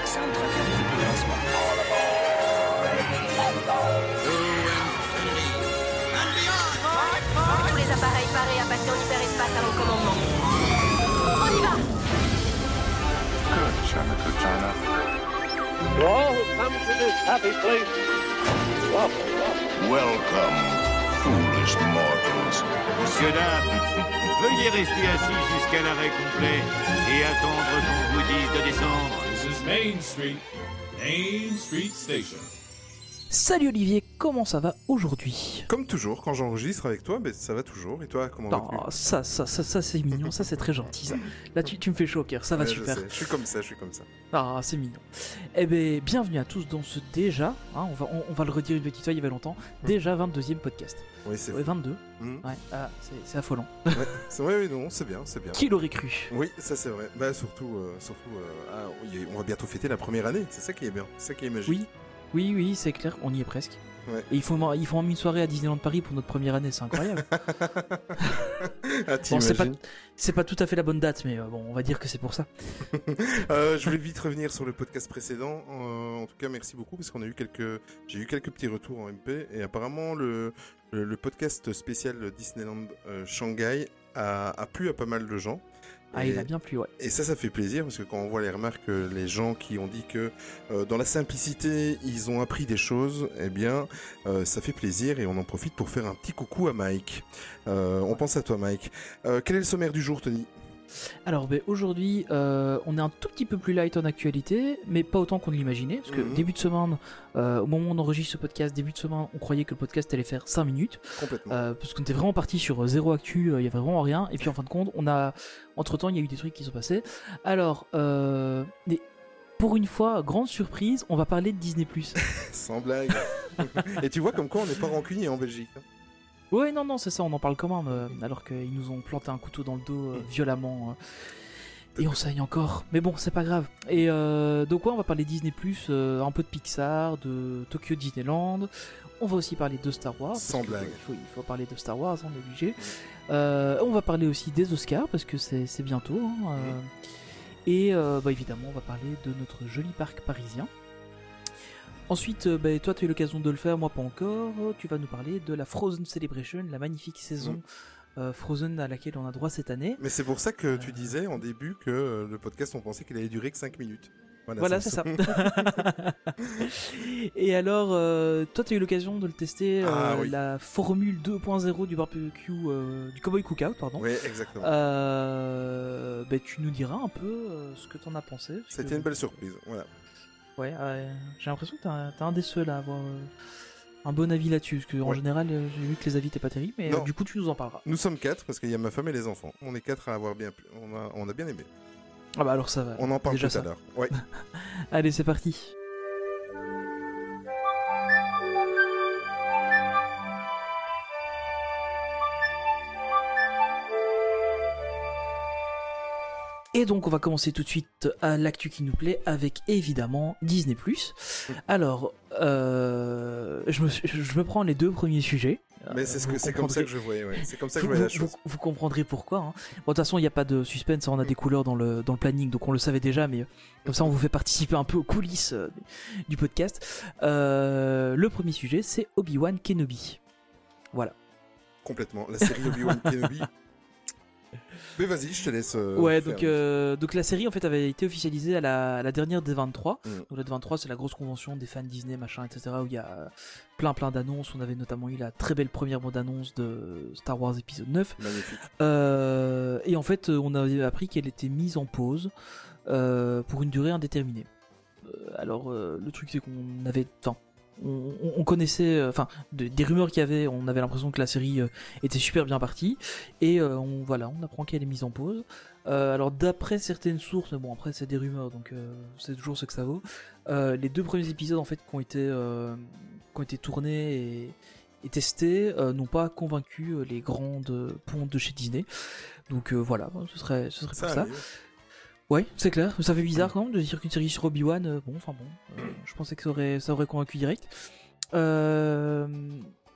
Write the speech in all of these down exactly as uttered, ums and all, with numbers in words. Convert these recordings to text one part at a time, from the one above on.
c'est un truc un petit peu lancement. Tous les appareils parés à passer en hyperespace à mon commandement. On y va! Good, China, good China. To all who come to this happy place, welcome, welcome. Welcome, foolish mortals. Monsieur, dames, veuillez rester assis jusqu'à l'arrêt complet et attendre qu'on vous dise de descendre. This is Main Street, Main Street Station. Salut Olivier, comment ça va aujourd'hui? Comme toujours, quand j'enregistre avec toi, ben, ça va toujours. Et toi, comment vas-tu? Oh, ça, ça, ça, ça c'est mignon, ça c'est très gentil ça. Là tu, tu me fais chaud au cœur, ça va Ouais, super. Je, sais, je suis comme ça, je suis comme ça. Ah, c'est mignon. Eh ben, bienvenue à tous dans ce déjà, hein, on, va, on, on va le redire une petite fois, il y avait longtemps, déjà vingt-deuxième podcast. Oui, c'est ouais, vingt-deux. Mmh. Ouais, ah, c'est, c'est affolant. Ouais, c'est vrai, oui, non, c'est bien, c'est bien. Qui l'aurait cru? Oui, ça c'est vrai. Bah surtout, euh, surtout, euh, ah, oui, on va bientôt fêter la première année. C'est ça qui est bien, c'est ça qui est magique. Oui, oui, oui, c'est clair, on y est presque. Ouais. Et ils font, ils font une soirée à Disneyland Paris pour notre première année, c'est incroyable. Ah, bon, c'est pas, c'est pas tout à fait la bonne date, mais euh, bon, on va dire que c'est pour ça. euh, je voulais vite revenir sur le podcast précédent. Euh, en tout cas, merci beaucoup parce qu'on a eu quelques, j'ai eu quelques petits retours en M P et apparemment le le, le podcast spécial Disneyland euh, Shanghai a, a plu à pas mal de gens. Ah, et, il a bien plu, ouais. Et ça, ça fait plaisir parce que quand on voit les remarques, les gens qui ont dit que euh, dans la simplicité, ils ont appris des choses, eh bien, euh, ça fait plaisir et on en profite pour faire un petit coucou à Mike. Euh, on pense à toi, Mike. Euh, quel est le sommaire du jour, Tony ? Alors ben, aujourd'hui euh, on est un tout petit peu plus light en actualité, mais pas autant qu'on l'imaginait, parce que mmh. début de semaine, euh, au moment où on enregistre ce podcast, début de semaine, on croyait que le podcast allait faire cinq minutes, complètement. Euh, parce qu'on était vraiment parti sur zéro actu, il euh, y avait vraiment rien, et puis en fin de compte, on a, entre temps il y a eu des trucs qui sont passés. Alors, euh, des... pour une fois, grande surprise, on va parler de Disney plus. Sans blague. Et tu vois comme quoi on n'est pas rancunier en Belgique. Ouais, non, non, c'est ça, on en parle quand même, euh, alors qu'ils nous ont planté un couteau dans le dos euh, violemment, euh, et on saigne encore, mais bon, c'est pas grave. Et euh, donc ouais, on va parler Disney plus, euh, un peu de Pixar, de Tokyo Disneyland, on va aussi parler de Star Wars. Sans blague. Il faut, il faut parler de Star Wars, on est obligé. Euh, on va parler aussi des Oscars, parce que c'est, c'est bientôt, hein, euh, et euh, bah, évidemment, on va parler de notre joli parc parisien. Ensuite, euh, bah, toi tu as eu l'occasion de le faire, moi pas encore, tu vas nous parler de la Frozen Celebration, la magnifique saison mmh. euh, Frozen à laquelle on a droit cette année. Mais c'est pour ça que euh... tu disais en début que euh, le podcast on pensait qu'il allait durer que cinq minutes. Voilà, voilà c'est ça. Et alors, euh, toi tu as eu l'occasion de le tester, ah, euh, oui. la formule deux point zéro du barbecue, euh, du Cowboy Cookout, pardon. Oui, exactement. Euh, bah, tu nous diras un peu euh, ce que t'en as pensé. C'était que... une belle surprise, voilà. Ouais, euh, j'ai l'impression que t'as, t'as un des seuls à avoir euh, un bon avis là-dessus, parce qu'en ouais. général, euh, j'ai vu que les avis étaient pas terribles, mais euh, du coup, tu nous en parleras. Nous sommes quatre, parce qu'il y a ma femme et les enfants. On est quatre à avoir bien, on a, on a bien aimé. Ah bah alors ça va. On en parle déjà tout ça. à l'heure. Ouais. Allez, c'est parti. Et donc on va commencer tout de suite à l'actu qui nous plaît avec évidemment Disney plus. Alors, euh, je, me, je me prends les deux premiers sujets. Mais c'est, ce que, c'est comme ça que je voyais, ouais. C'est comme ça que je voyais la chose. Vous, vous comprendrez pourquoi. Hein. Bon, de toute façon, il n'y a pas de suspense, on a des couleurs dans le, dans le planning, donc on le savait déjà, mais comme ça on vous fait participer un peu aux coulisses euh, du podcast. Euh, le premier sujet, c'est Obi-Wan Kenobi. Voilà. Complètement. La série Obi-Wan Kenobi. Mais vas-y, je te laisse. Euh, ouais, donc, euh, donc la série en fait avait été officialisée à la, à la dernière D vingt-trois. Mm. Donc la D vingt-trois, c'est la grosse convention des fans Disney, machin, et cetera. Où il y a plein plein d'annonces. On avait notamment eu la très belle première bande-annonce de Star Wars épisode neuf. Magnifique. Euh, et en fait, on avait appris qu'elle était mise en pause euh, pour une durée indéterminée. Euh, alors euh, le truc c'est qu'on avait. Enfin, On, on connaissait, enfin, euh, de, des rumeurs qu'il y avait, on avait l'impression que la série euh, était super bien partie, et euh, on, voilà, on apprend qu'elle est mise en pause. Euh, alors d'après certaines sources, mais bon après c'est des rumeurs, donc euh, c'est toujours ce que ça vaut. Euh, les deux premiers épisodes en fait qui ont été, euh, qui ont été tournés et, et testés euh, n'ont pas convaincu les grandes pontes de chez Disney. Donc euh, voilà, ce serait, ce serait ça pour ça. Ouais, c'est clair. Ça fait bizarre quand même de dire qu'une série sur Obi-Wan, euh, bon, enfin bon, euh, je pensais que ça aurait, ça aurait convaincu direct. Euh...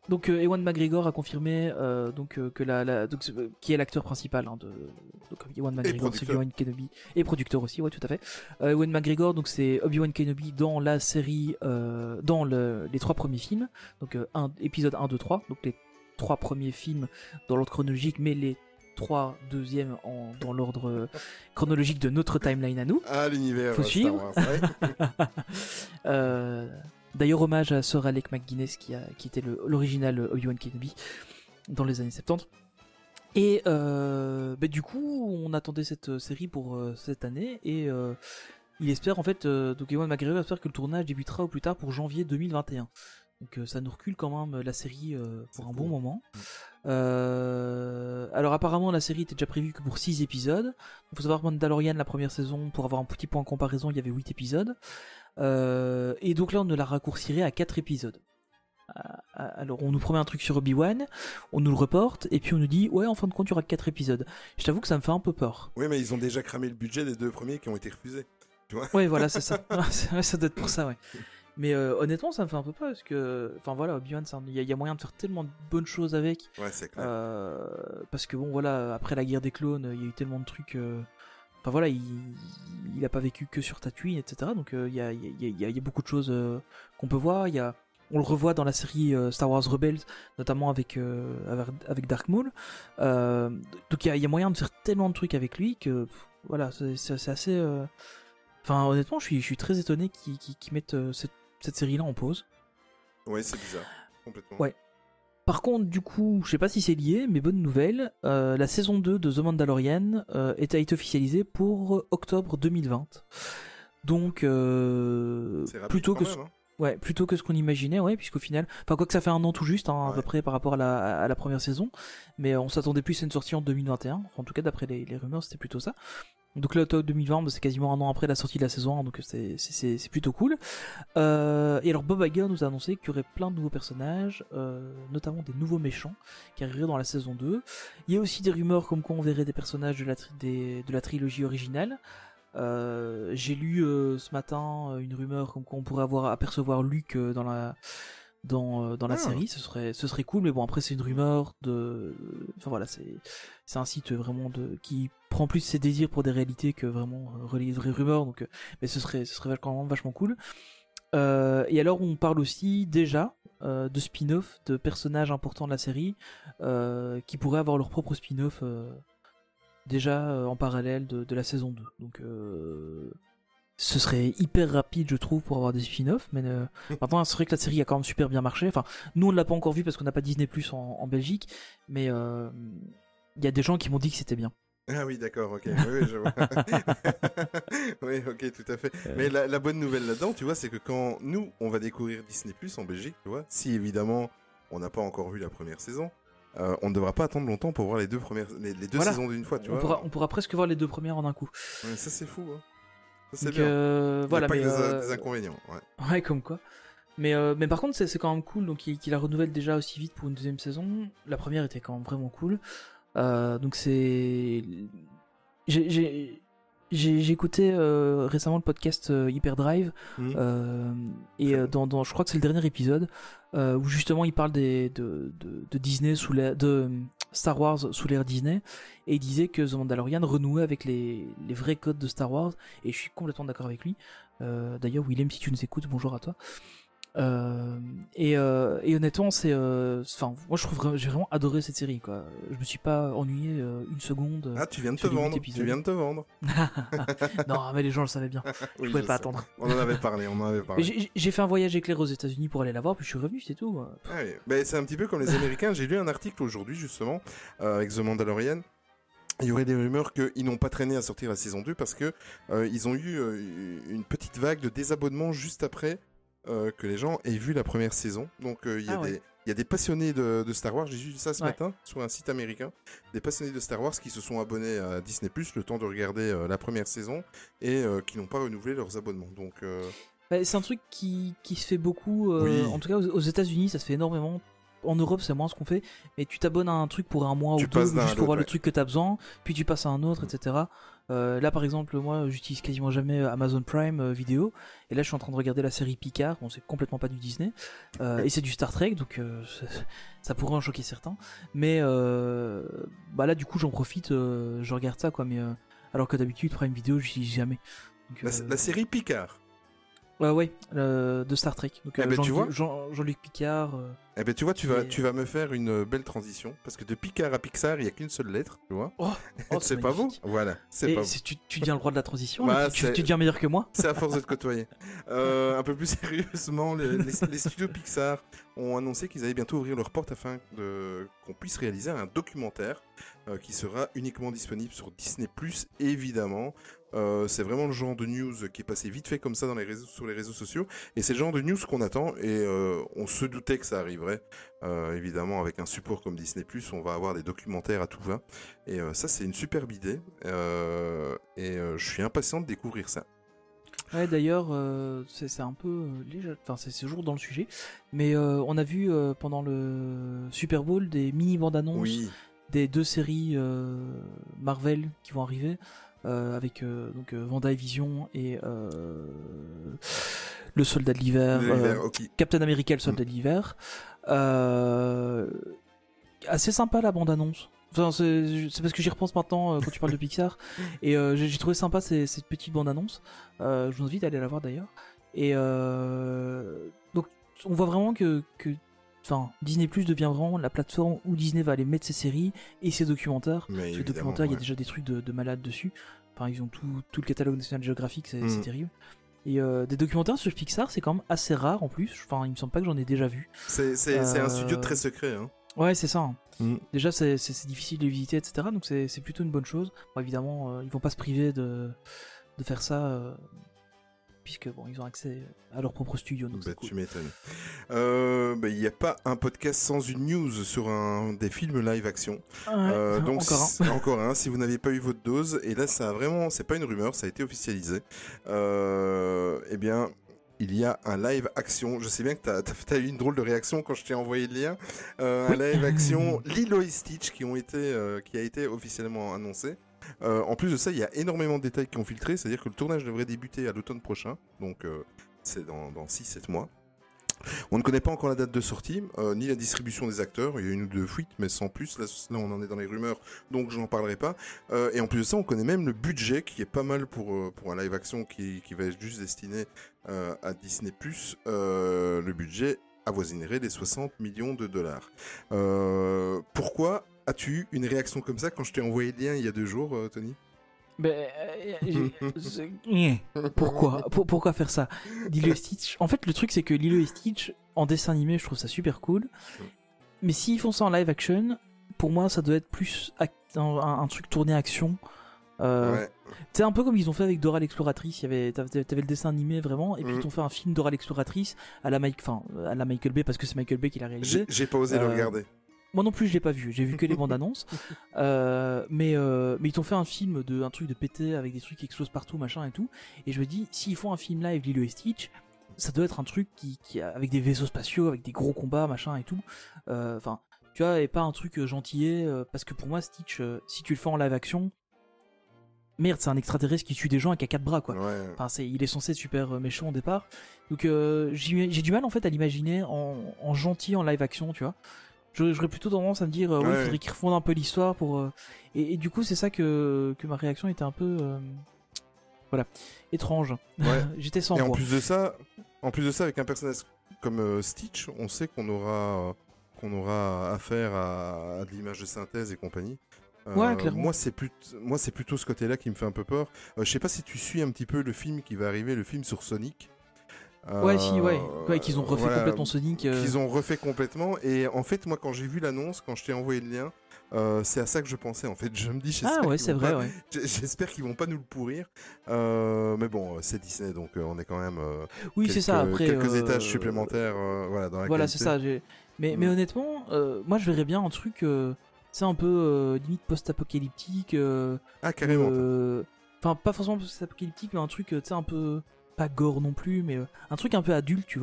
Donc euh, Ewan McGregor a confirmé euh, donc euh, que la, la donc, euh, qui est l'acteur principal hein, de donc Ewan McGregor, c'est Obi-Wan Kenobi et producteur aussi, ouais tout à fait. Euh, Ewan McGregor donc c'est Obi-Wan Kenobi dans la série euh, dans le, les trois premiers films, donc euh, un, épisode un, deux, trois, donc les trois premiers films dans l'ordre chronologique, mais les trois deuxièmes en, dans l'ordre euh, chronologique de notre timeline à nous. Ah l'univers. Faut Star suivre. Wars, ouais. euh, D'ailleurs, hommage à Sir Alec McGuinness qui, a, qui était le, l'original Obi-Wan Kenobi dans les années soixante-dix. Et euh, bah, du coup, on attendait cette série pour euh, cette année et euh, il espère en fait, euh, donc Ewan McGregor espère que le tournage débutera au plus tard pour janvier deux mille vingt et un. Donc euh, ça nous recule quand même la série euh, pour C'est un cool. bon moment. Mmh. Euh, alors apparemment la série était déjà prévue que pour six épisodes. Il faut savoir Mandalorian la première saison, pour avoir un petit point de comparaison, il y avait huit épisodes. Euh, et donc là on ne la raccourcirait à quatre épisodes. Alors on nous promet un truc sur Obi-Wan, on nous le reporte et puis on nous dit ouais en fin de compte il y aura quatre épisodes. Je t'avoue que ça me fait un peu peur. Oui mais ils ont déjà cramé le budget des deux premiers qui ont été refusés. Tu vois. Ouais voilà c'est ça. Ouais, ça doit être pour ça ouais. Mais euh, honnêtement ça me fait un peu peur parce que enfin voilà Obi-Wan il y, y a moyen de faire tellement de bonnes choses avec. Ouais c'est clair. Euh, parce que bon voilà après la guerre des clones il y a eu tellement de trucs. Euh... Enfin voilà, il, il a pas vécu que sur Tatooine, et cetera. Donc il euh, y, a, y, a, y, a, y a beaucoup de choses euh, qu'on peut voir. Y a, on le revoit dans la série euh, Star Wars Rebels, notamment avec euh, avec Dark Maul. Euh, donc il y a, y a moyen de faire tellement de trucs avec lui que pff, voilà, c'est, c'est, c'est assez. Euh... Enfin honnêtement, je suis je suis très étonné qu'ils, qu'ils, qu'ils mettent euh, cette, cette série-là en pause. Ouais, c'est bizarre, complètement. Ouais. Par contre, du coup, je sais pas si c'est lié, mais bonne nouvelle, euh, la saison deux de The Mandalorian euh, est, a été officialisée pour octobre deux mille vingt. Donc, euh, plutôt que, même, hein. ouais, plutôt que ce qu'on imaginait, ouais, puisqu'au final, enfin quoi que ça fait un an tout juste, hein, ouais. à peu près par rapport à la, à la première saison, mais on s'attendait plus à une sortie en deux mille vingt et un. Enfin, en tout cas, d'après les, les rumeurs, c'était plutôt ça. Donc là, octobre deux mille vingt, c'est quasiment un an après la sortie de la saison un, donc c'est, c'est, c'est, c'est plutôt cool. Euh, et alors Bob Iger nous a annoncé qu'il y aurait plein de nouveaux personnages, euh, notamment des nouveaux méchants qui arriveraient dans la saison deux. Il y a aussi des rumeurs comme quoi on verrait des personnages de la, tri- des, de la trilogie originale. Euh, j'ai lu euh, ce matin une rumeur comme quoi on pourrait avoir apercevoir Luke euh, dans la dans euh, dans la ah. série, ce serait ce serait cool, mais bon après c'est une rumeur de, enfin voilà c'est c'est un site vraiment de qui prend plus ses désirs pour des réalités que vraiment euh, relayer de vraies rumeurs, donc euh, mais ce serait ce serait vachement vachement cool. Euh, et alors on parle aussi déjà euh, de spin-off de personnages importants de la série euh, qui pourraient avoir leur propre spin-off euh, déjà euh, en parallèle de, de la saison deux, donc euh, ce serait hyper rapide je trouve pour avoir des spin-offs, mais euh, maintenant c'est vrai que la série a quand même super bien marché. Enfin nous on l'a pas encore vu parce qu'on n'a pas Disney Plus en, en Belgique, mais il euh, y a des gens qui m'ont dit que c'était bien. Ah oui d'accord, ok, oui, oui je vois. Oui ok tout à fait. Euh... Mais la, la bonne nouvelle là-dedans tu vois c'est que quand nous on va découvrir Disney Plus en Belgique, tu vois, si évidemment on n'a pas encore vu la première saison, Euh, on ne devra pas attendre longtemps pour voir les deux premières, les, les deux voilà. saisons d'une fois, tu on vois. Pourra, on pourra presque voir les deux premières en un coup. Ouais, ça c'est fou, hein. Ça c'est Donc, bien. Euh, Il voilà, y a pas mais que euh... des, des inconvénients. Ouais. Ouais, comme quoi. Mais euh, mais par contre c'est, c'est quand même cool, donc qu'il, qu'il la renouvelle déjà aussi vite pour une deuxième saison. La première était quand même vraiment cool. Euh, donc c'est, j'ai j'ai J'ai, j'ai écouté euh, récemment le podcast euh, Hyperdrive mmh. euh, et euh, dans, dans, je crois que c'est le dernier épisode euh, où justement il parle des, de, de, de Disney sous l'ère, de Star Wars sous l'ère Disney, et il disait que The Mandalorian renouait avec les, les vrais codes de Star Wars, et je suis complètement d'accord avec lui. Euh, d'ailleurs Willem, si tu nous écoutes, bonjour à toi. Euh, et, euh, et honnêtement c'est enfin euh, moi je trouve j'ai vraiment adoré cette série quoi. Je me suis pas ennuyé euh, une seconde. Ah tu viens de te vendre tu viens de te vendre. Non mais les gens le savaient bien. Oui, je pouvais je pas sais. attendre. On en avait parlé on en avait parlé. J'ai, j'ai fait un voyage éclair aux États-Unis pour aller la voir, puis je suis revenu, c'est tout. Ah oui. Ben, c'est un petit peu comme les Américains. J'ai lu un article aujourd'hui justement euh, avec The Mandalorian. Il y aurait des rumeurs qu'ils n'ont pas traîné à sortir la saison deux parce que euh, ils ont eu euh, une petite vague de désabonnement juste après Euh, que les gens aient vu la première saison. Donc il euh, y, ah ouais. y a des passionnés de, de Star Wars, j'ai vu ça ce ouais. matin sur un site américain, des passionnés de Star Wars qui se sont abonnés à Disney Plus le temps de regarder euh, la première saison et euh, qui n'ont pas renouvelé leurs abonnements. Donc euh... bah, c'est un truc qui, qui se fait beaucoup, euh, oui. En tout cas aux, aux États-Unis ça se fait énormément. en Europe c'est moins ce qu'on fait, mais tu t'abonnes à un truc pour un mois Tu ou deux passes d'un à juste pour voir l'autre, le truc que t'as besoin, puis tu passes à un autre, Mm. et cetera. Euh, là par exemple moi j'utilise quasiment jamais Amazon Prime euh, vidéo, et là je suis en train de regarder la série Picard, bon c'est complètement pas du Disney, euh, et c'est du Star Trek, donc euh, c'est- ça pourrait en choquer certains, mais euh, bah là du coup j'en profite, euh, je regarde ça quoi, mais euh, alors que d'habitude Prime Vidéo j'utilise jamais. Donc, La, euh, la série Picard. Ouais, ouais, euh, de Star Trek. Donc, Eh euh, ben, tu Jean- vois. Jean- Jean-Luc Picard. euh, Eh ben tu vois, tu vas, Et- tu vas me faire une belle transition parce que de Picard à Pixar, il y a qu'une seule lettre, tu vois. Oh, oh, c'est pas beau. magnifique. Voilà, c'est Et pas beau. c'est- tu, tu deviens le roi de la transition, Bah, là, tu, c'est- tu deviens meilleur que moi. C'est à force de te côtoyer. Euh, un peu plus sérieusement, les, les- les studios Pixar ont annoncé qu'ils allaient bientôt ouvrir leurs portes afin de, qu'on puisse réaliser un documentaire euh, qui sera uniquement disponible sur Disney plus, évidemment. Euh, c'est vraiment le genre de news qui est passé vite fait comme ça dans les réseaux, sur les réseaux sociaux. Et c'est le genre de news qu'on attend et euh, on se doutait que ça arriverait. Euh, évidemment, avec un support comme Disney plus, on va avoir des documentaires à tout va. Et euh, ça, c'est une superbe idée. Euh, et euh, je suis impatient de découvrir ça. Ouais, d'ailleurs, euh, c'est c'est un peu euh, léger, enfin, c'est c'est toujours dans le sujet. Mais euh, on a vu euh, pendant le Super Bowl des mini bandes annonces Oui. des deux séries euh, Marvel qui vont arriver. Euh, avec euh, donc euh, Wanda et Vision et euh, le Soldat de l'hiver, De l'hiver, euh, ok. Captain America, le Soldat de l'hiver. Euh, assez sympa la bande annonce. Enfin, c'est c'est parce que j'y repense maintenant euh, quand tu parles de Pixar et euh, j'ai j'ai trouvé sympa ces- cette petite bande annonce. Euh, je vous invite à aller la voir d'ailleurs. Et euh, donc on voit vraiment que, que enfin, Disney Plus devient vraiment la plateforme où Disney va aller mettre ses séries et ses documentaires. Mais Parce que évidemment, documentaire, il y a ouais. déjà des trucs de, de malades dessus. Enfin, ils ont tout, tout le catalogue National Geographic, c'est Mm. c'est terrible. Et euh, des documentaires sur Pixar, c'est quand même assez rare en plus. Enfin, il me semble pas que j'en ai déjà vu. C'est c'est- c'est un Euh, studio très secret. Hein. Ouais, c'est ça. hein. Mm. Déjà, c'est c'est- c'est difficile de les visiter, et cetera. Donc, c'est c'est plutôt une bonne chose. Bon, évidemment, euh, ils vont pas se priver de, de faire ça, euh, puisque bon, ils ont accès à leur propre studio. Donc, Bah, c'est cool. tu m'étonnes. Euh, bah, il n'y a pas un podcast sans une news sur un des films live action. Ouais, Euh, donc encore un. c'est- encore un, si vous n'avez pas eu votre dose, et là ça a vraiment, c'est pas une rumeur, ça a été officialisé. Euh, eh bien, il y a un live action. Je sais bien que t'as as, eu une drôle de réaction quand je t'ai envoyé le lien. Euh, Oui. Un live action Lilo et Stitch qui ont été, euh, qui a été officiellement annoncé. Euh, en plus de ça, il y a énormément de détails qui ont filtré, c'est-à-dire que le tournage devrait débuter à l'automne prochain, donc euh, c'est dans, dans six sept mois. On ne connaît pas encore la date de sortie, euh, ni la distribution des acteurs. Il y a une ou deux fuites, mais sans plus. Là, là on en est dans les rumeurs, donc je n'en parlerai pas. Euh, et en plus de ça, on connaît même le budget, qui est pas mal pour, euh, pour un live action qui, qui va être juste destiné euh, à Disney+. Euh, le budget avoisinerait les soixante millions de dollars. Euh, pourquoi as-tu eu une réaction comme ça quand je t'ai envoyé le lien il y a deux jours, euh, Tony? Ben, euh, j'ai- c'est- Nyeh. Pourquoi Pour- Pourquoi faire ça Lilo et Stitch. En fait, le truc, c'est que Lilo et Stitch, en dessin animé, je trouve ça super cool. Mais s'ils font ça en live action, pour moi, ça doit être plus ac- un, un- un truc tourné action. Euh, Ouais. C'est un peu comme ils ont fait avec Dora l'exploratrice. Il y avait, t'avais, t'avais le dessin animé vraiment, et puis Mhm. ils ont fait un film Dora l'exploratrice à la, Mike, enfin, à la Michael Bay parce que c'est Michael Bay qui l'a réalisé. J'ai j'ai pas osé le Euh, regarder. Moi non plus, je l'ai pas vu. J'ai vu que les bandes annonces. Euh, mais euh, mais ils t'ont fait un film de un truc de pété avec des trucs qui explosent partout, machin et tout. Et je me dis, s'ils font un film live Lilo et Stitch, ça doit être un truc qui, qui avec des vaisseaux spatiaux, avec des gros combats, machin et tout. Euh, Enfin, tu vois, et pas un truc euh, gentillet. euh, parce que pour moi, Stitch, euh, si tu le fais en live action, merde, c'est un extraterrestre qui tue des gens avec a quatre bras, quoi. Ouais. Enfin, c'est, il est censé être super euh, méchant au départ. Donc euh, j'ai, j'ai du mal en fait à l'imaginer en, en gentil en live action, tu vois. Je- J'aurais plutôt tendance à me dire, euh, oui, il Ouais. faudrait qu'ils refondent un peu l'histoire pour. euh, et, et du coup, c'est ça que, que ma réaction était un peu. euh, voilà, étrange. Ouais. J'étais sans Et en voix. plus de ça, en plus de ça, avec un personnage comme euh, Stitch, on sait qu'on aura, euh, qu'on aura affaire à, à de l'image de synthèse et compagnie. Euh, Ouais, clairement. Moi, c'est plut- moi, c'est plutôt ce côté-là qui me fait un peu peur. Euh, je sais pas si tu suis un petit peu le film qui va arriver, le film sur Sonic. Ouais, Euh, si, ouais. Ouais, qu'ils ont refait voilà, complètement Sonic. euh, Qu'ils ont refait complètement. Et en fait, moi, quand j'ai vu l'annonce, quand je t'ai envoyé le lien, euh, c'est à ça que je pensais. En fait, je me dis, j'espère Ah ouais, qu'ils c'est vont vrai, pas- ouais. j'- J'espère qu'ils vont pas nous le pourrir. Euh, mais bon, c'est Disney, donc euh, on est quand même. euh, Oui, quelques, c'est ça. Après, quelques euh, étages supplémentaires, euh, voilà, dans la Voilà, qualité. c'est ça. j'ai- Mais, Mm. mais honnêtement, euh, moi, je verrais bien un truc, euh, c'est un peu euh, limite post-apocalyptique. euh, Ah, carrément. euh, Enfin, pas forcément post-apocalyptique, mais un truc, euh, tu sais, un peu pas gore non plus, mais euh, un truc un peu adulte, tu vois.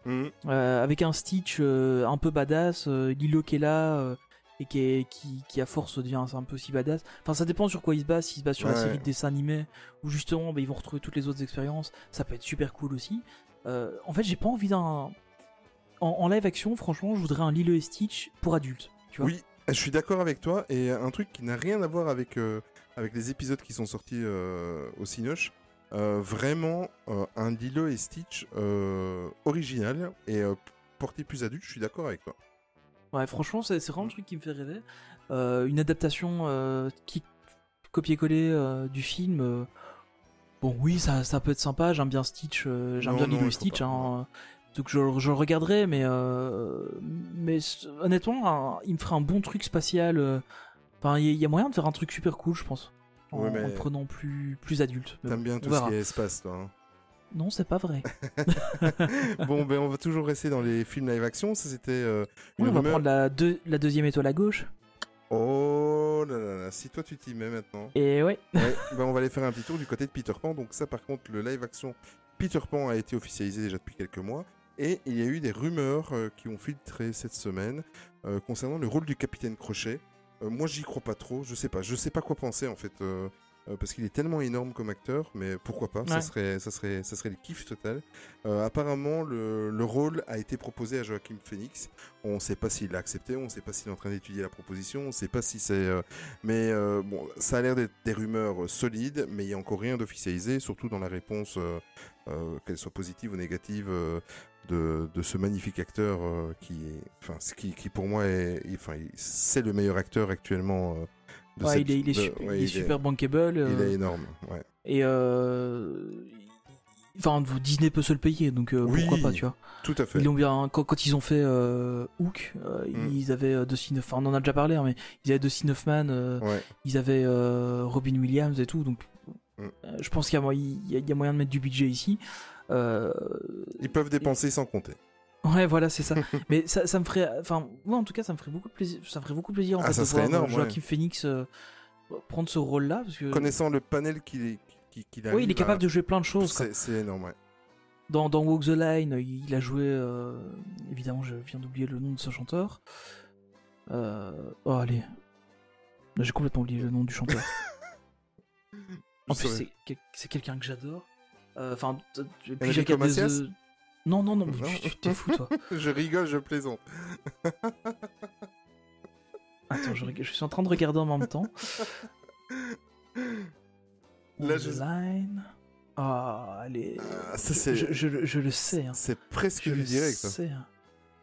Mhm. Euh, avec un Stitch euh, un peu badass, euh, Lilo qui est là euh, et qui, est, qui, qui à force devient un peu si badass. Enfin, ça dépend sur quoi il se base. S'il se base sur Ouais. la série de dessins animés où justement bah, ils vont retrouver toutes les autres expériences, ça peut être super cool aussi. Euh, en fait, j'ai pas envie d'un. En, en live action, franchement, je voudrais un Lilo et Stitch pour adultes. Tu vois. Oui, je suis d'accord avec toi. Et un truc qui n'a rien à voir avec, euh, avec les épisodes qui sont sortis euh, au Cinoche. Euh, vraiment, euh, un Lilo et Stitch euh, original et euh, porté plus adulte, je suis d'accord avec toi. Ouais, franchement, c'est, c'est vraiment le truc qui me fait rêver. Euh, une adaptation euh, qui copier-coller euh, du film. euh, Bon, oui, ça, ça peut être sympa. J'aime bien Stitch, euh, j'aime Non, bien non, Lilo et il faut Stitch. pas, Hein, donc je, je le regarderai, mais euh, mais c- honnêtement, un- il me ferait un bon truc spatial. euh, Enfin, il y, y a moyen de faire un truc super cool, je pense, en, Ouais, mais- en le prenant plus plus adulte. Mais T'aimes bon, bien on tout verra. ce qui est espace, toi. hein. Non, c'est pas vrai. Bon, ben on va toujours rester dans les films live action. Ça, c'était euh, une Ouais, on va rumeur. prendre la, deux- la deuxième étoile à gauche. Oh là là là, si toi tu t'y mets maintenant. Et ouais. Ouais, ben on va aller faire un petit tour du côté de Peter Pan. Donc ça, par contre, le live action Peter Pan a été officialisé déjà depuis quelques mois. Et il y a eu des rumeurs euh, qui ont filtré cette semaine euh, concernant le rôle du Capitaine Crochet. Euh, moi, j'y crois pas trop. Je sais pas. Je sais pas quoi penser en fait. euh, euh, parce qu'il est tellement énorme comme acteur, mais pourquoi pas, ça, Ouais. serait, ça, serait, ça serait le kiff total. Euh, apparemment, le, le rôle a été proposé à Joaquin Phoenix. On ne sait pas s'il l'a accepté, on ne sait pas s'il est en train d'étudier la proposition, on ne sait pas si c'est... euh, Mais euh, bon, ça a l'air d'être des rumeurs euh, solides, mais il n'y a encore rien d'officialisé, surtout dans la réponse, euh, euh, qu'elle soit positive ou négative, euh, de, de ce magnifique acteur euh, qui, est- enfin, ce qui, qui pour moi est... il- Enfin, il- c'est le meilleur acteur actuellement. euh, de Ouais, cette- il est, il est, de- super, ouais, il est super bankable. Il euh, est énorme, ouais. Et euh... enfin, Disney peut se le payer, donc euh, Oui. pourquoi pas, tu vois. Tout à fait. Ils l'ont bien quand, quand ils ont fait euh, Hook, euh, Mm. ils avaient euh, Dustin Hoffman, on en a déjà parlé, hein, mais ils avaient Dustin Hoffman, euh, Ouais. ils avaient euh, Robin Williams et tout, donc Mm. euh, je pense qu'il y a, mo- il y a- il y a moyen de mettre du budget ici. Euh, Ils peuvent dépenser sans compter. Ouais, voilà, c'est ça. Mais ça, ça me ferait, enfin, moi en tout cas, ça me ferait beaucoup de plaisir. Ça me ferait beaucoup de plaisir en Ah, fait ça de serait voir énorme, Joaquin ouais. Phoenix euh, prendre ce rôle-là, parce que Connaissant le panel qu'il qu'il qu'il arrive oui, il est capable à- de jouer plein de choses. quoi. C'est c'est énorme, ouais. Dans, dans Walk the Line, il a joué. euh, évidemment, je viens d'oublier le nom de ce chanteur. Euh, oh, allez. Là, j'ai complètement oublié le nom du chanteur. En Je plus, saurais. c'est, quel- c'est quelqu'un que j'adore. Euh, Enfin, t- t- puis Enrico j'ai regardé Macias The- Non, non, non, Non. tu- tu t'es fou, toi. Je rigole, je plaisante. Attends, je, reg- je suis en train de regarder en même temps. Là, Walk je- the Line. Ah, allez. Ah, ça, c'est- je, je, je le sais. Hein. C'est presque Je du le direct. ça. sais. hein.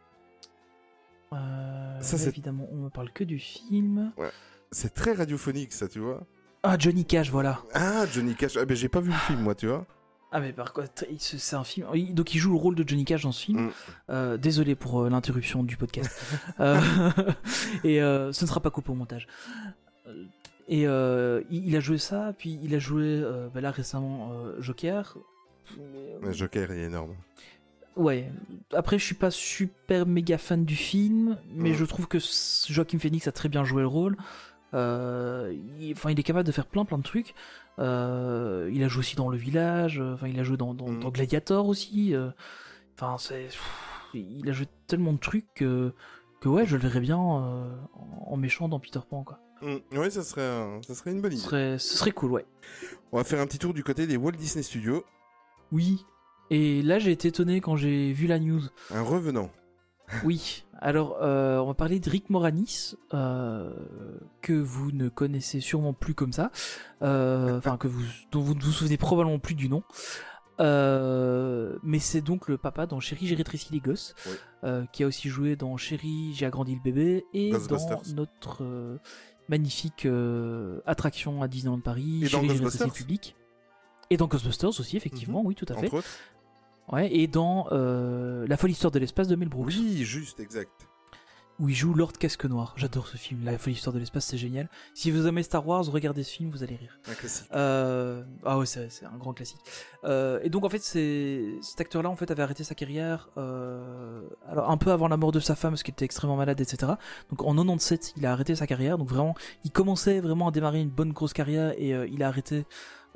Euh, Ça, là, c'est- évidemment, on me parle que du film. C'est très radiophonique, ça, tu vois. Ah, Johnny Cash, voilà. Ah, Johnny Cash. Ah, ben, j'ai pas vu le film, moi, tu vois. Ah, mais par contre, il- c'est un film. il- Donc, il joue le rôle de Johnny Cash dans ce film. Mm. Euh, désolé pour euh, l'interruption du podcast. Euh, et euh, ce ne sera pas coupé au montage. Euh, Et euh, il, il a joué ça, puis il a joué euh, bah là récemment euh, Joker. Le Joker est énorme. Ouais. Après, je suis pas super méga fan du film, mais Mm. je trouve que s- Joaquin Phoenix a très bien joué le rôle. Euh, il, enfin, il est capable de faire plein plein de trucs. Euh, il a joué aussi dans Le Village. euh, Enfin, il a joué dans, dans, Mm. dans Gladiator aussi. euh. Enfin, c'est, pff, il a joué tellement de trucs que, que ouais, je le verrais bien euh, en, en méchant dans Peter Pan, quoi. Mm. Ouais, ça serait, un- ça serait une bonne Ce idée. serait, ce serait cool, ouais. On va faire un petit tour du côté des Walt Disney Studios. Oui. Et là, j'ai été étonné quand j'ai vu la news. Un revenant. Oui, alors euh, on va parler de Rick Moranis, euh, que vous ne connaissez sûrement plus comme ça, euh, enfin que vous, dont vous ne vous souvenez probablement plus du nom. Euh, mais c'est donc le papa dans Chérie, j'ai rétréci les gosses, Oui. euh, qui a aussi joué dans Chérie, j'ai agrandi le bébé, et dans Ghostbusters. notre euh, magnifique euh, attraction à Disneyland Paris, Et dans Chérie, j'ai rétréci le Ghostbusters. public. Et dans Ghostbusters aussi, effectivement, oui, tout à fait. Entre autres. Ouais, et dans euh, La folle histoire de l'espace de Mel Brooks. Oui, juste, exact. Où il joue Lord Casque Noir. J'adore ce film, La folle histoire de l'espace, c'est génial. Si vous aimez Star Wars, regardez ce film, vous allez rire. Un classique. Euh... Ah ouais, c'est, c'est un grand classique. Euh, et donc en fait, c'est... cet acteur-là en fait avait arrêté sa carrière, euh... alors un peu avant la mort de sa femme, parce qu'il était extrêmement malade, et cetera. Donc en quatre-vingt-dix-sept, il a arrêté sa carrière. Donc vraiment, il commençait vraiment à démarrer une bonne grosse carrière et euh, il a arrêté.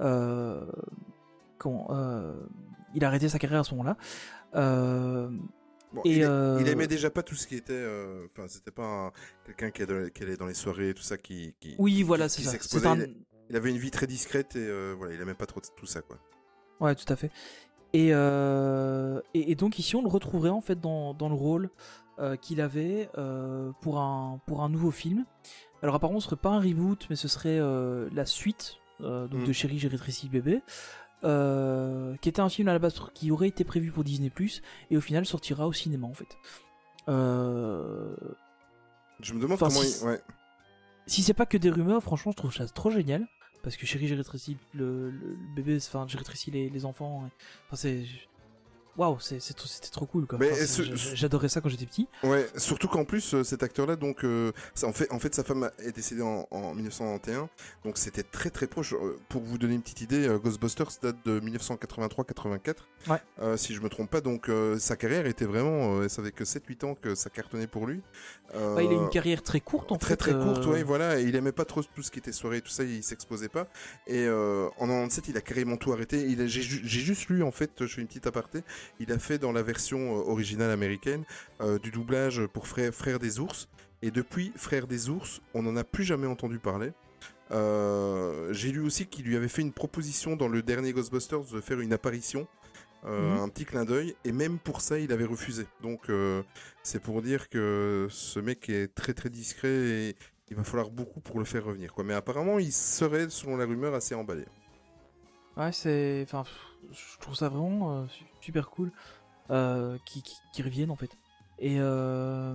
Euh... Comment euh... Il a arrêté sa carrière à ce moment-là. Euh... Bon, Et il, euh, il aimait déjà pas tout ce qui était. euh, Enfin, c'était pas un- quelqu'un qui, allait- qui allait dans les soirées et tout ça qui. qui Oui, qui- voilà, qui c'est ça. s'exposait. C'est un... Il, il avait une vie très discrète et euh, voilà, il aimait pas trop tout ça, quoi. Ouais, tout à fait. Et, euh, et, et donc ici, on le retrouverait en fait dans, dans le rôle euh, qu'il avait euh, pour, un, pour un nouveau film. Alors apparemment, ce serait pas un reboot, mais ce serait euh, la suite euh, donc Mm. de Chérie, j'ai rétréci le bébé, euh, qui était un film à la base qui aurait été prévu pour Disney+, et au final sortira au cinéma en fait. Euh... Je me demande Enfin, comment. si- il... Ouais. Si c'est pas que des rumeurs, franchement, je trouve ça trop génial. Parce que Chérie, j'ai rétréci le, le, le bébé, enfin, j'ai rétréci les, les enfants. et- Enfin, c'est. Waouh, c'est, c'est trop- c'était trop cool quoi. Mais Enfin, ce- c'est- j'a- j'adorais ça quand j'étais petit. Ouais, surtout qu'en plus euh, cet acteur-là, donc, euh, ça, en fait, en fait, sa femme a- est décédée en, en mille neuf cent quatre-vingt-onze, donc c'était très très proche. Euh, Pour vous donner une petite idée, euh, Ghostbusters date de mille neuf cent quatre-vingt-trois quatre-vingt-quatre, Ouais. euh, si je me trompe pas. Donc euh, sa carrière était vraiment, euh, ça fait que sept huit ans que ça cartonnait pour lui. Euh, Ouais, il a une carrière très courte en très fait. très courte, euh, ouais, voilà. Et il aimait pas trop tout ce qui était soirée, tout ça, il s'exposait pas. Et euh, en quatre-vingt-dix-sept, il a carrément tout arrêté. Il a, j'ai, ju- j'ai juste lu en fait, je fais une petite aparté. Il a fait dans la version euh, originale américaine euh, du doublage pour Frère, Frère des ours. Et depuis Frère des ours, on n'en a plus jamais entendu parler. Euh, j'ai lu aussi qu'il lui avait fait une proposition dans le dernier Ghostbusters de faire une apparition. Euh, Mhm. Un petit clin d'œil, et même pour ça il avait refusé. Donc euh, c'est pour dire que ce mec est très très discret et il va falloir beaucoup pour le faire revenir, quoi. Mais apparemment il serait, selon la rumeur, assez emballé. Ouais, c'est. Enfin, pff, je trouve ça vraiment euh, su- super cool euh, qu'ils qu'ils- qu'ils reviennent en fait. Et euh,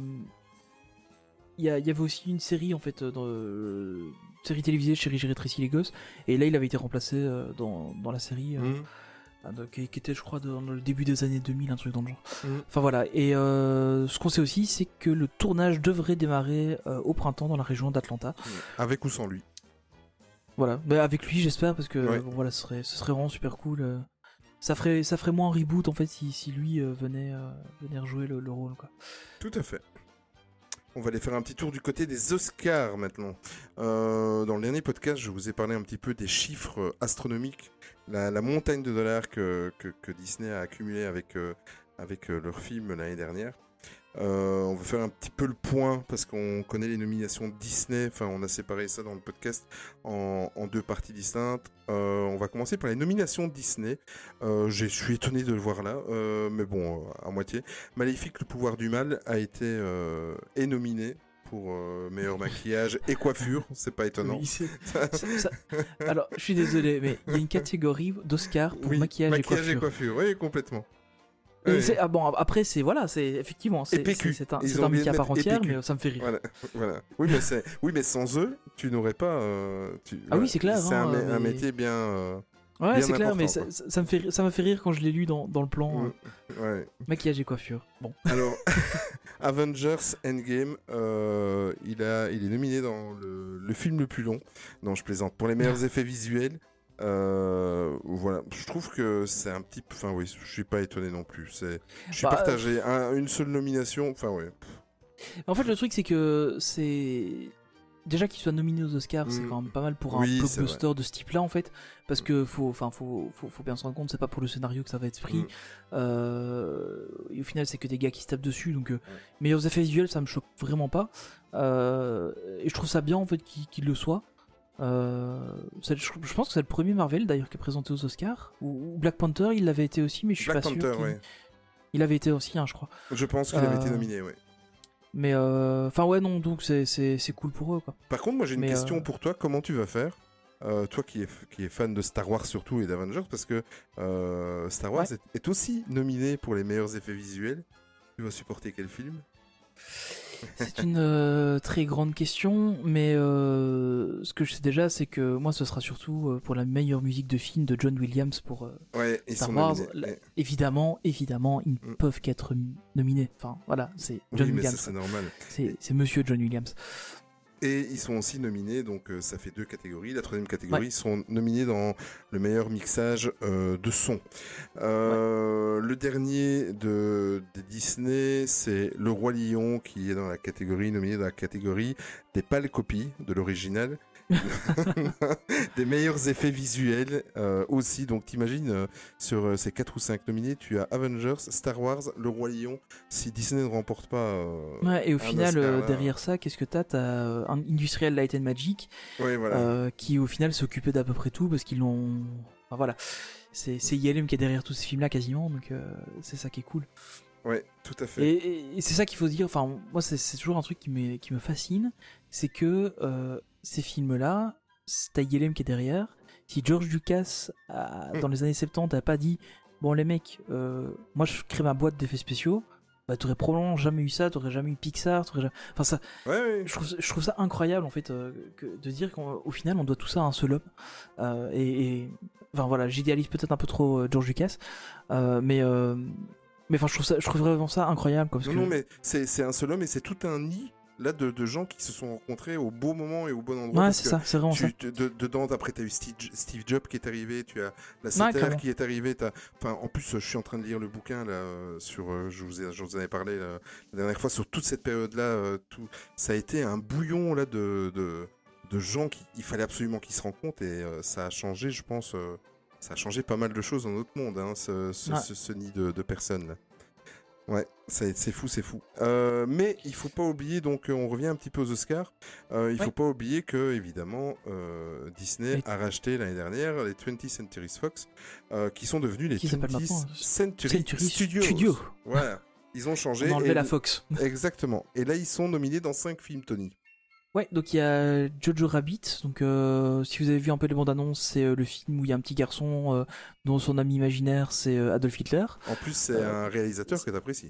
il y, a- il y avait aussi une série en fait, euh, dans, euh, série télévisée Chérie, j'ai rétréci les gosses. Et là, il avait été remplacé euh, dans, dans la série. euh, Mhm. Ah, donc, qui qui était je crois dans le début des années deux mille, un truc dans le genre. Mhm. Enfin voilà, et euh, ce qu'on sait aussi c'est que le tournage devrait démarrer euh, au printemps dans la région d'Atlanta. Avec ou sans lui. Voilà, bah, avec lui j'espère parce que Ouais. bon, voilà, ce serait, ce serait vraiment super cool. euh. Ça ferait, ça ferait moins un reboot en fait si, si lui euh, venait, euh, venait rejouer le, le rôle quoi. Tout à fait. On va aller faire un petit tour du côté des Oscars maintenant. Euh, dans le dernier podcast, je vous ai parlé un petit peu des chiffres astronomiques, la, la montagne de dollars que, que, que Disney a accumulé avec, euh, avec euh, leur film l'année dernière. Euh, on va faire un petit peu le point parce qu'on connaît les nominations Disney. Enfin, on a séparé ça dans le podcast en, en deux parties distinctes. Euh, on va commencer par les nominations Disney. Euh, je suis étonné de le voir là, euh, mais bon, euh, à moitié. Maléfique, le pouvoir du mal a été euh, est nominé pour euh, meilleur maquillage et coiffure. C'est pas étonnant. Oui, c'est- ça- ça- Alors je suis désolé mais il y a une catégorie d'Oscar pour Oui, maquillage, et coiffure. et coiffure. Oui, complètement. Et Ouais. c'est- ah bon, après c'est voilà, c'est effectivement c'est, Et P Q. c'est, c'est un, Ils c'est ont un oublié métier à de part mettre entière, et P Q. mais ça me fait rire. Voilà, voilà. Oui, mais c'est, oui, mais sans eux, tu n'aurais pas. euh, tu- Ah oui, c'est clair, C'est hein, un, mé- un mais- métier bien. euh, Ouais, bien c'est clair, mais important, ça, ça- ça me fait, ri- ça m'a fait rire quand je l'ai lu dans, dans le plan Mm. euh, ouais. maquillage et coiffure. Bon. Alors, Avengers Endgame, euh, il a, il est nominé dans le, le film le plus long. Non, je plaisante. Pour les meilleurs effets visuels. Euh, voilà, je trouve que c'est un petit peu. Enfin, oui, je suis pas étonné non plus. C'est, je suis Bah, partagé. Un- une seule nomination. Enfin, ouais. En fait, le truc c'est que c'est déjà qu'il soit nominé aux Oscars, c'est Mm. quand même pas mal pour Oui, un c'est blockbuster de ce type-là en fait, parce que faut, enfin, faut, faut, faut bien se rendre compte, c'est pas pour le scénario que ça va être pris. Mm. Euh, et au final, c'est que des gars qui se tapent dessus, donc euh, meilleurs effets visuels, ça me choque vraiment pas. Euh, et je trouve ça bien en fait qu'il qu'il le soit. Euh, c'est- je, je pense que c'est le premier Marvel d'ailleurs qui est présenté aux Oscars. Ou, ou Black Panther, il l'avait été aussi, mais je suis Black pas Panther, sûr. qu'il- ouais. Il avait été aussi, hein, je crois. Je pense qu'il avait été Euh, nominé, ouais. Mais euh, enfin ouais, non, donc c'est c'est c'est cool pour eux quoi. Par contre, moi j'ai une Mais, question euh, pour toi. Comment tu vas faire Euh, toi qui es, qui es fan de Star Wars surtout et d'Avengers, parce que euh, Star Wars Ouais. est, est aussi nominé pour les meilleurs effets visuels. Tu vas supporter quel film? C'est une euh, très grande question, mais euh, ce que je sais déjà, c'est que moi, ce sera surtout euh, pour la meilleure musique de film de John Williams pour euh, Ouais, ils Star sont Wars. nominés. Là, Ouais. évidemment, évidemment, ils ne Mm. peuvent qu'être nominés. Enfin, voilà, c'est Oui, John mais ça Williams. c'est normal. C'est c'est Monsieur John Williams. Et ils sont aussi nominés, donc euh, ça fait deux catégories. La troisième catégorie, ouais. ils sont nominés dans le meilleur mixage euh, de son. Euh, ouais. Le dernier de, de Disney, c'est Le Roi Lion, qui est dans la catégorie, nominé dans la catégorie des pâles copies de l'original. Des meilleurs effets visuels euh, aussi. Donc t'imagines euh, sur euh, ces quatre ou cinq nominés, tu as Avengers, Star Wars, Le Roi Lion. Si Disney ne remporte pas euh, ouais, et au final Oscar, euh, là, derrière ça, qu'est-ce que t'as T'as euh, un Industrial Light and Magic ouais, voilà. euh, qui au final s'occupait d'à peu près tout parce qu'ils l'ont. Enfin voilà, c'est c'est I L M qui est derrière tous ces films là quasiment, donc euh, c'est ça qui est cool. Ouais, tout à fait. Et, et, et c'est ça qu'il faut se dire. Enfin moi c'est, c'est toujours un truc qui me qui me fascine, c'est que euh, ces films-là, c'est I L M qui est derrière. Si George Lucas, a, dans les années soixante-dix, a pas dit « Bon les mecs, euh, moi je crée ma boîte d'effets spéciaux », bah t'aurais probablement jamais eu ça, t'aurais jamais eu Pixar, t'aurais jamais... Enfin ça, ouais, ouais. Je, trouve, je trouve ça incroyable en fait, euh, que, de dire qu'au final on doit tout ça à un seul homme. Euh, et, et... Enfin voilà, j'idéalise peut-être un peu trop euh, George Lucas, euh, mais... Euh... Mais enfin je trouve ça, je trouve vraiment ça incroyable. Quoi, parce non, que... non mais c'est, c'est un seul homme et c'est tout un nid là de, de gens qui se sont rencontrés au beau moment et au bon endroit. Ouais, c'est ça, c'est vraiment tu, ça. De, de, dedans, après, t'as eu Steve, Steve Jobs qui est arrivé, tu as la Sater ouais, qui est arrivée. T'as... Enfin, en plus, je suis en train de lire le bouquin là sur, euh, je vous ai, je vous en ai parlé là, la dernière fois sur toute cette période-là. Euh, tout, ça a été un bouillon là de, de, de gens qui, il fallait absolument qu'ils se rencontrent et euh, ça a changé, je pense, euh, ça a changé pas mal de choses dans notre monde, hein, ce, ce, ouais. ce, ce nid de, de personnes là. Ouais, c'est, c'est fou, c'est fou. Euh, mais il faut pas oublier, donc on revient un petit peu aux Oscars, euh, il ouais. faut pas oublier que, évidemment, euh, Disney oui. a racheté l'année dernière les twentieth Century Fox, euh, qui sont devenus les twentieth Century, Century Studios. Studio. Voilà, ils ont changé. On a enlevé la Fox. Exactement. Et là, ils sont nominés dans cinq films, Tony. Ouais, donc il y a Jojo Rabbit, donc euh, si vous avez vu un peu les bandes annonces, c'est euh, le film où il y a un petit garçon euh, dont son ami imaginaire c'est euh, Adolf Hitler. En plus, c'est euh, un réalisateur que t'apprécies.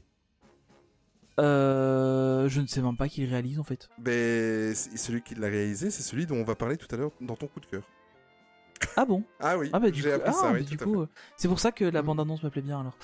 Euh, je ne sais même pas qui le réalise en fait. Ben, celui qui l'a réalisé, c'est celui dont on va parler tout à l'heure dans ton coup de cœur. Ah bon? Ah oui, ah bah, du j'ai coup, appris ah, ça, oui, du tout coup, à fait. C'est pour ça que la bande-annonce me plaît bien alors.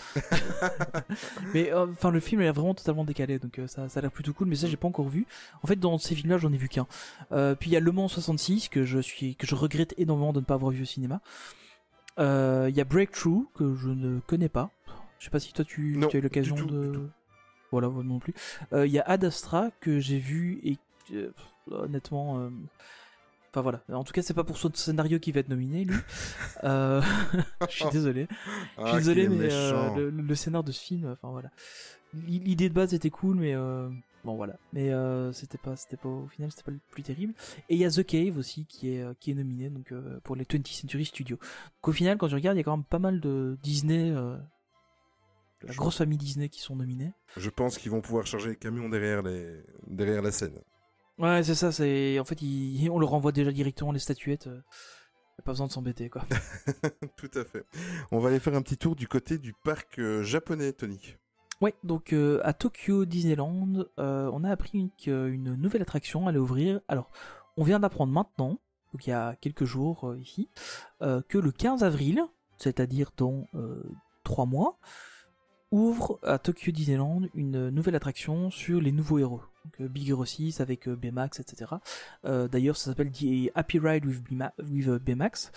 Mais enfin, euh, le film est vraiment totalement décalé, donc euh, ça, ça a l'air plutôt cool. Mais ça, j'ai pas encore vu. En fait, dans ces films-là, j'en ai vu qu'un. Euh, puis il y a Le Mans soixante-six que je suis, que je regrette énormément de ne pas avoir vu au cinéma. Il euh, y a Breakthrough que je ne connais pas. Je sais pas si toi tu, non, tu as eu l'occasion du tout, de. Du tout. Voilà, non plus. Il euh, y a Ad Astra que j'ai vu et euh, honnêtement. Euh... Enfin voilà, en tout cas c'est pas pour son scénario qui va être nominé lui. euh... Je suis désolé. Je suis ah, désolé mais euh, le, le scénar de ce film, enfin voilà. L'idée de base était cool mais euh... bon voilà. Mais euh, c'était pas, c'était pas au final c'était pas le plus terrible. Et il y a The Cave aussi qui est qui est nominé donc euh, pour les twentieth Century Studios. Donc au final quand tu regardes il y a quand même pas mal de Disney. Euh... La grosse famille Disney qui sont nominés. Je pense qu'ils vont pouvoir charger les camions derrière les derrière la scène. Ouais, c'est ça, c'est en fait, il... on leur renvoie déjà directement les statuettes. Euh... Y a pas besoin de s'embêter, quoi. Tout à fait. On va aller faire un petit tour du côté du parc euh, japonais, Tony. Ouais, donc euh, à Tokyo Disneyland, euh, on a appris qu'une nouvelle attraction allait ouvrir. Alors, on vient d'apprendre maintenant, donc il y a quelques jours euh, ici, euh, que le quinze avril, c'est-à-dire dans euh, trois mois, ouvre à Tokyo Disneyland une nouvelle attraction sur les nouveaux héros. Donc, euh, Big Hero six avec euh, Baymax, et cetera. Euh, d'ailleurs, ça s'appelle The Happy Ride with, Bima- with uh, Baymax.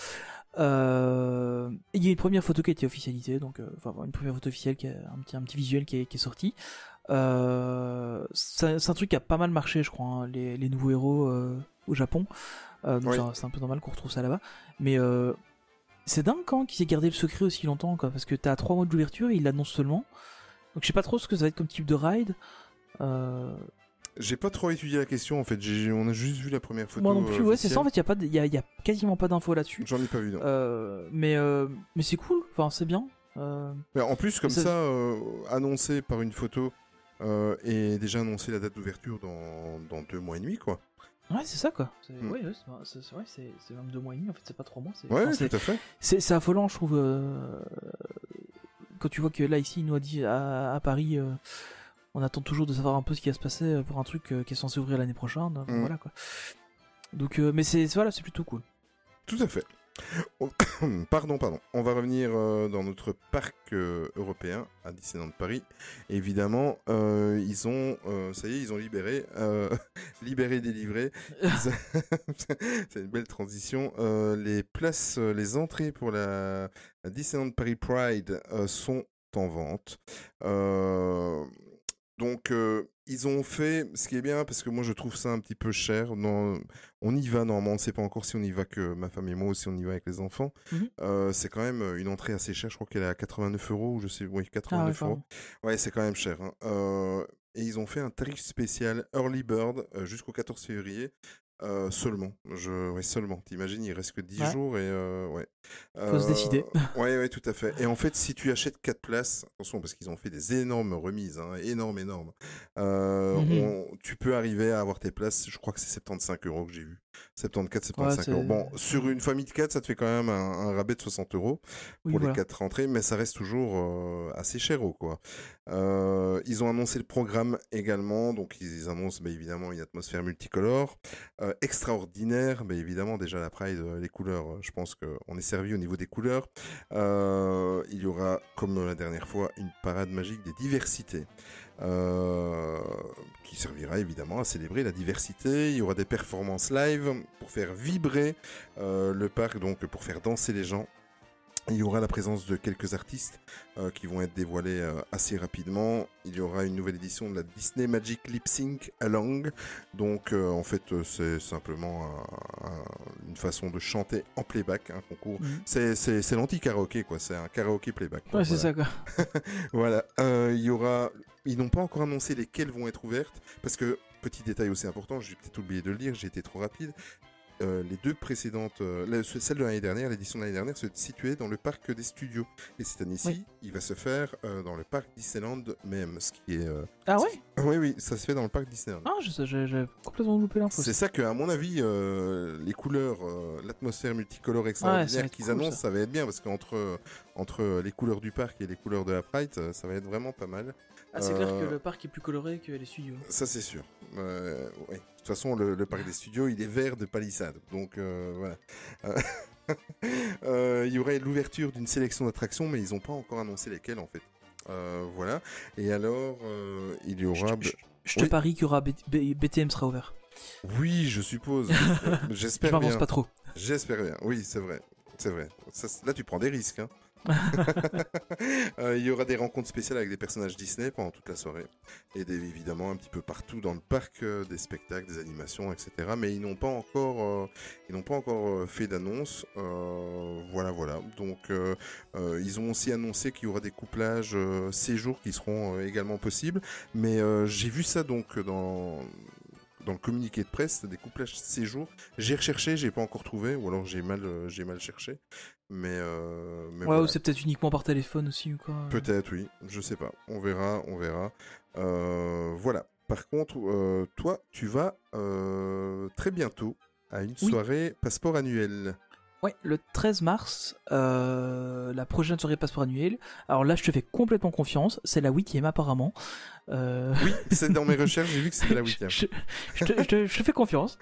Euh, il y a une première photo qui a été officialisée, donc euh, enfin une première photo officielle, qui a, un petit un petit visuel qui est, qui est sorti. Euh, c'est, c'est un truc qui a pas mal marché, je crois, hein, les, les nouveaux héros euh, au Japon. Euh, donc oui. ça, c'est un peu normal qu'on retrouve ça là-bas. Mais euh, c'est dingue quand qu'ils aient gardé le secret aussi longtemps, quoi, parce que t'as trois mois d'ouverture et ils l'annoncent seulement. Donc je sais pas trop ce que ça va être comme type de ride. Euh... J'ai pas trop étudié la question en fait, J'ai, on a juste vu la première photo. Moi non plus, euh, ouais, c'est ça en fait, il y a pas, il y a, y a quasiment pas d'infos là-dessus. J'en ai pas vu non. Euh, mais euh, mais c'est cool, enfin c'est bien. Euh... Mais en plus comme ça, ça euh, annoncé par une photo euh, et déjà annoncé la date d'ouverture dans dans deux mois et demi quoi. Ouais, c'est ça quoi. C'est, mm. ouais, ouais, c'est, c'est, ouais, c'est, c'est même deux mois et demi en fait, c'est pas trois mois. C'est, ouais, enfin, ouais c'est, tout à fait. C'est, c'est affolant, je trouve. Euh... Quand tu vois que là ici, il nous a dit à, à Paris. Euh... On attend toujours de savoir un peu ce qui va se passer pour un truc qui est censé ouvrir l'année prochaine. Donc, mmh. Voilà quoi. Donc, euh, mais c'est voilà, c'est plutôt cool. Tout à fait. Pardon, pardon. On va revenir euh, dans notre parc euh, européen à Disneyland Paris. Évidemment, euh, ils ont, euh, ça y est, ils ont libéré, euh, libéré, délivré. Ils a- C'est une belle transition. Euh, les places, euh, les entrées pour la, la Disneyland Paris Pride euh, sont en vente. Euh, donc, euh, ils ont fait, ce qui est bien, parce que moi je trouve ça un petit peu cher. Non, on y va normalement, on ne sait pas encore si on y va que ma femme et moi ou si on y va avec les enfants. Mhm. Euh, c'est quand même une entrée assez chère. Je crois qu'elle est à quatre-vingt-neuf euros, ou je sais, oui, Ah ouais, quatre-vingt-neuf euros. pardon. Ouais, c'est quand même cher, hein. Euh, et ils ont fait un tarif spécial Early Bird euh, jusqu'au quatorze février. Euh, seulement, je, ouais, seulement. T'imagines, il reste que dix Ouais. jours et euh, ouais. Faut se décider. Ouais, ouais, tout à fait. Et en fait, si tu achètes quatre places, attention parce qu'ils ont fait des énormes remises, hein, énormes, énormes. Euh, Mhm. on- tu peux arriver à avoir tes places. Je crois que c'est soixante-quinze euros que j'ai vu. soixante-quatorze, soixante-quinze Ouais, euros. c'est- Bon, sur une famille de quatre, ça te fait quand même un, un rabais de soixante euros Oui, pour voilà. les quatre entrées, mais ça reste toujours euh, assez cher, quoi. Euh, ils ont annoncé le programme également, donc ils annoncent bah, évidemment une atmosphère multicolore, euh, extraordinaire, bah, évidemment déjà la Pride, euh, les couleurs, euh, je pense qu'on est servi au niveau des couleurs. Euh, il y aura, comme la dernière fois, une parade magique des diversités. Euh, qui servira évidemment à célébrer la diversité. Il y aura des performances live pour faire vibrer euh, le parc, donc pour faire danser les gens. Il y aura la présence de quelques artistes euh, qui vont être dévoilés euh, assez rapidement. Il y aura une nouvelle édition de la Disney Magic Lip Sync Along. Donc euh, en fait euh, c'est simplement un- un- une façon de chanter en playback, un concours. Mhm. C'est, c'est, c'est l'anti-karaoké quoi, c'est un karaoké playback. Ouais, Donc, c'est voilà. ça quoi. Voilà, euh, il y aura... Ils n'ont pas encore annoncé lesquelles vont être ouvertes, parce que, petit détail aussi important, j'ai peut-être oublié de le dire, j'ai été trop rapide, euh, les deux précédentes, euh, la- celle de l'année dernière, l'édition de l'année dernière, se situait dans le parc des studios. Et cette année-ci, Oui. il va se faire euh, dans le parc Disneyland même, ce qui est... euh, Ah ouais. Oui, oui, ça se fait dans le parc Disneyland. Ah, je sais, j'ai j'ai complètement loupé l'info. C'est ça que, à mon avis, euh, les couleurs, euh, l'atmosphère multicolore extraordinaire ça va être qu'ils cool, annoncent, ça. ça. va être bien parce qu'entre entre les couleurs du parc et les couleurs de la Pride, euh, ça va être vraiment pas mal. Ah, c'est clair Euh, que le parc est plus coloré que les studios. Ça, c'est sûr. Euh, ouais. De toute façon, le, le parc des studios, il est vert de palissade. Donc, euh, voilà. Euh, euh, il y aurait l'ouverture d'une sélection d'attractions, mais ils n'ont pas encore annoncé lesquelles, en fait. Euh, voilà. Et alors, euh, il y aura... Je, je- je te Oui. parie qu'il y aura B- B- BTM sera ouvert. Oui, je suppose. Euh, Je J'espère m'avance bien. pas trop. J'espère bien. Oui, c'est vrai. C'est vrai. Ça, c'est- là, tu prends des risques. Hein. Euh, il y aura des rencontres spéciales avec des personnages Disney pendant toute la soirée. Et des- évidemment, un petit peu partout dans le parc, euh, des spectacles, des animations, et cetera. Mais ils n'ont pas encore, euh, ils n'ont pas encore euh, fait d'annonce. Euh, voilà, voilà. Donc, euh, euh, ils ont aussi annoncé qu'il y aura des couplages euh, séjours qui seront euh, également possibles. Mais euh, j'ai vu ça donc dans... dans le communiqué de presse, des couplages séjours. J'ai recherché, j'ai pas encore trouvé, ou alors j'ai mal, euh, j'ai mal cherché. Mais, euh, mais Ouais, voilà. ou c'est peut-être uniquement par téléphone aussi ou quoi. Peut-être, oui. Je sais pas. On verra, on verra. Euh, voilà. Par contre, euh, toi, tu vas euh, très bientôt à une Oui. soirée passeport annuel. Ouais, le treize mars, euh, la prochaine soirée passeport annuel. Alors là, je te fais complètement confiance. C'est la huitième apparemment. Euh... Oui, c'est dans mes recherches, j'ai vu que c'était la huitième. je, je te, je te- je te fais confiance.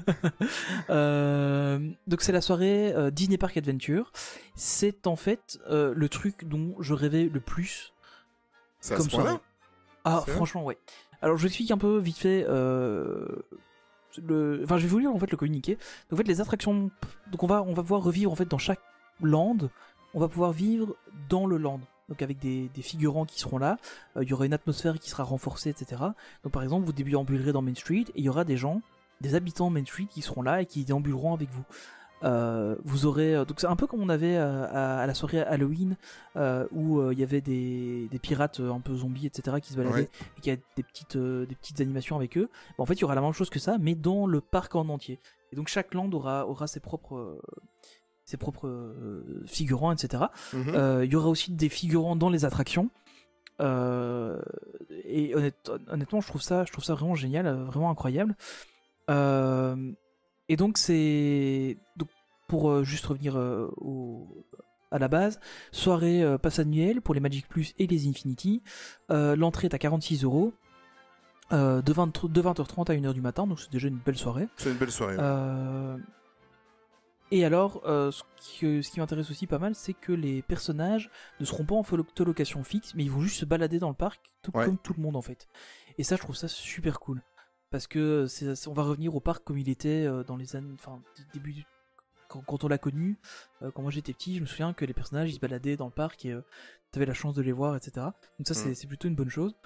Euh, donc c'est la soirée euh, Disney Park Adventure. C'est en fait euh, le truc dont je rêvais le plus. C'est à comme ce point-là soirée. Ah, C'est vrai franchement, ouais. Alors je explique un peu vite fait. Euh, le... Enfin, je vais vous lire en fait le communiqué. Donc, en fait, les attractions. Donc on va, on va pouvoir revivre en fait dans chaque land. On va pouvoir vivre dans le land. Donc avec des, des figurants qui seront là, euh, il y aura une atmosphère qui sera renforcée, et cetera. Donc par exemple, vous déambulerez dans Main Street et il y aura des gens, des habitants de Main Street qui seront là et qui déambuleront avec vous. Euh, vous aurez euh, donc c'est un peu comme on avait euh, à, à la soirée Halloween euh, où euh, il y avait des, des pirates euh, un peu zombies, et cetera qui se baladaient Ouais. et qui avaient des petites euh, des petites animations avec eux. Bon, en fait, il y aura la même chose que ça, mais dans le parc en entier. Et donc chaque land aura aura ses propres euh, ses propres euh, figurants, et cetera. Mhm. Euh, il y aura aussi des figurants dans les attractions. Euh, et honnête- honnêtement, je trouve ça, je trouve ça vraiment génial, euh, vraiment incroyable. Euh, et donc c'est donc pour euh, juste revenir euh, au, à la base, soirée euh, pass annuelle pour les Magic Plus et les Infinity. Euh, l'entrée est à quarante-six euros. Euh, de, vingt, de vingt heures trente à une heure du matin, donc c'est déjà une belle soirée. C'est une belle soirée. Euh, Et alors, euh, ce qui, ce qui m'intéresse aussi pas mal, c'est que les personnages ne seront pas en photolocation fixe, mais ils vont juste se balader dans le parc, tout Ouais. comme tout le monde en fait. Et ça, je trouve ça super cool. Parce que c'est, c'est- on va revenir au parc comme il était euh, dans les années, enfin, d- début du- quand, quand on l'a connu, euh, quand moi j'étais petit, je me souviens que les personnages ils se baladaient dans le parc et euh, t'avais la chance de les voir, et cetera. Donc ça, c'est, Mm. c'est plutôt une bonne chose.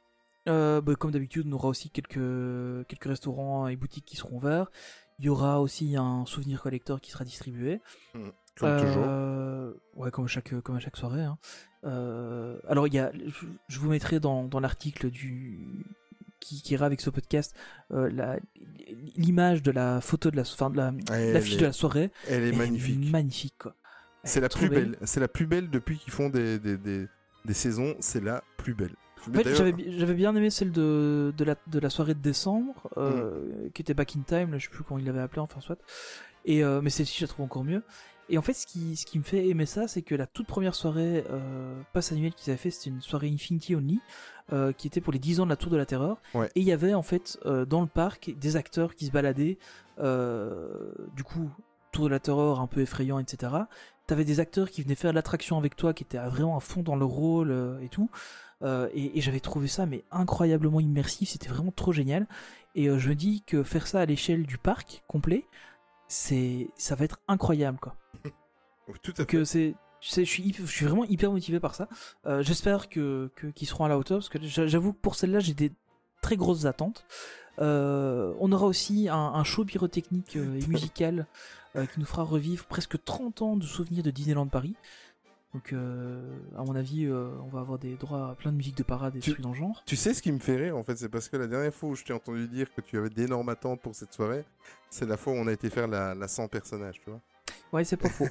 Euh, bah, comme d'habitude, on aura aussi quelques, quelques restaurants et boutiques qui seront ouverts. Il y aura aussi un souvenir collector qui sera distribué. Comme Euh, toujours. Ouais, comme à chaque, comme à chaque soirée. Hein. Euh, alors, il y a, je, je vous mettrai dans, dans l'article du qui, qui ira avec ce podcast euh, la, l'image de la photo de la, enfin, de la, Elle l'affiche est- de la soirée. Elle est Elle magnifique. magnifique, quoi. Elle C'est est la trop plus belle. C'est la plus belle depuis qu'ils font des, des, des, des saisons. C'est la plus belle. En fait, D'ailleurs- j'avais, bi- j'avais bien aimé celle de, de, la, de la soirée de décembre, euh, Mm. qui était Back in Time, là, je sais plus comment il l'avait appelé, enfin soit. Et, euh, mais celle-ci, je la trouve encore mieux. Et en fait, ce qui, ce qui me fait aimer ça, c'est que la toute première soirée euh, passe annuelle qu'ils avaient fait, c'était une soirée Infinity Only, euh, qui était pour les dix ans de la Tour de la Terreur. Ouais. Et il y avait en fait euh, dans le parc des acteurs qui se baladaient, euh, du coup, Tour de la Terreur un peu effrayant, et cetera. T'avais des acteurs qui venaient faire l'attraction avec toi, qui étaient vraiment à fond dans le rôle euh, et tout. Euh, et, et j'avais trouvé ça mais incroyablement immersif, c'était vraiment trop génial. Et euh, je me dis que faire ça à l'échelle du parc complet, c'est, ça va être incroyable, quoi. Tout à Donc fait. euh, c'est, c'est- je suis, hyp- je suis vraiment hyper motivé par ça. Euh, j'espère que, que qu'ils seront à la hauteur, parce que j'a- j'avoue que pour celle-là j'ai des très grosses attentes. Euh, on aura aussi un, un show pyrotechnique euh, et musical euh, qui nous fera revivre presque trente ans de souvenirs de Disneyland Paris. Donc, euh, à mon avis, euh, on va avoir des droits à plein de musique de parade et Tu- des trucs dans le genre. Tu sais ce qui me fait rire en fait, c'est parce que la dernière fois où je t'ai entendu dire que tu avais d'énormes attentes pour cette soirée, c'est la fois où on a été faire la, la cent personnages, tu vois. Ouais, c'est pas faux.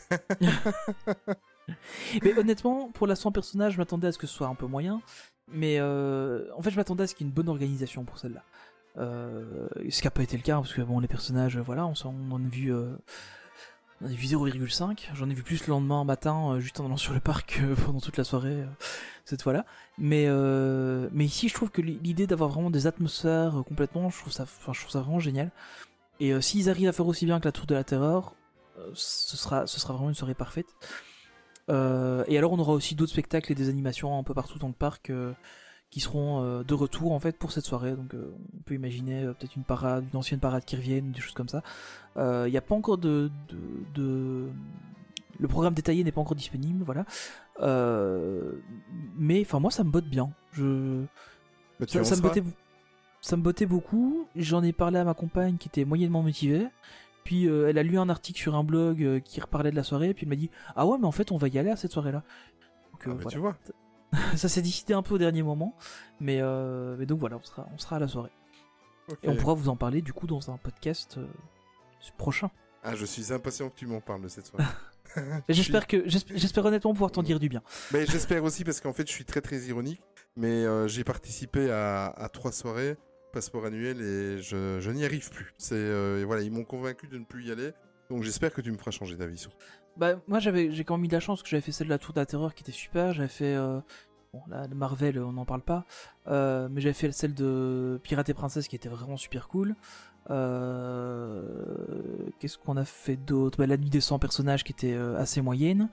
Mais honnêtement, pour la cent personnages, je m'attendais à ce que ce soit un peu moyen. Mais euh, en fait, je m'attendais à ce qu'il y ait une bonne organisation pour celle-là. Euh, ce qui n'a pas été le cas, parce que bon, les personnages, voilà, on, s'en- on en a vu. Euh, on en a vu zéro virgule cinq. J'en ai vu plus le lendemain matin, euh, juste en allant sur le parc euh, pendant toute la soirée, euh, cette fois-là. Mais, euh, mais ici, je trouve que l'idée d'avoir vraiment des atmosphères euh, complètement, je trouve ça, enfin, je trouve ça vraiment génial. Et euh, s'ils arrivent à faire aussi bien que la Tour de la Terreur, euh, ce sera, ce sera vraiment une soirée parfaite. Euh, et alors, on aura aussi d'autres spectacles et des animations un peu partout dans le parc euh, qui seront euh, de retour en fait pour cette soirée. Donc, euh, on peut imaginer euh, peut-être une parade, une ancienne parade qui revienne, des choses comme ça. Il euh, n'y a pas encore de, de, de... Le programme détaillé n'est pas encore disponible, voilà. Euh, mais enfin, moi, ça me botte bien. Je... Mais tu Ça, en ça me seras. bottait, ça me bottait beaucoup. J'en ai parlé à ma compagne qui était moyennement motivée. Puis euh, elle a lu un article sur un blog euh, qui reparlait de la soirée. Puis elle m'a dit ah ouais mais en fait on va y aller à cette soirée-là. Donc, euh, Ah, bah, voilà. tu vois. Ça s'est décidé un peu au dernier moment. Mais, euh, mais donc voilà, on sera, on sera à la soirée. Ok. Et on pourra vous en parler du coup dans un podcast euh, prochain. Ah, je suis impatient que tu m'en parles de cette soirée. Et j'espère que j'espère, j'espère honnêtement pouvoir t'en dire du bien. Mais j'espère aussi parce qu'en fait, je suis très très ironique. Mais euh, j'ai participé à, à trois soirées passeport annuel et je, je n'y arrive plus. C'est euh, et voilà, ils m'ont convaincu de ne plus y aller. Donc j'espère que tu me feras changer d'avis sur. Bah moi j'avais j'ai quand même eu de la chance que j'avais fait celle de la Tour de la Terreur qui était super. J'avais fait euh, bon là de Marvel on n'en parle pas, euh, mais j'avais fait celle de Pirates et Princesse qui était vraiment super cool. Euh, qu'est-ce qu'on a fait d'autre? Bah, la nuit des cent personnages qui était euh, assez moyenne.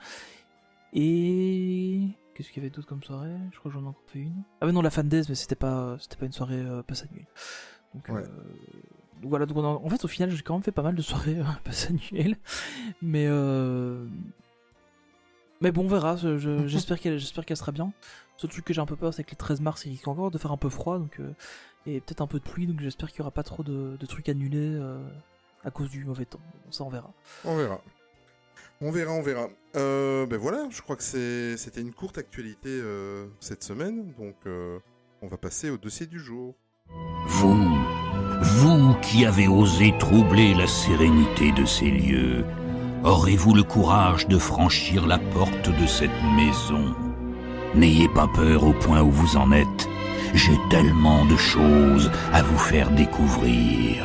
Et qu'est-ce qu'il y avait d'autre comme soirée? Je crois que j'en ai encore fait une. Ah mais non, la Fan Days, mais c'était pas c'était pas une soirée euh, passe annuelle. Donc, Ouais. euh, donc voilà, donc on a- en fait au final j'ai quand même fait pas mal de soirées euh, passe annuelles, mais euh... mais bon on verra. je- je- j'espère qu'elle j'espère qu'elle sera bien. Le seul truc que j'ai un peu peur c'est que le treize mars il risque encore de faire un peu froid, donc euh, et peut-être un peu de pluie, donc j'espère qu'il y aura pas trop de, de trucs annulés euh, à cause du mauvais temps. Bon, ça on verra. On verra. On verra, on verra. Euh, ben voilà, je crois que c'est- c'était une courte actualité euh, cette semaine. Donc euh, on va passer au dossier du jour. Vous, vous qui avez osé troubler la sérénité de ces lieux, aurez-vous le courage de franchir la porte de cette maison? N'ayez pas peur au point où vous en êtes. J'ai tellement de choses à vous faire découvrir.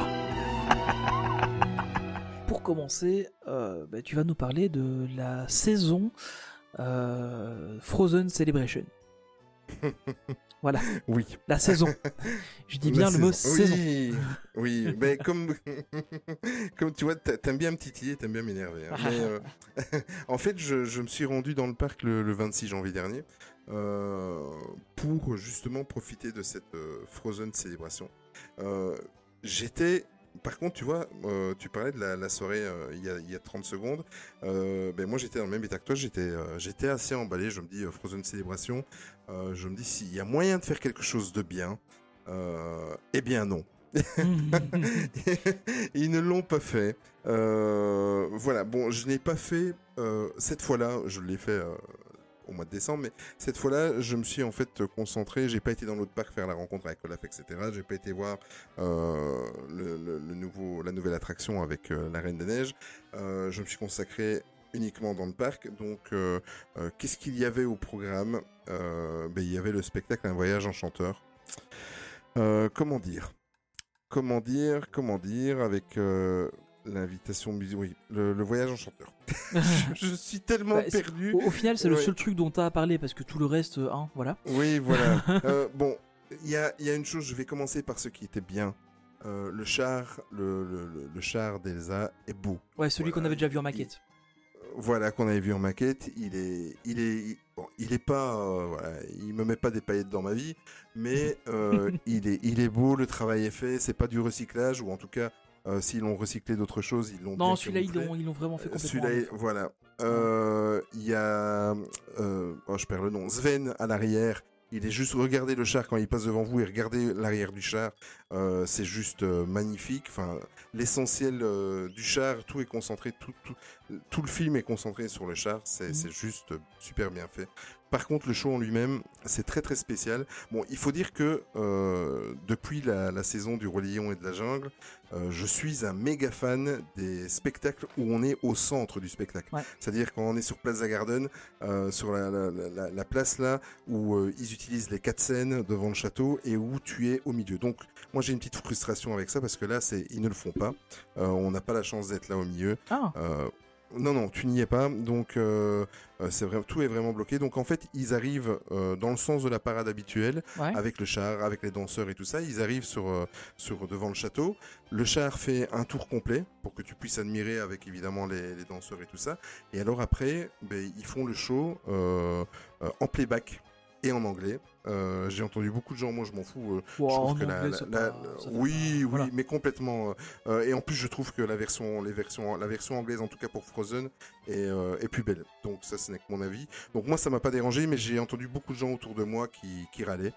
Pour commencer, euh, bah, tu vas nous parler de la saison euh, Frozen Celebration. Voilà. Oui. La saison. Je dis bien La le mot saison. saison. Oui, oui. Mais comme, comme tu vois, t'a- t'aimes bien me titiller, t'aimes bien m'énerver. hein. Mais, euh, en fait, je, je me suis rendu dans le parc le, le vingt-six janvier dernier euh, pour justement profiter de cette euh, Frozen célébration. Euh, J'étais... Par contre, tu vois, euh, tu parlais de la, la soirée euh, il y a, il y a trente secondes. Euh, ben moi, j'étais dans le même état que toi. J'étais, euh, j'étais assez emballé. Je me dis, euh, Frozen Célébration. Euh, je me dis, s'il y a moyen de faire quelque chose de bien, euh, eh bien non. Ils ne l'ont pas fait. Euh, voilà. Bon, je n'ai pas fait euh, cette fois-là. Je l'ai fait. Euh, au mois de décembre, mais cette fois-là, je me suis en fait concentré, j'ai pas été dans l'autre parc faire la rencontre avec Olaf, et cetera. J'ai pas été voir euh, le, le, le nouveau, la nouvelle attraction avec euh, la Reine des Neiges. Euh, je me suis consacré uniquement dans le parc. Donc, euh, euh, qu'est-ce qu'il y avait au programme euh, ben, il y avait le spectacle Un Voyage Enchanteur. Euh, comment dire Comment dire Comment dire Avec... Euh, l'invitation musicale, oui, le, le voyage enchanteur. je, je suis tellement Bah, c'est- perdu. Au, au final, c'est le Ouais. seul truc dont t'as à parler parce que tout le reste, euh, hein, voilà. Oui, voilà. Euh, bon, il y a, il y a une chose, je vais commencer par ce qui était bien. Euh, le char, le, le, le- le char d'Elsa est beau. Ouais, celui Voilà, qu'on avait déjà vu en il- maquette. Voilà, qu'on avait vu en maquette. Il est, il est, il- bon, il est pas, euh, voilà, il me met pas des paillettes dans ma vie, mais euh, il est, il est beau. Le travail est fait. C'est pas du recyclage, ou en tout cas, euh, s'ils l'ont recyclé d'autres choses, ils l'ont. Non, bien celui-là, ils camouflé. l'ont, ils l'ont vraiment fait complètement. Celui-là, est- voilà. Euh, Il y a, euh, oh, je perds le nom, Sven à l'arrière. Il est juste, regardez le char quand il passe devant vous et regardez l'arrière du char. Euh, c'est juste euh, magnifique. Enfin, l'essentiel euh, du char, tout est concentré, tout, tout, tout le film est concentré sur le char. C'est Mhm. c'est juste euh, super bien fait. Par contre, le show en lui-même, c'est très très spécial. Bon, il faut dire que euh, depuis la, la saison du Roi Lion et de la Jungle, euh, je suis un méga fan des spectacles où on est au centre du spectacle. Ouais. C'est-à-dire quand on est sur Plaza Garden, euh, sur la, la, la, la place là, où euh, ils utilisent les quatre scènes devant le château et où tu es au milieu. Donc moi j'ai une petite frustration avec ça parce que là c'est ils ne le font pas. Euh, on n'a pas la chance d'être là au milieu. Ah, Euh, non, non, tu n'y es pas, donc euh, euh, c'est vrai, tout est vraiment bloqué. Donc en fait, ils arrivent euh, dans le sens de la parade habituelle, ouais. avec le char, avec les danseurs et tout ça. Ils arrivent sur, euh, sur devant le château. Le char fait un tour complet pour que tu puisses admirer avec évidemment les, les danseurs et tout ça. Et alors après, ben, ils font le show euh, euh, en playback et en anglais. Euh, j'ai entendu beaucoup de gens, moi je m'en fous. euh, Wow, je trouve en que la, anglais, la- c'est la- pas- ça fait oui, pas- oui, voilà. mais complètement. euh, et en plus, je trouve que la version, les versions, la version anglaise, en tout cas pour Frozen, est, euh, est plus belle. Donc ça, ce n'est que mon avis. Donc moi, ça m'a pas dérangé, mais j'ai entendu beaucoup de gens autour de moi qui, qui râlaient.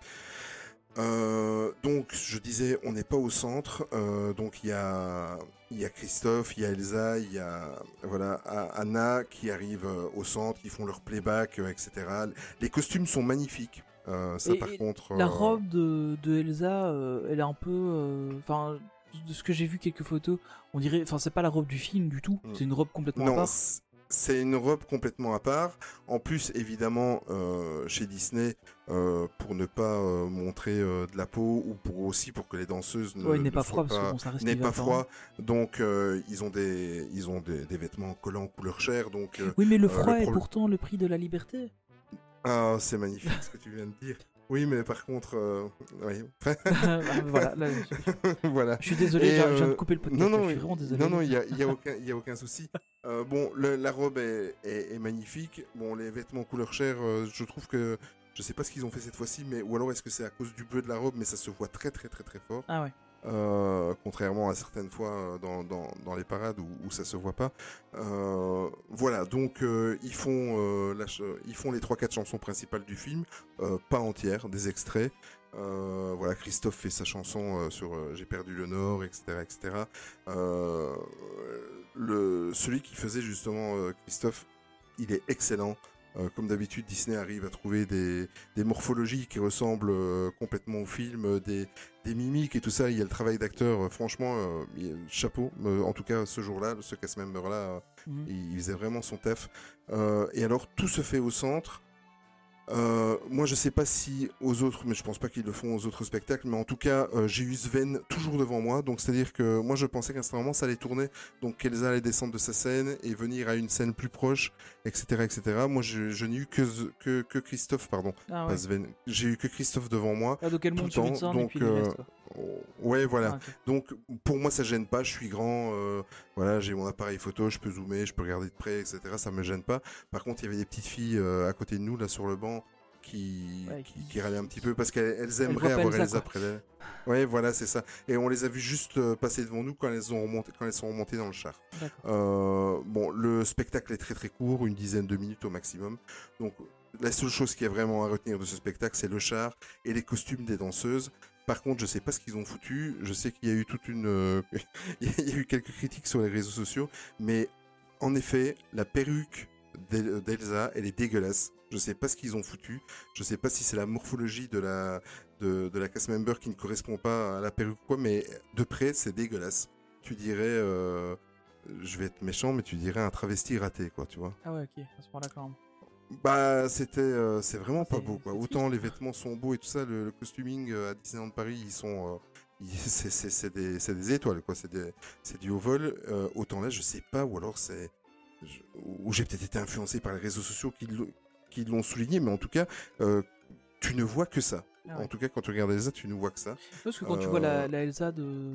Euh, donc je disais, on n'est pas au centre. Euh, donc il y a, il y a Christophe, il y a Elsa, il y a voilà A- Anna qui arrivent euh, au centre, qui font leur playback, euh, et cetera. Les costumes sont magnifiques. Euh, ça Et- par et contre. La euh, robe de, de Elsa, euh, elle est un peu, euh, enfin, de ce que j'ai vu quelques photos, on dirait, enfin, c'est pas la robe du film du tout. Mm. C'est une robe complètement à Non, part. c- c'est une robe complètement à part. En plus, évidemment, euh, chez Disney, euh, pour ne pas euh, montrer euh, de la peau ou pour aussi pour que les danseuses ne, Ouais, il n'est ne pas soient froid parce que bon, ça reste n'aient l'hiver, pas quand froid. Donc, euh, ils ont des, ils ont des, des vêtements collants couleur chair. Donc, euh, Oui, mais le euh, froid le est problème- pourtant le prix de la liberté. ah, c'est magnifique ce que tu viens de dire. Oui, mais par contre, euh, oui. Ah, voilà, là, je, voilà. je suis désolé, Et, j'ai- je viens de euh, couper le podcast. Non, non, je suis vraiment désolé. non, non, il y a, il y a aucun, il y a aucun souci. Euh, bon, le- la robe est, est, est magnifique. Bon, les vêtements couleur chair, euh, je trouve que je sais pas ce qu'ils ont fait cette fois-ci, mais ou alors est-ce que c'est à cause du bleu de la robe, mais ça se voit très, très, très, très fort. Ah ouais. Euh, contrairement à certaines fois euh, dans, dans, dans les parades où, où ça se voit pas. Euh, voilà, donc euh, ils font euh, la ch- ils font les trois quatre chansons principales du film, euh, pas entières, des extraits. Euh, voilà, Christophe fait sa chanson euh, sur euh, J'ai perdu le Nord, et cetera, et cetera. Euh, le celui qui faisait justement euh, Christophe, il est excellent. Euh, comme d'habitude, Disney arrive à trouver des, des morphologies qui ressemblent euh, complètement au film, euh, des, des mimiques et tout ça. Il y a le travail d'acteur, euh, franchement, euh, il- chapeau. Euh, en tout cas, ce jour-là, ce cast-member-là, euh, Mhm. il, il faisait vraiment son taf. Euh, et alors, tout se fait au centre. Euh, moi, je sais pas si aux autres, mais je pense pas qu'ils le font aux autres spectacles, mais en tout cas, euh, j'ai eu Sven toujours devant moi, donc c'est-à-dire que moi, je pensais qu'à un certain moment, ça allait tourner, donc qu'Elsa allait descendre de sa scène et venir à une scène plus proche, et cetera, et cetera. Moi, je, je n'ai eu que, que, que Christophe, pardon, Ah pas ouais. Sven. J'ai eu que Christophe devant moi. Ah, donc elle tout monte le sur une temps, scène et donc, puis les euh, restes, quoi. Ouais, voilà. Ah, ok. Donc, pour moi, ça gêne pas. Je suis grand, euh, voilà, j'ai mon appareil photo, je peux zoomer, je peux regarder de près, et cetera. Ça me gêne pas. Par contre, il y avait des petites filles euh, à côté de nous, là, sur le banc, qui, Ouais, qui, qui- qui râlaient un petit peu parce qu'elles elles aimeraient voient pas avoir Elsa, Elsa quoi. près d'elles. Ouais, voilà, c'est ça. Et on les a vues juste euh, passer devant nous quand elles ont remonté, quand elles sont remontées dans le char. D'accord. Euh, bon, le spectacle est très très court, une dizaine de minutes au maximum. Donc, la seule chose qu'il y a vraiment à retenir de ce spectacle, c'est le char et les costumes des danseuses. Par contre, je sais pas ce qu'ils ont foutu. Je sais qu'il y a eu toute une, euh, il y a eu quelques critiques sur les réseaux sociaux, mais en effet, la perruque d'El- d'Elsa, elle est dégueulasse. Je sais pas ce qu'ils ont foutu. Je sais pas si c'est la morphologie de la de, de la cast member qui ne correspond pas à la perruque ou quoi, mais de près, c'est dégueulasse. Tu dirais, euh, je vais être méchant, mais tu dirais un travesti raté, quoi, tu vois. Ah ouais, ok, à ce moment-là quand même. Bah, c'était, euh, c'est vraiment pas C'est- beau, quoi. c'est Autant triste. les vêtements sont beaux et tout ça, le, le costuming euh, à Disneyland Paris, ils sont, euh, ils- c'est, c'est, c'est des, c'est des étoiles, quoi. C'est des, c'est du haut vol. Euh, autant là, je sais pas, ou alors c'est, je- ou j'ai peut-être été influencé par les réseaux sociaux qui, l'ont- qui l'ont souligné, mais en tout cas, euh, tu ne vois que ça. Ah ouais. En tout cas, quand tu regardes Elsa, tu ne vois que ça. Parce que quand tu Euh, vois la, la Elsa de.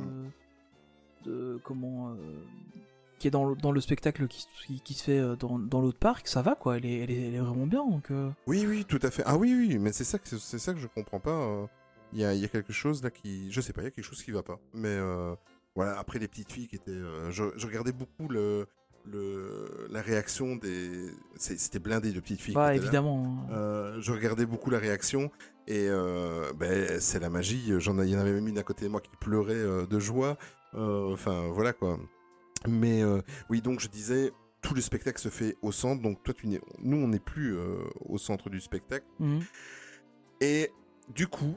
de comment. euh, qui est dans le, dans le spectacle qui, se- qui, qui se fait euh, dans, dans l'autre parc, ça va quoi, elle est, elle est, elle est vraiment bien donc. euh, Oui, oui, tout à fait. Ah oui, oui, mais c'est ça que c'est ça que je comprends pas. euh. Il y, a, il y a quelque chose là qui, je sais pas, il y a quelque chose qui va pas. Mais euh, voilà, après les petites filles qui étaient, euh, je, je regardais beaucoup le, le, la réaction des, c'est- c'était blindé de petites filles. Bah qui étaient là. évidemment. hein. Euh, je regardais beaucoup la réaction et euh, ben c'est la magie. J'en ai- il y en avait même une à côté de moi qui pleurait euh, de joie. Euh, Enfin voilà quoi. Mais euh, oui, donc je disais, tout le spectacle se fait au centre. Donc toi, tu n'es, nous, on n'est plus euh, au centre du spectacle. Mhm. Et du coup,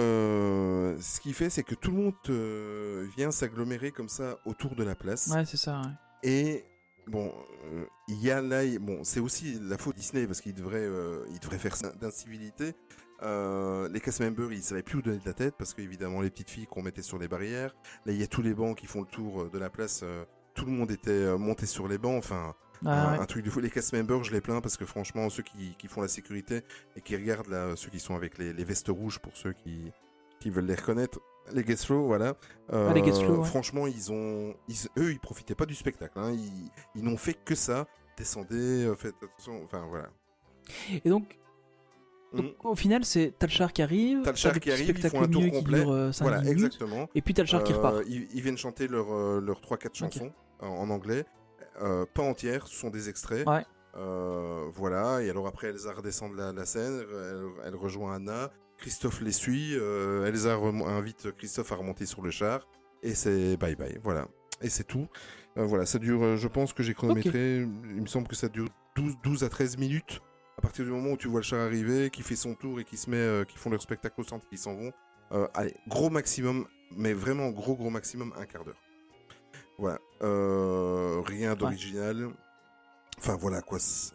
euh, ce qui fait, c'est que tout le monde euh, vient s'agglomérer comme ça autour de la place. Ouais, c'est ça. Ouais. Et bon, euh, il y a là, bon, c'est aussi la faute Disney parce qu'il devrait, euh, il devrait faire ça d'incivilité. Euh, les cast members, ils savaient plus où donner de la tête parce qu'évidemment les petites filles qu'on mettait sur les barrières. Là, il y a tous les bancs qui font le tour de la place. euh, tout le monde était euh, monté sur les bancs. Enfin, Ah, un, ouais. un truc de fou. Les cast members, je les plains parce que franchement, ceux qui, qui font la sécurité et qui regardent là, ceux qui sont avec les, les vestes rouges pour ceux qui, qui veulent les reconnaître, les guest flow, voilà. Euh, Ah, les guest flow, ouais. Franchement, ils ont, ils- eux, ils profitaient pas du spectacle. Hein. Ils, ils n'ont fait que ça. Descendez, euh, faites attention. Enfin, voilà. Et donc, Mm. donc, au final, c'est t'as le char qui arrive, T'as le char le qui petit arrive, ils spectacle font un au tour milieu qui complet. dure euh, cinq Voilà, minutes, exactement. et puis t'as le char qui Euh, repart. Ils, ils viennent chanter leurs euh, leurs trois quatre Ok. chansons en, en anglais, euh, pas entières, ce sont des extraits. Ouais. Euh, voilà, et alors après Elsa redescend de la, la scène, elle, elle rejoint Anna, Christophe les suit, euh, Elsa rem- invite Christophe à remonter sur le char, et c'est bye bye, voilà. Et c'est tout. Euh, voilà, ça dure, euh, je pense que j'ai chronométré, il me semble que ça dure douze, douze à treize minutes. À partir du moment où tu vois le char arriver, qui fait son tour et qui se met, euh, qui font leur spectacle au centre, qui s'en vont. Euh, allez, gros maximum, mais vraiment gros gros maximum, un quart d'heure. Voilà, euh, rien d'original. Enfin voilà quoi. c'est-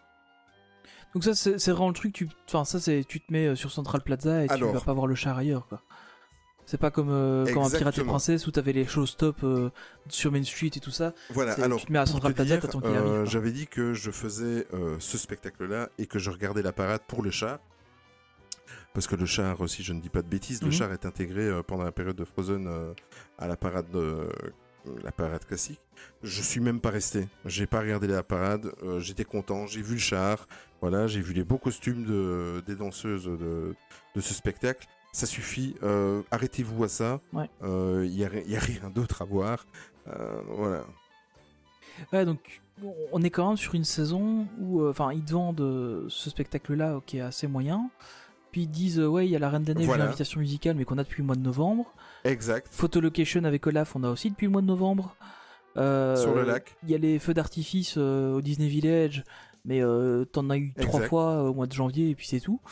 Donc ça, c'est c'est vraiment le truc. Tu, enfin ça, c'est tu te mets euh, sur Central Plaza et Alors. tu vas pas voir le char ailleurs, quoi. C'est pas comme euh, comme un Pirate et Exactement. Princesse où t'avais les showstop euh, sur Main Street et tout ça. Voilà, C'est- alors tu te mets à pour Central te Plaza, dire, t'attends qu'il euh, arrive, quoi. j'avais dit que je faisais euh, ce spectacle-là et que je regardais la parade pour le char. Parce que le char, euh, si je ne dis pas de bêtises, Mhm. le char est intégré euh, pendant la période de Frozen euh, à la parade de, la parade classique. Je suis même pas resté. J'ai pas regardé la parade. euh, J'étais content. J'ai vu le char. Voilà, j'ai vu les beaux costumes de, des danseuses de, de ce spectacle. Ça suffit. euh, Arrêtez-vous à ça. Il Ouais. euh, y, a, y a rien d'autre à voir. Euh, voilà. Ouais, donc on est quand même sur une saison où, enfin, ils te vendent euh, ce spectacle-là qui est assez moyen. Puis ils disent, euh, ouais, il y a la Reine des Neiges, Voilà. l'invitation musicale, mais qu'on a depuis le mois de novembre. Exact. Photolocation avec Olaf, on a aussi depuis le mois de novembre. Euh, Sur le lac. Il y a les feux d'artifice euh, au Disney Village, mais euh, t'en as eu trois Exact. fois euh, au mois de janvier, et puis c'est tout.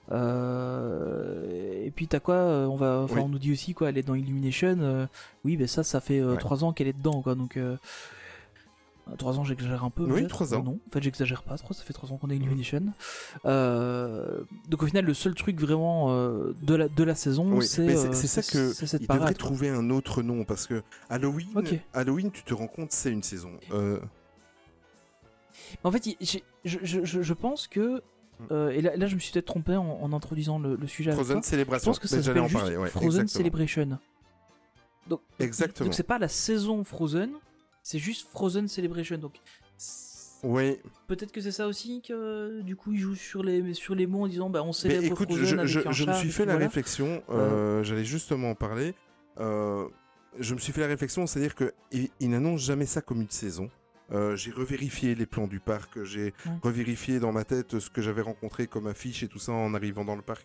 Euh, et puis t'as quoi euh, on va, enfin, Oui. on nous dit aussi quoi, elle est dans Illumination. euh, oui, ben ça, ça fait euh, Ouais. trois ans qu'elle est dedans, quoi. Donc, euh, trois ans, j'exagère un peu. Oui, peut-être. trois ans. Non, en fait, j'exagère pas. trois, ça fait trois ans qu'on est Illumination. Euh, donc au final, le seul truc vraiment euh, de la de la saison, Oui, c'est mais c'est, euh, c'est ça que c'est cette il devrait parade. trouver un autre nom parce que Halloween, Ok. Halloween, tu te rends compte, c'est une saison. Euh, En fait, il- j'ai- je, je, je, je pense que euh, et là, là, je me suis peut-être trompé en, en introduisant le, le sujet. avec Frozen toi. Je Celebration. pense que ça Mais j'allais s'appelle en juste parler. Ouais, Frozen exactement. Celebration. Donc, Exactement. donc c'est pas la saison Frozen, c'est juste Frozen Celebration. Donc c'est- Oui. peut-être que c'est ça aussi que du coup ils jouent sur les sur les mots en disant bah on Mais célèbre écoute, Frozen je, avec je, un je me chat, suis et fait puis la voilà. réflexion. euh, J'allais justement en parler. Euh, je me suis fait la réflexion, c'est-à-dire que il, il n'annonce jamais ça comme une saison. Euh, j'ai revérifié les plans du parc, j'ai Ouais. revérifié dans ma tête ce que j'avais rencontré comme affiche et tout ça en arrivant dans le parc,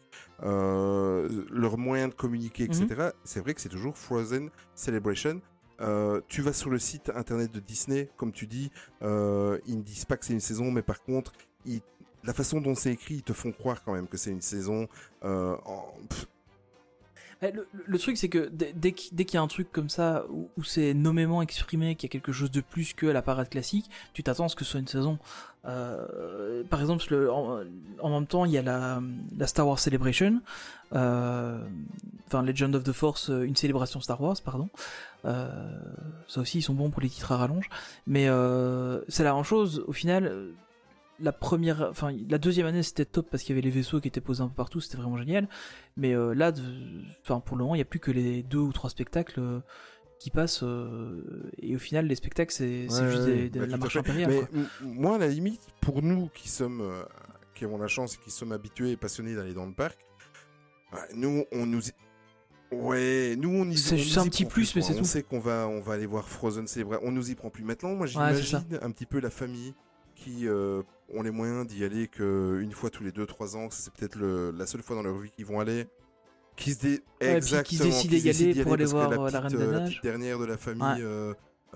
euh, leurs moyens de communiquer, et cetera. C'est vrai que c'est toujours Frozen Celebration. Euh, tu vas sur le site internet de Disney, comme tu dis, euh, ils ne disent pas que c'est une saison, mais par contre, ils- la façon dont c'est écrit, ils te font croire quand même que c'est une saison. Euh, en... pff, Eh, Le, le- le truc, c'est que dès, dès qu'il dès qu'il y a un truc comme ça, où, où c'est nommément exprimé qu'il y a quelque chose de plus que la parade classique, tu t'attends à ce que ce soit une saison. Euh, par exemple, le, en, en même temps, il y a la, la Star Wars Celebration, euh, enfin Legend of the Force, euh, une célébration Star Wars, pardon. Euh, ça aussi, ils sont bons pour les titres à rallonge. Mais euh, c'est la même chose, au final... euh, la première, enfin la deuxième année c'était top parce qu'il y avait les vaisseaux qui étaient posés un peu partout, c'était vraiment génial. Mais euh, là, de- enfin pour le moment, il y a plus que les deux ou trois spectacles euh, qui passent euh, et au final les spectacles c'est c'est Ouais, juste ouais, des, des- bah, la tout à marche fait. impériale. Mais quoi. m- moi, à la limite, pour nous qui sommes, euh, qui avons la chance et qui sommes habitués et passionnés d'aller dans le parc, ouais, nous, on nous, y- ouais, nous on y, C'est on juste nous un y petit prend plus, mais quoi. c'est On tout. sait qu'on va, on va aller voir Frozen Celebration. On nous y prend plus. Maintenant, moi, Ouais, c'est j'imagine un petit peu la famille qui euh, ont les moyens d'y aller qu'une fois tous les deux trois ans. C'est peut-être le- la seule fois dans leur vie qu'ils vont aller. Qui se dé... puis Exactement. qui se décident qui se d'y aller décident pour aller parce que voir, la euh, la petite, Reine des euh, la Neiges. petite dernière de la famille Ouais. euh,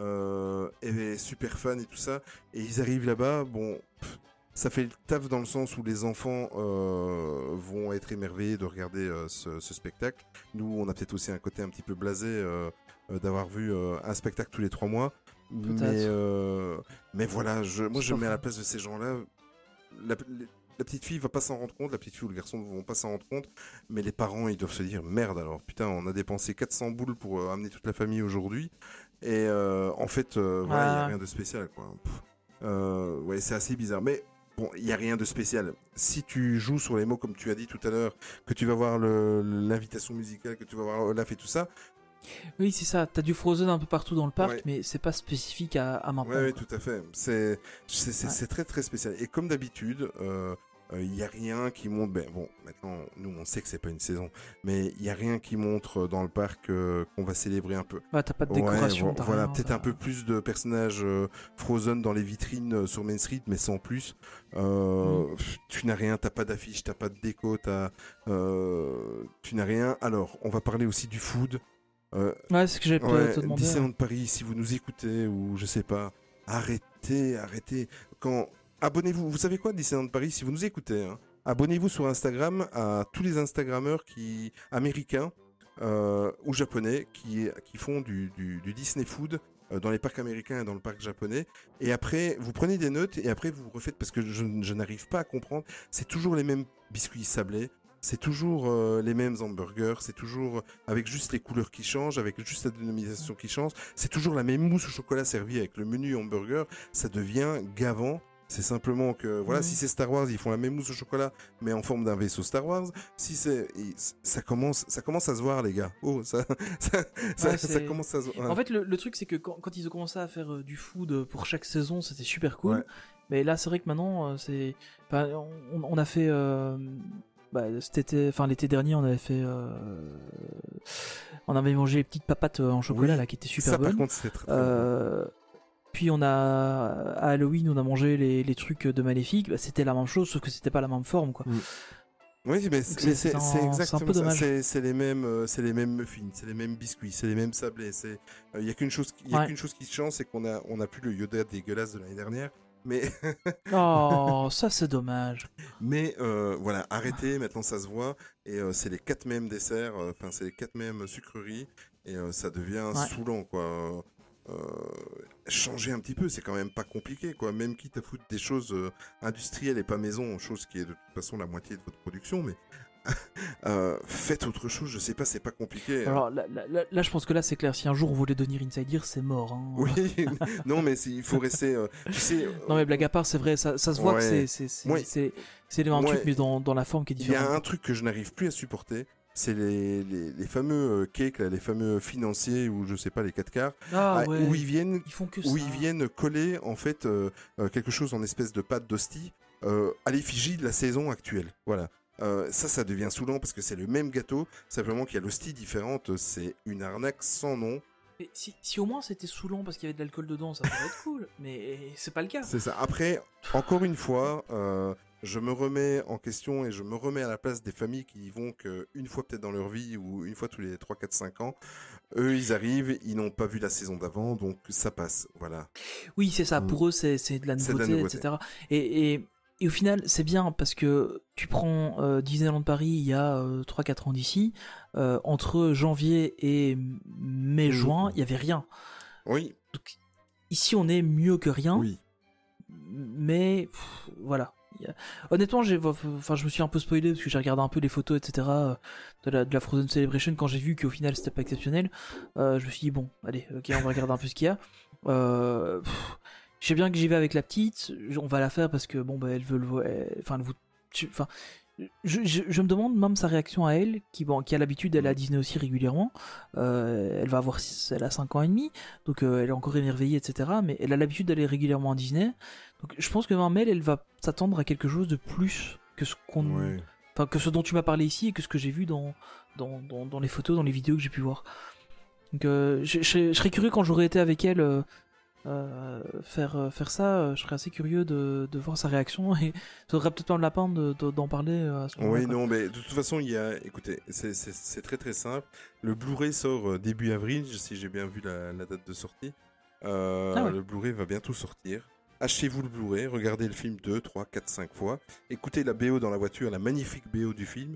euh, est super fan et tout ça. Et ils arrivent là-bas, bon, pff, ça fait le taf dans le sens où les enfants euh, vont être émerveillés de regarder euh, ce, ce spectacle. Nous, on a peut-être aussi un côté un petit peu blasé euh, euh, d'avoir vu euh, un spectacle tous les trois mois. Mais, euh, mais voilà, je, moi C'est je pas me mets à la faux. place de ces gens-là. La, la petite fille va pas s'en rendre compte, la petite fille ou le garçon ne vont pas s'en rendre compte, mais les parents ils doivent se dire merde alors, putain, on a dépensé quatre cents boules pour euh, amener toute la famille aujourd'hui, et euh, en fait, euh, voilà, il n'y a Ah. rien de spécial quoi. Pff, euh, ouais, c'est assez bizarre, mais bon, il n'y a rien de spécial. Si tu joues sur les mots comme tu as dit tout à l'heure, que tu vas voir le- l'invitation musicale, que tu vas voir Olaf et tout ça, Oui, c'est ça. T'as du Frozen un peu partout dans le parc, Ouais. mais c'est pas spécifique à, à maintenant. ouais, ouais, quoi. tout à fait. C'est c'est c'est- Ouais. c'est très très spécial. Et comme d'habitude, euh, il n'y a rien qui montre. Ben bon, maintenant nous on sait que c'est pas une saison, mais il y a rien qui montre dans le parc euh, qu'on va célébrer un peu. Bah, t'as pas de Ouais, décoration. vo- t'as voilà, rien, peut-être t'as- un peu plus de personnages euh, Frozen dans les vitrines euh, sur Main Street, mais sans plus. Euh, Mm. pff, Tu n'as rien, t'as pas d'affiche, t'as pas de déco, t'as, euh, tu n'as rien. Alors, on va parler aussi du food. Euh, Ouais, c'est ce que j'allais te- Ouais, te demander. Disneyland Paris, si vous nous écoutez ou je sais pas, arrêtez, arrêtez. Quand abonnez-vous, vous savez quoi, Disneyland Paris, si vous nous écoutez, hein, abonnez-vous sur Instagram à tous les Instagrammeurs qui américains euh, ou japonais qui qui font du, du, du Disney Food euh, dans les parcs américains et dans le parc japonais. Et après, vous prenez des notes et après vous refaites parce que je, je n'arrive pas à comprendre. C'est toujours les mêmes biscuits sablés. C'est toujours euh, les mêmes hamburgers, c'est toujours avec juste les couleurs qui changent, avec juste la dénomination qui change. C'est toujours la même mousse au chocolat servie avec le menu hamburger. Ça devient gavant. C'est simplement que, voilà, Mhm. si c'est Star Wars, ils font la même mousse au chocolat, mais en forme d'un vaisseau Star Wars. Si c'est, et ça commence, ça commence à se voir, les gars. Oh, ça, ça, ça, Ouais, ça c'est- commence à se voir. En fait, le, le truc, c'est que quand, quand ils ont commencé à faire euh, du food euh, pour chaque saison, c'était super cool. Ouais. Mais là, c'est vrai que maintenant, euh, c'est. Enfin, on, on a fait. euh, Bah, cet été, enfin l'été dernier, on avait fait. euh, On avait mangé les petites papates euh, en chocolat Oui. là, qui étaient super ça, bonnes. par contre, c'est très, très bon. Euh, Puis on a à Halloween, on a mangé les, les trucs de Maléfique. Bah, c'était la même chose, sauf que c'était pas la même forme, quoi. Mm. Oui, mais c'est- c'est mais c'est- c'est un- c'est c'est un exactement peu ça. dommage. C'est c'est les mêmes, euh, c'est les mêmes muffins, c'est les mêmes biscuits, c'est les mêmes sablés. C'est, il y a qu'une chose, il y a Ouais. qu'une chose qui change, c'est qu'on a, on a plus le Yoda dégueulasse de l'année dernière. Mais, Oh, ça c'est dommage. mais euh, voilà, arrêtez. Maintenant, ça se voit. Et euh, c'est les quatre mêmes desserts. Enfin, c'est les quatre mêmes sucreries. Et euh, ça devient Ouais. saoulant, quoi. euh, changer un petit peu, c'est quand même pas compliqué, quoi. Même quitte à foutre des choses euh, industrielles et pas maison, chose qui est de toute façon la moitié de votre production, mais euh, faites autre chose, je sais pas, c'est pas compliqué. hein. Alors là, là, là, là, je pense que là, c'est clair. Si un jour on voulait devenir Insider, c'est mort. Hein. Oui, non, mais c'est- il faut rester. euh, tu sais, euh, Non mais blague à part, c'est vrai, ça, ça se voit Ouais. que c'est c'est c'est Ouais. c'est c'est les mêmes Ouais. trucs, mais dans dans la forme qui est il y a différente. un truc que je n'arrive plus à supporter, c'est les, les, les fameux euh, cakes, là, les fameux financiers ou je sais pas, les quatre quarts, Ah ah, ouais. où ils viennent Ils font que où ça. ils viennent coller en fait euh, euh, quelque chose en espèce de pâte d'hostie euh, à l'effigie de la saison actuelle. Voilà. Euh, ça, ça devient saoulant parce que c'est le même gâteau, simplement qu'il y a l'hostie différente. C'est une arnaque sans nom. Mais si, si au moins c'était saoulant parce qu'il y avait de l'alcool dedans, ça pourrait être cool. Mais c'est pas le cas. C'est ça. Après, encore une fois, euh, je me remets en question et je me remets à la place des familles qui y vont qu'une fois peut-être dans leur vie ou une fois tous les trois, quatre, cinq ans. Eux, ils arrivent, ils n'ont pas vu la saison d'avant, donc ça passe. Voilà. Oui, c'est ça. Mm. Pour eux, c'est c'est de la C'est de la nouveauté, nouveauté. et cetera. Et, et, et au final, c'est bien parce que tu prends euh, Disneyland Paris il y a euh, trois quatre ans d'ici, euh, entre janvier et mai-juin, il y avait rien. Oui, Donc, ici, on est mieux que rien, oui. mais pff, voilà. Il y a- Honnêtement, j'ai, enfin, je me suis un peu spoilé parce que j'ai regardé un peu les photos, et cetera. De la, de la Frozen Celebration. Quand j'ai vu qu'au final c'était pas exceptionnel, euh, je me suis dit bon, allez, ok, on va regarder un peu ce qu'il y a. Euh, pff, je sais bien que j'y vais avec la petite, on va la faire parce que bon, bah, elle veut le, vo- elle- enfin, elle vous, tu- enfin, je, je, je me demande même sa réaction à elle, qui bon, qui a l'habitude d'aller à Disney aussi régulièrement. Euh, elle va avoir, six- elle a cinq ans et demi, donc euh, elle est encore émerveillée, et cetera. Mais elle a l'habitude d'aller régulièrement à Disney. Donc je pense que même elle, elle va s'attendre à quelque chose de plus que ce qu'on, Ouais. enfin que ce dont tu m'as parlé ici et que ce que j'ai vu dans dans, dans, dans les photos, dans les vidéos que j'ai pu voir. Donc euh, je, je, je serais curieux quand j'aurais été avec elle euh, euh, faire euh, faire ça. euh, Je serais assez curieux de, de voir sa réaction et ça aurait peut-être pas de la peine de, de- d'en parler euh, à ce moment-là. Oui, quoi. non, mais de toute façon, il y a. Écoutez, c'est- c'est c'est très très simple. Le Blu-ray sort euh, début avril, si j'ai bien vu la, la date de sortie. Euh, Ah ouais. Le Blu-ray va bientôt sortir. Achetez-vous le Blu-ray, regardez le film deux, trois, quatre, cinq fois. Écoutez la B O dans la voiture, la magnifique B O du film.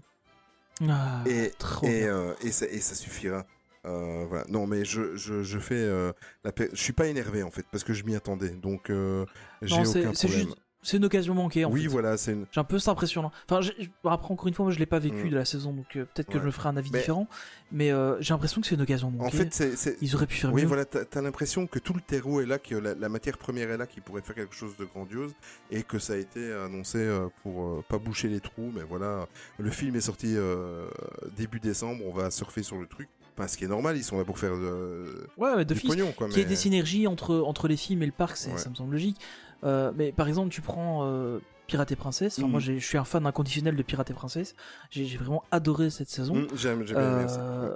Ah, et, trop et, bien. euh, et, ça, et ça suffira. Euh, voilà. Non, mais je, je, je fais. Euh, la paix- Je suis pas énervé en fait, parce que je m'y attendais. Donc, euh, j'ai Non, c'est aucun c'est problème. juste, c'est une occasion manquée en Oui, fait. voilà, c'est une. J'ai un peu cette impression là. Enfin, j'ai- après encore une fois, moi je l'ai pas vécu Mm. de la saison, donc euh, peut-être que Ouais. je me ferai un avis Mais- différent. Mais euh, j'ai l'impression que c'est une occasion manquée. En fait, c'est. c'est- Ils auraient pu faire Oui, mieux. voilà, t'as t'as l'impression que tout le terreau est là, que la, la matière première est là, qui pourrait faire quelque chose de grandiose, et que ça a été annoncé euh, pour euh, pas boucher les trous. Mais voilà, le film est sorti euh, début décembre, on va surfer sur le truc. Enfin, ce qui est normal, ils sont là pour faire euh, Ouais, ouais, du d'office. pognon, quoi. Qu'il y ait mais- des synergies entre, entre les films et le parc, c'est- Ouais. ça me semble logique. Euh, mais par exemple, tu prends euh, Pirate et Princesse. Enfin, Mm. moi, j'ai- je suis un fan inconditionnel de Pirate et Princesse. J'ai j'ai vraiment adoré cette saison. Hum, J'aime, j'ai bien aimé ça. Euh,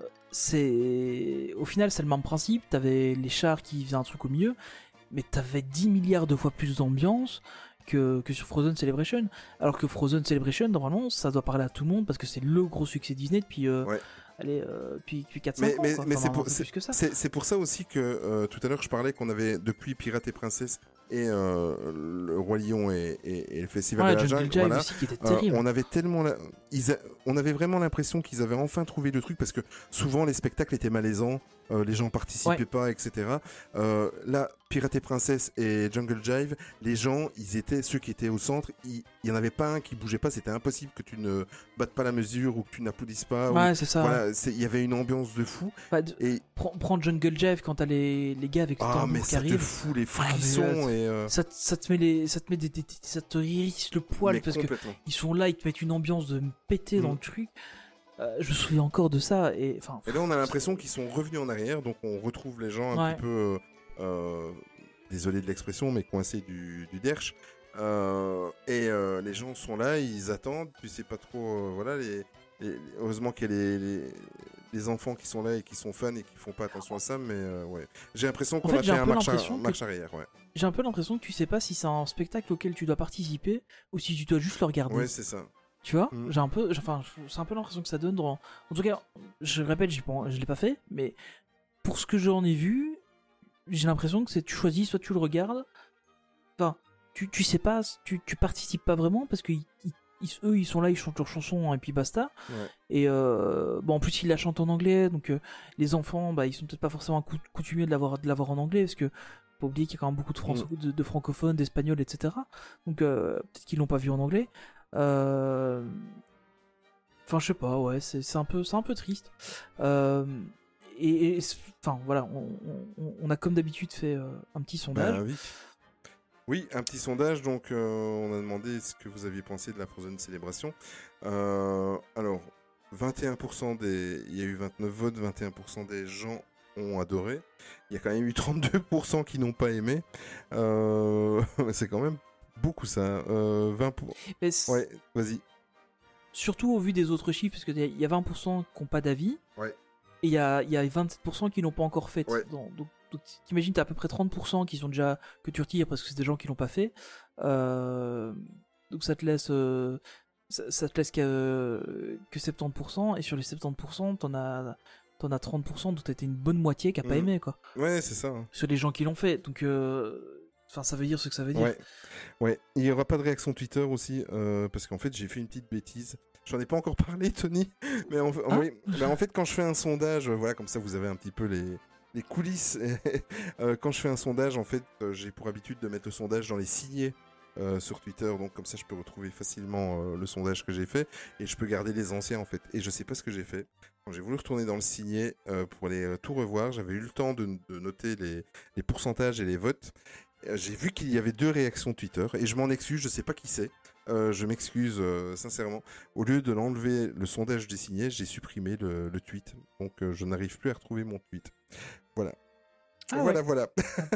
c'est au final c'est le même principe. T'avais les chars qui faisaient un truc au milieu, mais t'avais dix milliards de fois plus d'ambiance que, que sur Frozen Celebration. Alors que Frozen Celebration, normalement, ça doit parler à tout le monde parce que c'est le gros succès Disney depuis, euh, Ouais. allez, euh, depuis, depuis quatre Mais, cinq ans. mais, quoi. mais Enfin, c'est un pour, peu c'est- plus que ça. c'est- c'est pour ça aussi que euh, tout à l'heure je parlais qu'on avait depuis Pirates et Princesse et euh, le Roi Lion et, et- et le Festival Ouais, de la Jungle Jungle, Jive voilà. aussi qui était Euh, terrible. on avait tellement la- ils a- on avait vraiment l'impression qu'ils avaient enfin trouvé le truc parce que souvent les spectacles étaient malaisants, euh, les gens participaient Ouais. pas, et cetera. Euh, là, Pirates et Princesse et Jungle Jive, les gens, ils étaient ceux qui étaient au centre, il il y en avait pas un qui bougeait pas, c'était impossible que tu ne battes pas la mesure ou que tu n'applaudisses pas. ou- Ouais, c'est ça. Voilà, c'est- il y avait une ambiance de fou Bah, de- et prends, prends Jungle Jive quand t'as les, les gars avec le ah tambour mais qui ça te arrivent. fout les Ah, mais, frissons euh, et euh, Ça, te- ça te met les, ça te met des, des- des- ça te hérisse le poil mais parce que complètement. ils sont là, ils te mettent une ambiance de me péter dans Mm. le truc. Euh, je me souviens encore de ça et enfin. Et là, on a l'impression qu'ils sont revenus en arrière, donc on retrouve les gens un Ouais. petit peu, euh, euh, désolé de l'expression, mais coincés du, du derche. Euh, et euh, les gens sont là, ils attendent, tu sais pas trop, euh, voilà, les, les- heureusement qu'il y a les, les, les enfants qui sont là et qui sont fans et qui font pas attention à ça, mais euh, ouais. J'ai l'impression qu'on fait, a j'ai fait un un peu marche, l'impression un que- marche arrière, ouais. J'ai un peu l'impression que tu sais pas si c'est un spectacle auquel tu dois participer ou si tu dois juste le regarder. Ouais, c'est ça. Tu vois, Mm. j'ai un peu, enfin, c'est un peu l'impression que ça donne. Dans... En tout cas, je répète, j'y pen- je l'ai pas fait, mais pour ce que j'en ai vu, j'ai l'impression que c'est tu choisis, soit tu le regardes. Enfin, tu, tu sais pas, tu, tu participes pas vraiment parce qu'ils ils ils, eux, ils sont là, ils chantent leur chanson, hein, et puis basta. Ouais. Et euh, bon, en plus, ils la chantent en anglais, donc euh, les enfants, bah, ils sont peut-être pas forcément cou- coutumiers de l'avoir, de l'avoir en anglais, parce que faut pas oublier qu'il y a quand même beaucoup de, Français, de, de francophones, d'espagnols, et cetera. Donc euh, peut-être qu'ils l'ont pas vu en anglais. Euh... Enfin, je sais pas, ouais, c'est, c'est un peu, c'est un peu triste. Euh... Et, et enfin, voilà, on, on, on a comme d'habitude fait euh, un petit sondage. Bah, oui. Oui, un petit sondage. Donc, euh, on a demandé ce que vous aviez pensé de la Frozen Célébration. Euh, alors, vingt et un pour cent des, il y a eu vingt-neuf votes, vingt et un pour cent des gens ont adoré. Il y a quand même eu trente-deux pour cent qui n'ont pas aimé. Euh, c'est quand même beaucoup ça. Euh, vingt pour cent. Mais ouais, vas-y. Surtout au vu des autres chiffres, parce qu'il y a vingt pour cent qui n'ont pas d'avis. Ouais. Et il y a, y a vingt-sept pour cent qui l'ont pas encore fait. Ouais. Donc, donc, donc t'imagines, t'as à peu près trente pour cent qui sont déjà que tu retires parce que c'est des gens qui l'ont pas fait. Euh, donc ça te laisse, euh, ça, ça te laisse que, que soixante-dix pour cent. Et sur les soixante-dix pour cent, t'en as, t'en as trente pour cent dont t'as été une bonne moitié qui a pas mmh. aimé, quoi. Ouais, c'est ça. Hein. Sur les gens qui l'ont fait. Donc, euh, enfin, ça veut dire ce que ça veut dire. Ouais. Ouais. Il y aura pas de réaction Twitter aussi euh, parce qu'en fait j'ai fait une petite bêtise. J'en ai pas encore parlé, Tony, mais en, Ah oui, mais en fait, quand je fais un sondage, voilà, comme ça, vous avez un petit peu les, les coulisses. euh, quand je fais un sondage, en fait, euh, j'ai pour habitude de mettre le sondage dans les signés euh, sur Twitter, donc comme ça, je peux retrouver facilement euh, le sondage que j'ai fait et je peux garder les anciens, en fait. Et je sais pas ce que j'ai fait. Quand j'ai voulu retourner dans le signé euh, pour les euh, tout revoir, j'avais eu le temps de, de noter les, les pourcentages et les votes. Euh, j'ai vu qu'il y avait deux réactions Twitter et je m'en excuse, je sais pas qui c'est. Euh, je m'excuse euh, sincèrement. Au lieu de l'enlever le sondage des signés, j'ai supprimé le, le tweet. Donc euh, je n'arrive plus à retrouver mon tweet. Voilà. Ah voilà, ouais. voilà.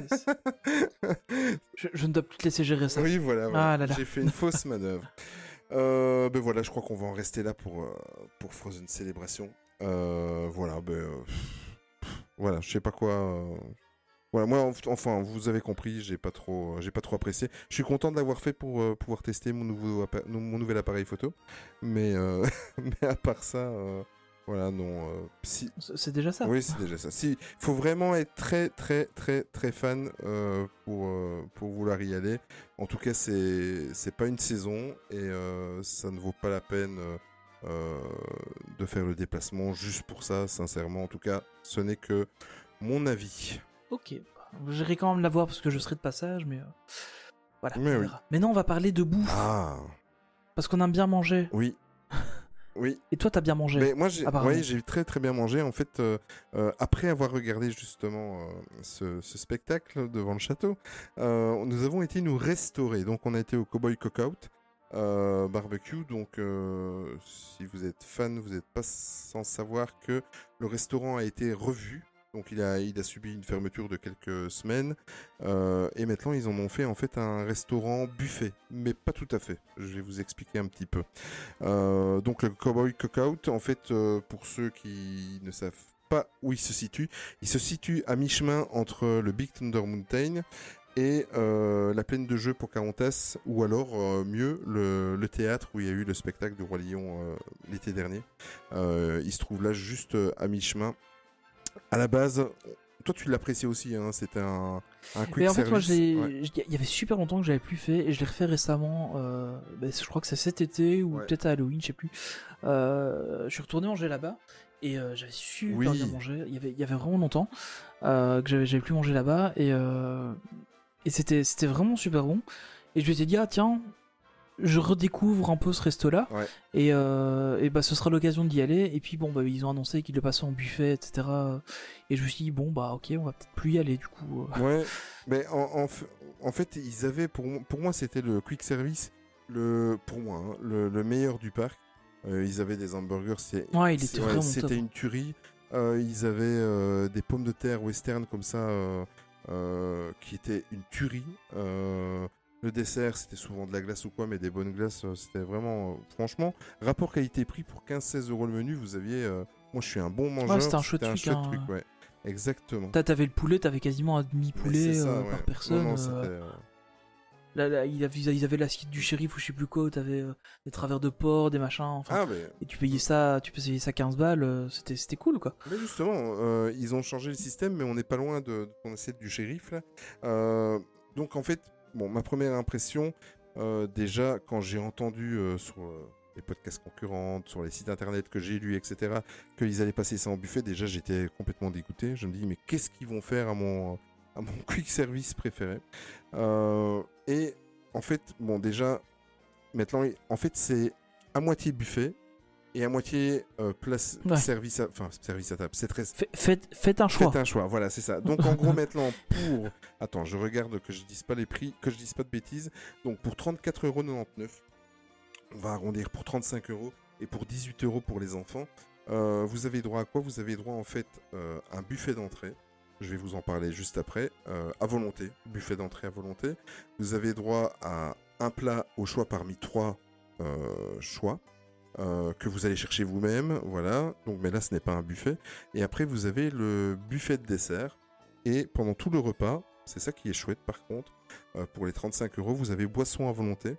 je, je ne dois plus te laisser gérer ça. Oui, voilà. voilà. Ah là là. J'ai fait une fausse manœuvre. Euh, ben voilà, je crois qu'on va en rester là pour, euh, pour Frozen Célébration. Euh, voilà, ben. Euh, voilà, je sais pas quoi. Euh... Voilà, moi, enfin, vous avez compris, j'ai pas trop, j'ai pas trop apprécié. Je suis content de l'avoir fait pour euh, pouvoir tester mon nouveau, mon nouvel appareil photo, mais, euh, mais à part ça, euh, voilà, non. Euh, si... C'est déjà ça. Oui, c'est déjà ça. Si, faut vraiment être très, très, très, très fan euh, pour euh, pour vouloir y aller. En tout cas, c'est c'est pas une saison et euh, ça ne vaut pas la peine. Euh, euh, de faire le déplacement juste pour ça, sincèrement. En tout cas, ce n'est que mon avis. Ok, j'irai quand même la voir parce que je serai de passage, mais euh, voilà. Mais oui. Maintenant, on va parler de bouffe. Ah. Parce qu'on aime bien manger. Oui. Oui. Et toi, t'as bien mangé. Mais moi, j'ai, ouais, j'ai très très bien mangé. En fait, euh, euh, après avoir regardé justement euh, ce, ce spectacle devant le château, euh, nous avons été nous restaurer. Donc, on a été au Cowboy Cookout euh, barbecue. Donc, euh, si vous êtes fan, vous n'êtes pas sans savoir que le restaurant a été revu. Donc il a, il a subi une fermeture de quelques semaines euh, et maintenant ils en ont fait en fait un restaurant buffet, mais pas tout à fait. Je vais vous expliquer un petit peu. Euh, donc le Cowboy Cookout, en fait, euh, pour ceux qui ne savent pas où il se situe, il se situe à mi-chemin entre le Big Thunder Mountain et euh, la plaine de jeu Pocahontas, ou alors euh, mieux le, le théâtre où il y a eu le spectacle du Roi Lion euh, l'été dernier. Euh, il se trouve là juste à mi-chemin. À la base, toi tu l'appréciais aussi, hein, c'était un, un quick mais en fait, service. moi, il ouais. y avait super longtemps que j'avais plus fait et je l'ai refait récemment. Euh, bah, je crois que c'est cet été ou ouais. peut-être à Halloween, je sais plus. Euh, je suis retourné manger là-bas et euh, j'avais super oui. bien mangé. Il y avait, il y avait vraiment longtemps euh, que j'avais, j'avais plus mangé là-bas et euh, et c'était, c'était vraiment super bon. Et je me suis dit ah tiens. Je redécouvre un peu ce resto-là ouais. et, euh, et bah ce sera l'occasion d'y aller. Et puis bon bah ils ont annoncé qu'ils le passaient en buffet, et cetera. Et je me suis dit bon bah ok on va peut-être plus y aller du coup. Ouais, mais en, en, en fait ils avaient pour pour moi c'était le quick service le pour moi hein, le, le meilleur du parc. Euh, ils avaient des hamburgers, c'est ouais il était ouais, vraiment c'était top. une tuerie. Euh, ils avaient euh, des pommes de terre western comme ça euh, euh, qui étaient une tuerie. Euh, Le dessert, c'était souvent de la glace ou quoi, mais des bonnes glaces, euh, c'était vraiment... Euh, franchement, rapport qualité-prix pour quinze seize euros le menu, vous aviez... Euh, moi, je suis un bon mangeur. Ouais, c'était un chouette un truc. chouette Hein. truc, ouais. Exactement. T'avais le poulet, t'avais quasiment un demi-poulet ça, euh, ouais. par personne. Non, non, euh... euh... Là, là, ils avaient, ils avaient l'assiette du shérif ou je sais plus quoi, où t'avais euh, des travers de porc, des machins, enfin... Ah, mais... Et tu payais ça, tu payais ça quinze balles, euh, c'était, c'était cool, quoi. Mais justement, euh, ils ont changé le système, mais on n'est pas loin de, de ton assiette du shérif, là. Euh, donc, en fait... Bon, ma première impression, Euh, déjà, quand j'ai entendu euh, sur euh, les podcasts concurrents, sur les sites internet que j'ai lus, et cetera, qu'ils allaient passer ça en buffet, déjà j'étais complètement dégoûté. Je me dis, mais qu'est-ce qu'ils vont faire à mon, à mon quick service préféré euh, Et en fait, bon, déjà, maintenant, en fait, c'est à moitié buffet et à moitié euh, place Ouais. service, à, enfin service à table. C'est très. Fait- Faites, faites un choix. Faites un choix, voilà, c'est ça. Donc en gros maintenant pour, attends, je regarde que je dise pas les prix, que je dise pas de bêtises. Donc pour trente-quatre euros quatre-vingt-dix-neuf, on va arrondir pour trente-cinq euros et pour dix-huit euros pour les enfants. Euh, vous avez droit à quoi? Vous avez droit en fait euh, à un buffet d'entrée. Je vais vous en parler juste après. Euh, à volonté, buffet d'entrée à volonté. Vous avez droit à un plat au choix parmi trois euh, choix. Euh, que vous allez chercher vous-même, voilà. Donc, mais là, ce n'est pas un buffet. Et après, vous avez le buffet de dessert. Et pendant tout le repas, c'est ça qui est chouette par contre, euh, pour les trente-cinq euros, vous avez boisson à volonté.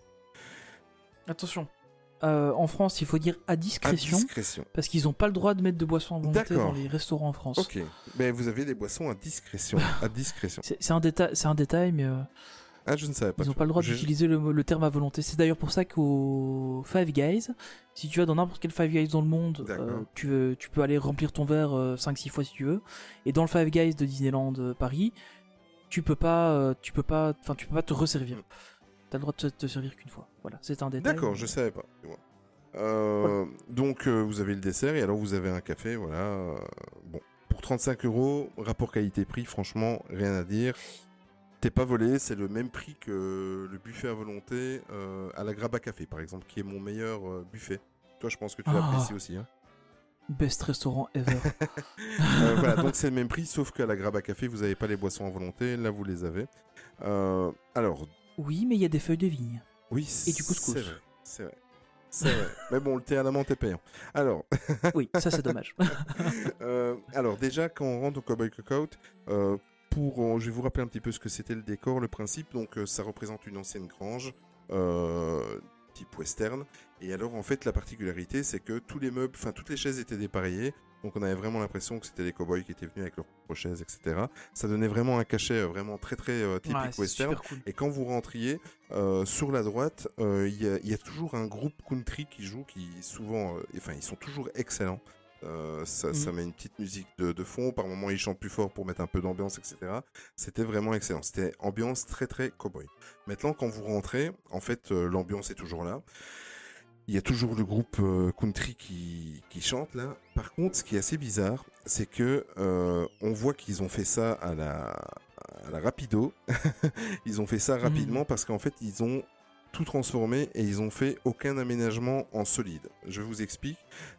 Attention. Euh, en France, il faut dire à discrétion. À discrétion. Parce qu'ils n'ont pas le droit de mettre de boissons à volonté D'accord. dans les restaurants en France. Ok. Mais vous avez des boissons à discrétion. à discrétion. C'est c'est un, déta- c'est un détail, mais euh, Ah, je ne savais pas. ils n'ont tu pas le droit vois. Je- d'utiliser le, le terme à volonté. C'est d'ailleurs pour ça qu'au Five Guys, si tu vas dans n'importe quel Five Guys dans le monde, D'accord. euh, tu, veux- tu peux aller remplir ton verre euh, cinq six fois si tu veux. Et dans le Five Guys de Disneyland euh, Paris, tu peux pas, euh, tu peux pas, enfin tu peux pas te resservir. T'as le droit de te, te servir qu'une fois. Voilà, c'est un détail. D'accord, je savais pas. tu vois. Euh, donc euh, vous avez le dessert et alors vous avez un café, voilà. euh, bon, pour trente-cinq euros, rapport qualité-prix, franchement, rien à dire. T'es pas volé, c'est le même prix que le buffet à volonté euh, à la Graba Café, par exemple, qui est mon meilleur euh, buffet. Toi, je pense que tu Ah. l'apprécies aussi. Hein. Best restaurant ever. Euh, voilà, donc c'est le même prix, sauf qu'à la Graba Café, vous n'avez pas les boissons à volonté, là vous les avez. Euh, alors, Oui, mais il y a des feuilles de vigne. oui, Et du couscous. c'est vrai, c'est vrai. C'est vrai. Mais bon, le thé à la menthe est payant. Alors, Oui, ça c'est dommage. euh, alors déjà, quand on rentre au Cowboy Cookout, euh, pour, euh, je vais vous rappeler un petit peu ce que c'était le décor, le principe. Donc, euh, ça représente une ancienne grange, euh, type western. Et alors, en fait, la particularité, c'est que tous les meubles, enfin, toutes les chaises étaient dépareillées. Donc, on avait vraiment l'impression que c'était les cowboys qui étaient venus avec leurs propres chaises, et cetera. Ça donnait vraiment un cachet euh, vraiment très, très euh, typique Ouais, c'est western. super cool. Et quand vous rentriez, euh, sur la droite, euh, il y, a- il y a toujours un groupe country qui joue, qui souvent, euh, enfin, ils sont toujours excellents. Euh, ça, Mhm. ça met une petite musique de, de fond. Par moments, ils chantent plus fort pour mettre un peu d'ambiance, et cetera. C'était vraiment excellent. C'était ambiance très très cowboy. Maintenant, quand vous rentrez, en fait, euh, l'ambiance est toujours là. Il y a toujours le groupe euh, country qui, qui chante là. Par contre, ce qui est assez bizarre, c'est que euh, on voit qu'ils ont fait ça à la, à la rapido. Ils ont fait ça rapidement parce qu'en fait, ils ont tout transformé et ils ont fait aucun aménagement en solide. Je vous explique.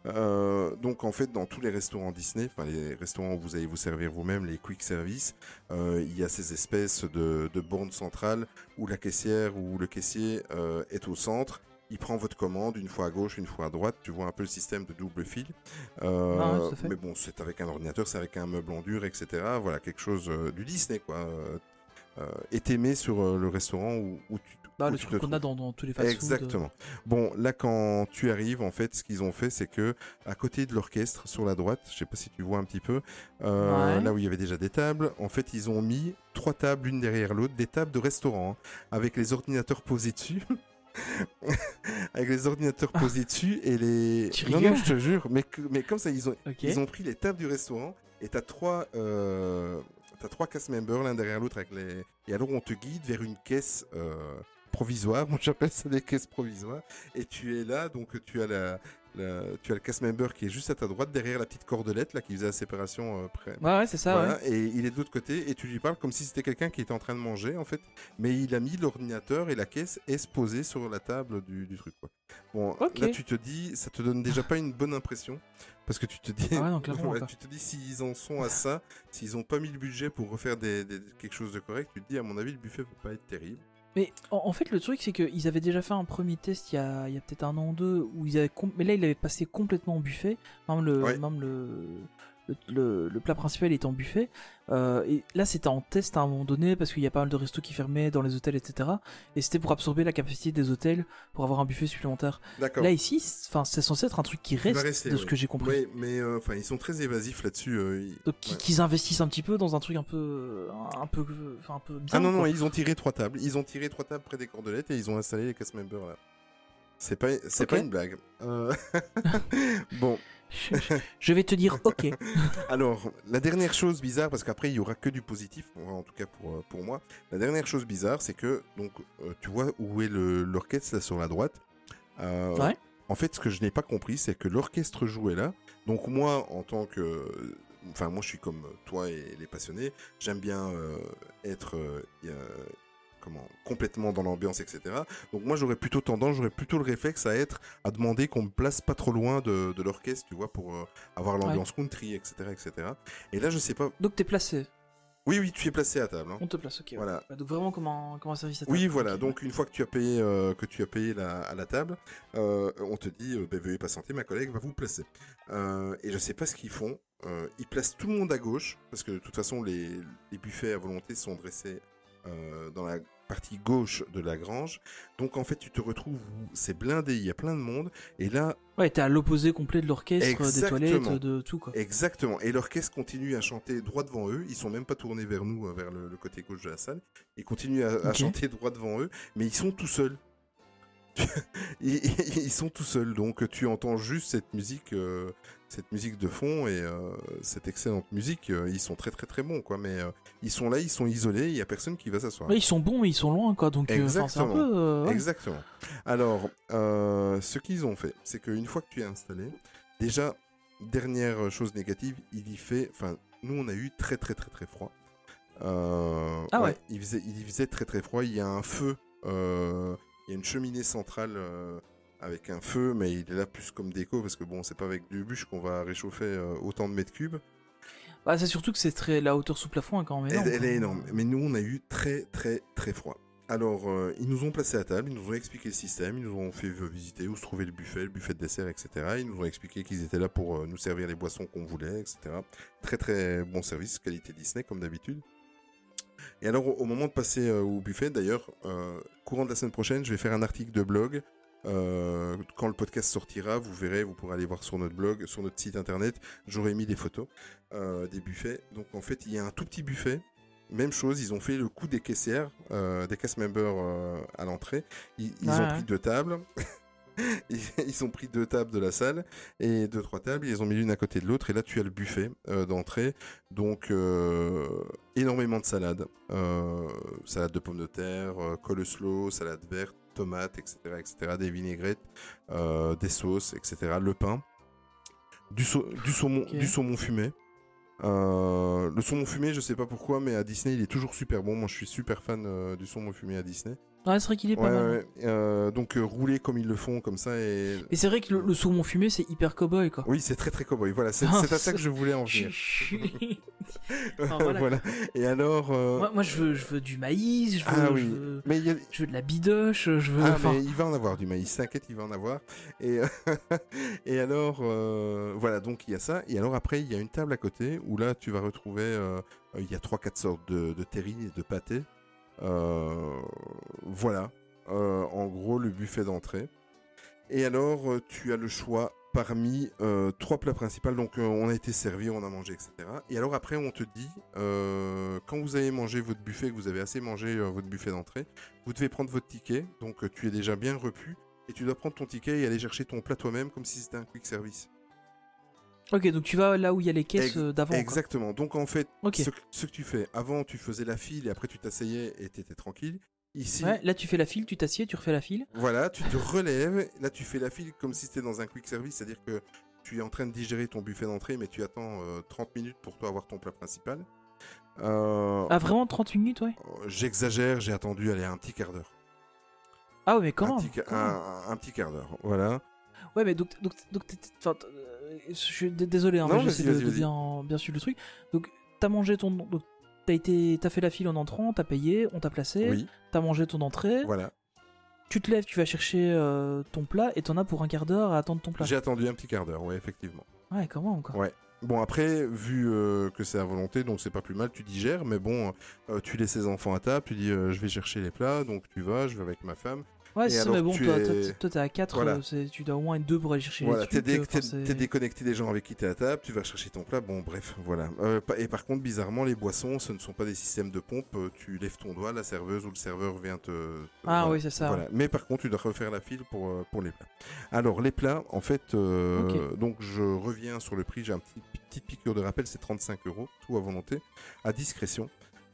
Euh, donc en fait, dans tous les restaurants Disney, enfin les restaurants où vous allez vous servir vous-même, les quick service, euh, il y a ces espèces de, de bornes centrales où la caissière ou le caissier euh, est au centre. Il prend votre commande une fois à gauche, une fois à droite. Tu vois un peu le système de double fil. Euh, Ah ouais, tout à fait. mais bon, c'est avec un ordinateur, c'est avec un meuble en dur, et cetera. Voilà, quelque chose euh, du Disney, quoi. Euh, euh, est aimé sur euh, le restaurant où, où tu, Bah, où le tu truc te qu'on a trouves. dans, dans tous les fast-food. Exactement. Bon, là, quand tu arrives, en fait, ce qu'ils ont fait, c'est que à côté de l'orchestre, sur la droite, je sais pas si tu vois un petit peu, euh, Ouais. là où il y avait déjà des tables, en fait, ils ont mis trois tables l'une derrière l'autre, des tables de restaurant, hein, avec les ordinateurs posés dessus. Avec les ordinateurs posés dessus et les. Tu non, non, rigoles je te jure, mais, que- mais comme ça, ils ont, Ok. ils ont pris les tables du restaurant et t'as trois, euh, t'as trois cast members l'un derrière l'autre avec les. Et alors on te guide vers une caisse euh, provisoire. Moi j'appelle ça des caisses provisoires. Et tu es là, donc tu as la, la- tu as le cast member qui est juste à ta droite derrière la petite cordelette là qui faisait la séparation euh, près. Ouais, ouais, c'est ça, Voilà, ouais. et il est de l'autre côté et tu lui parles comme si c'était quelqu'un qui était en train de manger en fait, mais il a mis l'ordinateur et la caisse est posée sur la table du, du truc quoi. Bon, Ok. là tu te dis, ça te donne déjà pas une bonne impression parce que tu te dis, Ah ouais, non, clairement, voilà, quoi. tu te dis s'ils en sont à ça, s'ils ont pas mis le budget pour refaire des, des- quelque chose de correct, tu te dis à mon avis le buffet peut pas être terrible. Mais en, en fait, le truc, c'est qu'ils avaient déjà fait un premier test il y a, il y a peut-être un an ou deux, où ils avaient com- mais là, il avait passé complètement au buffet. Même le, Ouais. même le, le, le, le plat principal est en buffet. Euh, et là, c'était en test à un moment donné parce qu'il y a pas mal de restos qui fermaient dans les hôtels, et cetera. Et c'était pour absorber la capacité des hôtels pour avoir un buffet supplémentaire. D'accord. Là ici, enfin, c'est censé être un truc qui reste rester, de oui. ce que j'ai compris. Oui, mais enfin, euh, ils sont très évasifs là-dessus. Euh, ils... Donc ouais. qu'ils investissent un petit peu dans un truc un peu, un peu, enfin un peu bien. Ah non quoi. non, ils ont tiré trois tables. Ils ont tiré trois tables près des cordelettes et ils ont installé les cast members là. C'est pas, c'est Okay. pas une blague. Euh... bon. Je, je vais te dire ok. Alors, la dernière chose bizarre, parce qu'après il y aura que du positif, en tout cas pour, pour moi. La dernière chose bizarre, c'est que donc euh, tu vois où est le, l'orchestre là sur la droite. Euh, Ouais. En fait, ce que je n'ai pas compris, c'est que l'orchestre jouait là. Donc moi, en tant que, enfin moi je suis comme toi et les passionnés, j'aime bien euh, être euh, euh, comment complètement dans l'ambiance, et cetera. Donc moi j'aurais plutôt tendance, j'aurais plutôt le réflexe à être à demander qu'on me place pas trop loin de, de l'orchestre, tu vois, pour euh, avoir l'ambiance country, et cetera, et cetera. Et là je sais pas. Donc t'es placé. Oui oui, tu es placé à table. Hein. On te place, ok. Voilà. Ouais. Bah, donc vraiment comme un, comme un service à table. Oui, voilà. Ok. Donc une fois que tu as payé, euh, que tu as payé la, à la table, euh, on te dit, euh, bah, veuillez patienter, ma collègue va vous placer. Euh, et je sais pas ce qu'ils font. Euh, ils placent tout le monde à gauche parce que de toute façon les, les buffets à volonté sont dressés euh, dans la partie gauche de la grange. Donc en fait, tu te retrouves où c'est blindé, il y a plein de monde. Et là, Ouais, t'es à l'opposé complet de l'orchestre, Exactement. des toilettes, de tout quoi. exactement. Et l'orchestre continue à chanter droit devant eux. Ils sont même pas tournés vers nous, euh, vers le, le côté gauche de la salle. Ils continuent à, à Ok. chanter droit devant eux, mais ils sont tout seuls. ils, ils sont tout seuls, donc tu entends juste cette musique, euh, cette musique de fond et euh, cette excellente musique. Euh, ils sont très très très bons, quoi. Mais euh, ils sont là, ils sont isolés. Il y a personne qui va s'asseoir. Ouais, ils sont bons, mais ils sont loin quoi. Donc euh, 'fin, c'est un Exactement. peu. euh, ouais. Exactement. Alors, euh, ce qu'ils ont fait, c'est qu'une fois que tu es installé, déjà, dernière chose négative, il y fait, enfin, nous on a eu très très très très froid. Euh, Ah ouais. il faisait, il y faisait très très froid. Il y a un feu, euh, il y a une cheminée centrale euh, avec un feu, mais il est là plus comme déco parce que bon, c'est pas avec du bûche qu'on va réchauffer euh, autant de mètres cubes. Bah, c'est surtout que c'est très la hauteur sous plafond est quand même énorme. Elle, elle quoi. est énorme. Mais nous, on a eu très, très, très froid. Alors, euh, ils nous ont placés à table, ils nous ont expliqué le système, ils nous ont fait visiter où se trouvait le buffet, le buffet de dessert, et cetera. Ils nous ont expliqué qu'ils étaient là pour euh, nous servir les boissons qu'on voulait, et cetera. Très, très bon service, qualité Disney, comme d'habitude. Et alors, au, au moment de passer euh, au buffet, d'ailleurs, euh, courant de la semaine prochaine, je vais faire un article de blog. Euh, quand le podcast sortira, vous verrez, vous pourrez aller voir sur notre blog, sur notre site internet, j'aurai mis des photos euh, des buffets. Donc en fait, il y a un tout petit buffet. Même chose, ils ont fait le coup des caissières, euh, des cast members euh, à l'entrée. Ils, ils Ouais, ont ouais. pris deux tables. ils, ils ont pris deux tables de la salle et deux, trois tables. Ils les ont mis l'une à côté de l'autre. Et là, tu as le buffet euh, d'entrée. Donc, euh, énormément de salades. Euh, salade de pommes de terre, euh, coleslaw, salade verte, tomates, et cetera, et cetera. Des vinaigrettes, euh, des sauces, et cetera. Le pain. Du, sau- du, saumon, Ok. du saumon fumé. Euh, le saumon fumé, je sais pas pourquoi, mais à Disney, il est toujours super bon. Moi, je suis super fan euh, du saumon fumé à Disney. Ouais, c'est vrai qu'il est pas Ouais, mal. ouais, euh, donc, euh, roulé comme ils le font, comme ça. Et... Et c'est vrai que le, le saumon fumé, c'est hyper cowboy quoi. Oui, c'est très très cowboy. Voilà, c'est Ah, c'est à ça c'est- que je voulais en Je venir. suis- Enfin, voilà. Voilà. Et alors. euh, Moi, moi, je veux, je veux du maïs, je veux, Ah je oui. veux, Mais il y a. je veux de la bidoche, je veux. Ah, enfin, mais il va en avoir du maïs, t'inquiète, il va en avoir. Et, et alors, euh, voilà, donc il y a ça. Et alors après, il y a une table à côté où là, tu vas retrouver, euh, il y a trois quatre sortes de, de terrines et de pâtés. Euh, voilà, euh, en gros, le buffet d'entrée. Et alors, euh, tu as le choix parmi euh, trois plats principaux. Donc, euh, on a été servi, on a mangé, et cetera. Et alors après, on te dit, euh, quand vous avez mangé votre buffet, que vous avez assez mangé euh, votre buffet d'entrée, vous devez prendre votre ticket. Donc, euh, tu es déjà bien repu. Et tu dois prendre ton ticket et aller chercher ton plat toi-même comme si c'était un quick service. Ok, donc tu vas là où il y a les caisses Ex- euh, d'avant. quoi. Exactement. Donc, en fait, Ok. ce, que- ce que tu fais, avant, tu faisais la file et après, tu t'asseyais et tu étais tranquille. Ici, Ouais, là tu fais la file, tu t'assieds, tu refais la file. voilà, tu te relèves. Là, tu fais la file comme si c'était dans un quick service. C'est-à-dire que tu es en train de digérer ton buffet d'entrée, mais tu attends euh, trente minutes pour toi avoir ton plat principal. Euh, Ah vraiment trente minutes, ouais. J'exagère, j'ai attendu aller un petit quart d'heure. Ah ouais, mais comment, un, petit, ca- comment un, un petit quart d'heure, voilà. Ouais, mais donc, donc, donc t'es- t'es- enfin, t- euh, je suis d- désolé, hein, Non, mais j'essaie vas-y, de, vas-y, de vas-y. bien, bien suivre le truc. Donc, t'as mangé ton, donc, t'as été, t'as fait la file en entrant, t'as payé, on t'a placé, Oui, t'as mangé ton entrée, voilà. tu te lèves, tu vas chercher euh, ton plat et t'en as pour un quart d'heure à attendre ton plat. J'ai attendu un petit quart d'heure, ouais, effectivement. Ouais, comment quoi. Ouais. Bon, après, vu euh, que c'est à volonté, donc c'est pas plus mal, tu digères, mais bon, euh, tu laisses les enfants à table, tu dis euh, je vais chercher les plats, donc tu vas, je vais avec ma femme. Ouais, Et c'est ça, alors, mais bon, tu toi, es- toi, toi, t'es à quatre, Voilà. euh, c'est- tu dois au moins être deux pour aller chercher Voilà, les t'es, trucs. dé- euh, t'es- enfin, c'est- t'es déconnecté des gens avec qui t'es à table, tu vas chercher ton plat, bon bref, voilà. Euh, pa- et par contre, bizarrement, les boissons, ce ne sont pas des systèmes de pompe, euh, tu lèves ton doigt, la serveuse ou le serveur vient te... te- Ah voilà. oui, c'est ça. Voilà. Mais par contre, tu dois refaire la file pour, euh, pour les plats. Alors, les plats, en fait, euh, Ok. donc je reviens sur le prix, j'ai un petit petite piqûre de rappel, c'est trente-cinq euros, tout à volonté, à discrétion.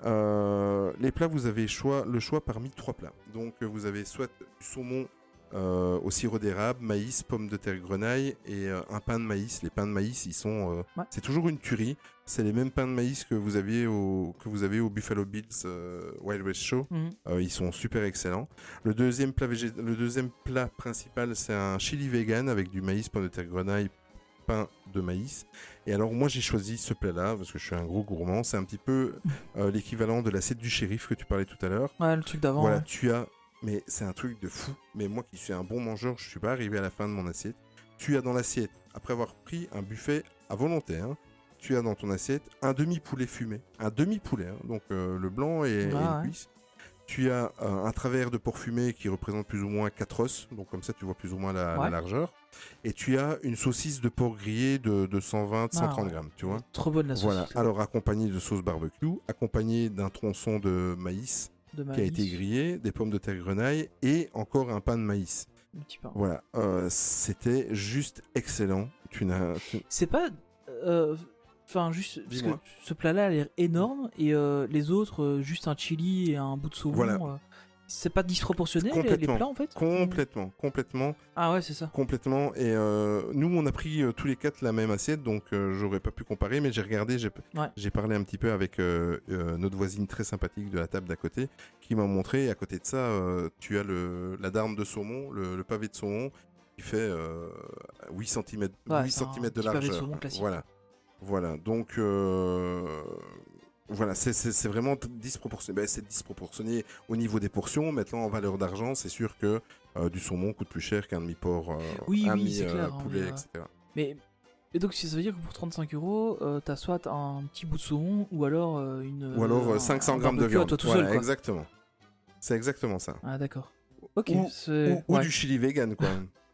Euh, les plats, vous avez choix, le choix parmi trois plats. Donc, euh, vous avez soit du saumon euh, au sirop d'érable, maïs, pommes de terre, grenaille et euh, un pain de maïs. Les pains de maïs, ils sont, euh, Ouais. c'est toujours une tuerie. C'est les mêmes pains de maïs que vous aviez au, que vous avez au Buffalo Bills euh, Wild West Show. Mhm. Euh, ils sont super excellents. Le deuxième plat, végé- le deuxième plat principal, c'est un chili vegan avec du maïs, pommes de terre, grenaille, pain de maïs. Et alors moi j'ai choisi ce plat-là parce que je suis un gros gourmand. C'est un petit peu euh, l'équivalent de l'assiette du shérif que tu parlais tout à l'heure. Ouais, le truc d'avant. Voilà, ouais. tu as, mais c'est un truc de fou. Mais moi qui suis un bon mangeur, je suis pas arrivé à la fin de mon assiette. Tu as dans l'assiette, après avoir pris un buffet à volonté, hein, tu as dans ton assiette un demi-poulet fumé, un demi-poulet, hein, donc euh, le blanc et, et Ah, une ouais. cuisse. Tu as euh, un travers de porc fumé qui représente plus ou moins quatre os, donc comme ça tu vois plus ou moins la, la Ouais. largeur. Et tu as une saucisse de porc grillé de, de cent vingt, cent trente ouais. grammes, tu vois. Trop bonne la sauce. Voilà, alors accompagné de sauce barbecue, accompagné d'un tronçon de maïs de qui a été maïs, grillé, des pommes de terre grenaille et encore un pain de maïs. un petit pain. Voilà, euh, c'était juste excellent. Tu n'as, tu- C'est pas. euh, Enfin, juste. Parce que Dis-moi. ce plat-là a l'air énorme et euh, les autres, euh, juste un chili et un bout de saumon. Voilà. euh, c'est pas disproportionné les, les Complètement. plats en fait Complètement, complètement, Ah ouais, c'est ça. complètement. Et euh, nous, on a pris euh, tous les quatre la même assiette, donc euh, j'aurais pas pu comparer, mais j'ai regardé, j'ai, Ouais. j'ai parlé un petit peu avec euh, euh, notre voisine très sympathique de la table d'à côté, qui m'a montré. Et à côté de ça, euh, tu as le, la darme de saumon, le, le pavé de saumon, qui fait euh, huit centimètres, Ouais, huit c'est un centimètres de petit pavé de largeur. saumon classique. Voilà, voilà. Donc euh, voilà, c'est, c'est, c'est vraiment t- disproportionné. Ben, c'est disproportionné au niveau des portions. Maintenant, en valeur d'argent, c'est sûr que euh, du saumon coûte plus cher qu'un demi-porc, euh, Oui, un oui, demi, c'est euh, clair, hein, poulet, mais, euh, et cetera. Mais. Et donc, ça veut dire que pour trente-cinq euros, euh, t'as soit un petit bout de saumon ou alors euh, une. Ou alors euh, euh, un- cinq cents un grammes de barbecue à viande. toi tout Voilà, seul, quoi. exactement. C'est exactement ça. Ah, d'accord. Ok. Ou- c'est- Ou, ou ouais. du chili vegan, quoi.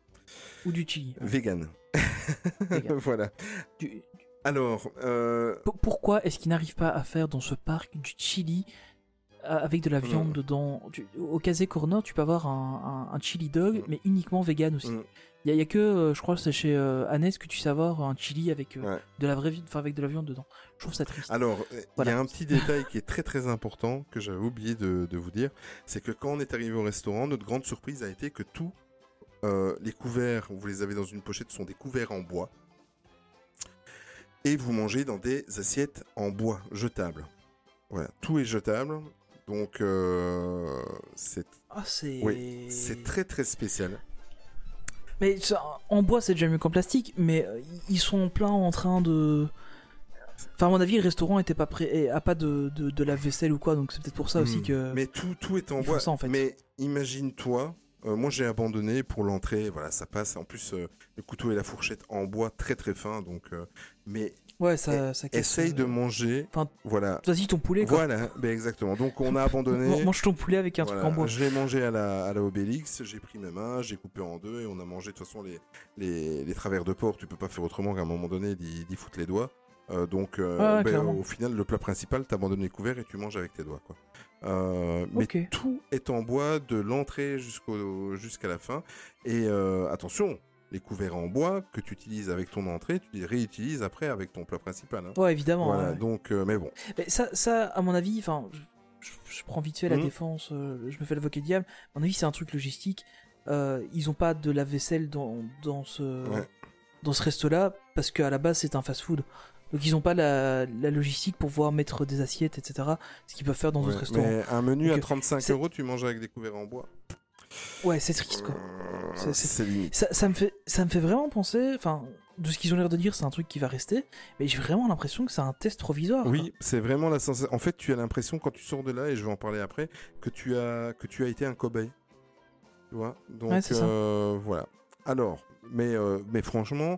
Ou du chili. ouais. Vegan. Vegan. Voilà. Du- Alors, euh, P- Pourquoi est-ce qu'ils n'arrivent pas à faire dans ce parc du chili euh, avec de la viande Mm. dedans? Tu- Au Casé Corner, tu peux avoir un, un- un chili dog, Mm. mais uniquement vegan aussi. Il mm, y, a- y a que, euh, je crois, c'est chez euh, Annès que tu sais avoir un chili avec euh, ouais. de la vraie vi- enfin avec de la viande dedans. Je trouve ça triste. Alors, euh, il Voilà. y a un petit détail qui est très très important que j'avais oublié de, de vous dire, c'est que quand on est arrivé au restaurant, notre grande surprise a été que tous euh, les couverts, vous les avez dans une pochette, sont des couverts en bois. Et vous mangez dans des assiettes en bois jetables. Voilà, tout est jetable. Donc, euh, c'est Ah, c'est. oui, c'est très très spécial. Mais ça, en bois, c'est déjà mieux qu'en plastique, mais euh, ils sont plein en train de. Enfin, à mon avis, le restaurant était pas prêt, et a pas de, de, de lave-vaisselle ou quoi, donc c'est peut-être pour ça aussi Hmm. que. Mais tout, tout est en ils font bois. ça, en fait. Mais imagine-toi, euh, moi j'ai abandonné pour l'entrée, voilà, ça passe. En plus, euh, le couteau et la fourchette en bois très très fin, donc. euh, mais Ouais, ça, ça casse, essaye euh, de manger. Enfin, Voilà. Vas-y, ton poulet, quoi. Voilà, ben exactement. Donc on a abandonné. Man- Mange ton poulet avec un Voilà, truc en bois. Je l'ai mangé à la, à la Obélix, j'ai pris mes mains, j'ai coupé en deux et on a mangé de toute façon les, les, les travers de porc. Tu peux pas faire autrement qu'à un moment donné d'y, d'y foutre les doigts. Euh, donc euh, Ah ouais, ben, clairement. au final, le plat principal, t'abandonnes les couverts et tu manges avec tes doigts. Quoi. Euh, mais Ok. tout est en bois de l'entrée jusqu'au, jusqu'à la fin. Et euh, attention, les couverts en bois que tu utilises avec ton entrée, tu les réutilises après avec ton plat principal. hein. Ouais, évidemment. Voilà, ouais. donc, euh, mais bon. Mais ça, ça, à mon avis, enfin, je, je prends vite fait la Mhm. défense, euh, je me fais l'avocat du diable. À mon avis, c'est un truc logistique. Euh, ils ont pas de lave-vaisselle dans, dans ce, Ouais. dans ce resto-là parce qu'à la base c'est un fast-food. Donc ils ont pas la, la logistique pour pouvoir mettre des assiettes, et cetera. Ce qu'ils peuvent faire dans Ouais, d'autres restaurants. mais un menu Donc, à trente-cinq c'est- euros, tu manges avec des couverts en bois. Ouais, c'est triste quoi. Euh, C'est- c'est- c'est limite. Ça, ça me fait, ça me fait vraiment penser, enfin, de ce qu'ils ont l'air de dire, c'est un truc qui va rester, mais j'ai vraiment l'impression que c'est un test provisoire. quoi. Oui, c'est vraiment la sensation. En fait, tu as l'impression quand tu sors de là, et je vais en parler après, que tu as que tu as été un cobaye. Tu vois. Donc Ouais, c'est ça. euh, voilà. Alors, mais euh, mais franchement,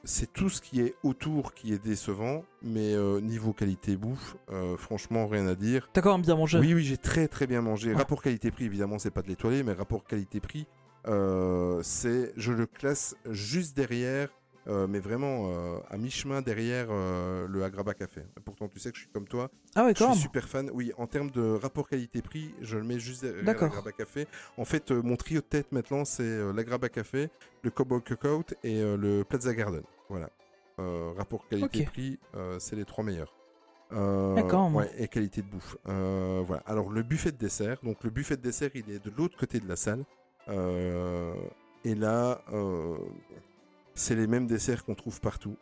c'est tout ce qui est autour qui est décevant, mais euh, niveau qualité bouffe, euh, franchement, rien à dire. T'as quand même bien mangé. Oui, oui, j'ai très très bien mangé. Ouais. Rapport qualité-prix, évidemment, c'est pas de l'étoilé, mais rapport qualité-prix, euh, c'est, je le classe juste derrière, euh, mais vraiment euh, à mi-chemin derrière euh, le Agrabah Café. Pourtant, tu sais que je suis comme toi. Ah ouais, Je quand suis même. super fan. Oui, en termes de rapport qualité-prix, je le mets juste derrière D'accord. l'Agrabah Café. En fait, euh, mon trio de tête maintenant, c'est euh, l'Agrabah Café, le Cowboy Cookout et euh, le Plaza Garden. Voilà. Euh, rapport qualité-prix, euh, c'est les trois meilleurs. Euh, D'accord. ouais, et qualité de bouffe. Euh, voilà. Alors, le buffet de dessert. Donc, le buffet de dessert, il est de l'autre côté de la salle. Euh, et là, euh, c'est les mêmes desserts qu'on trouve partout.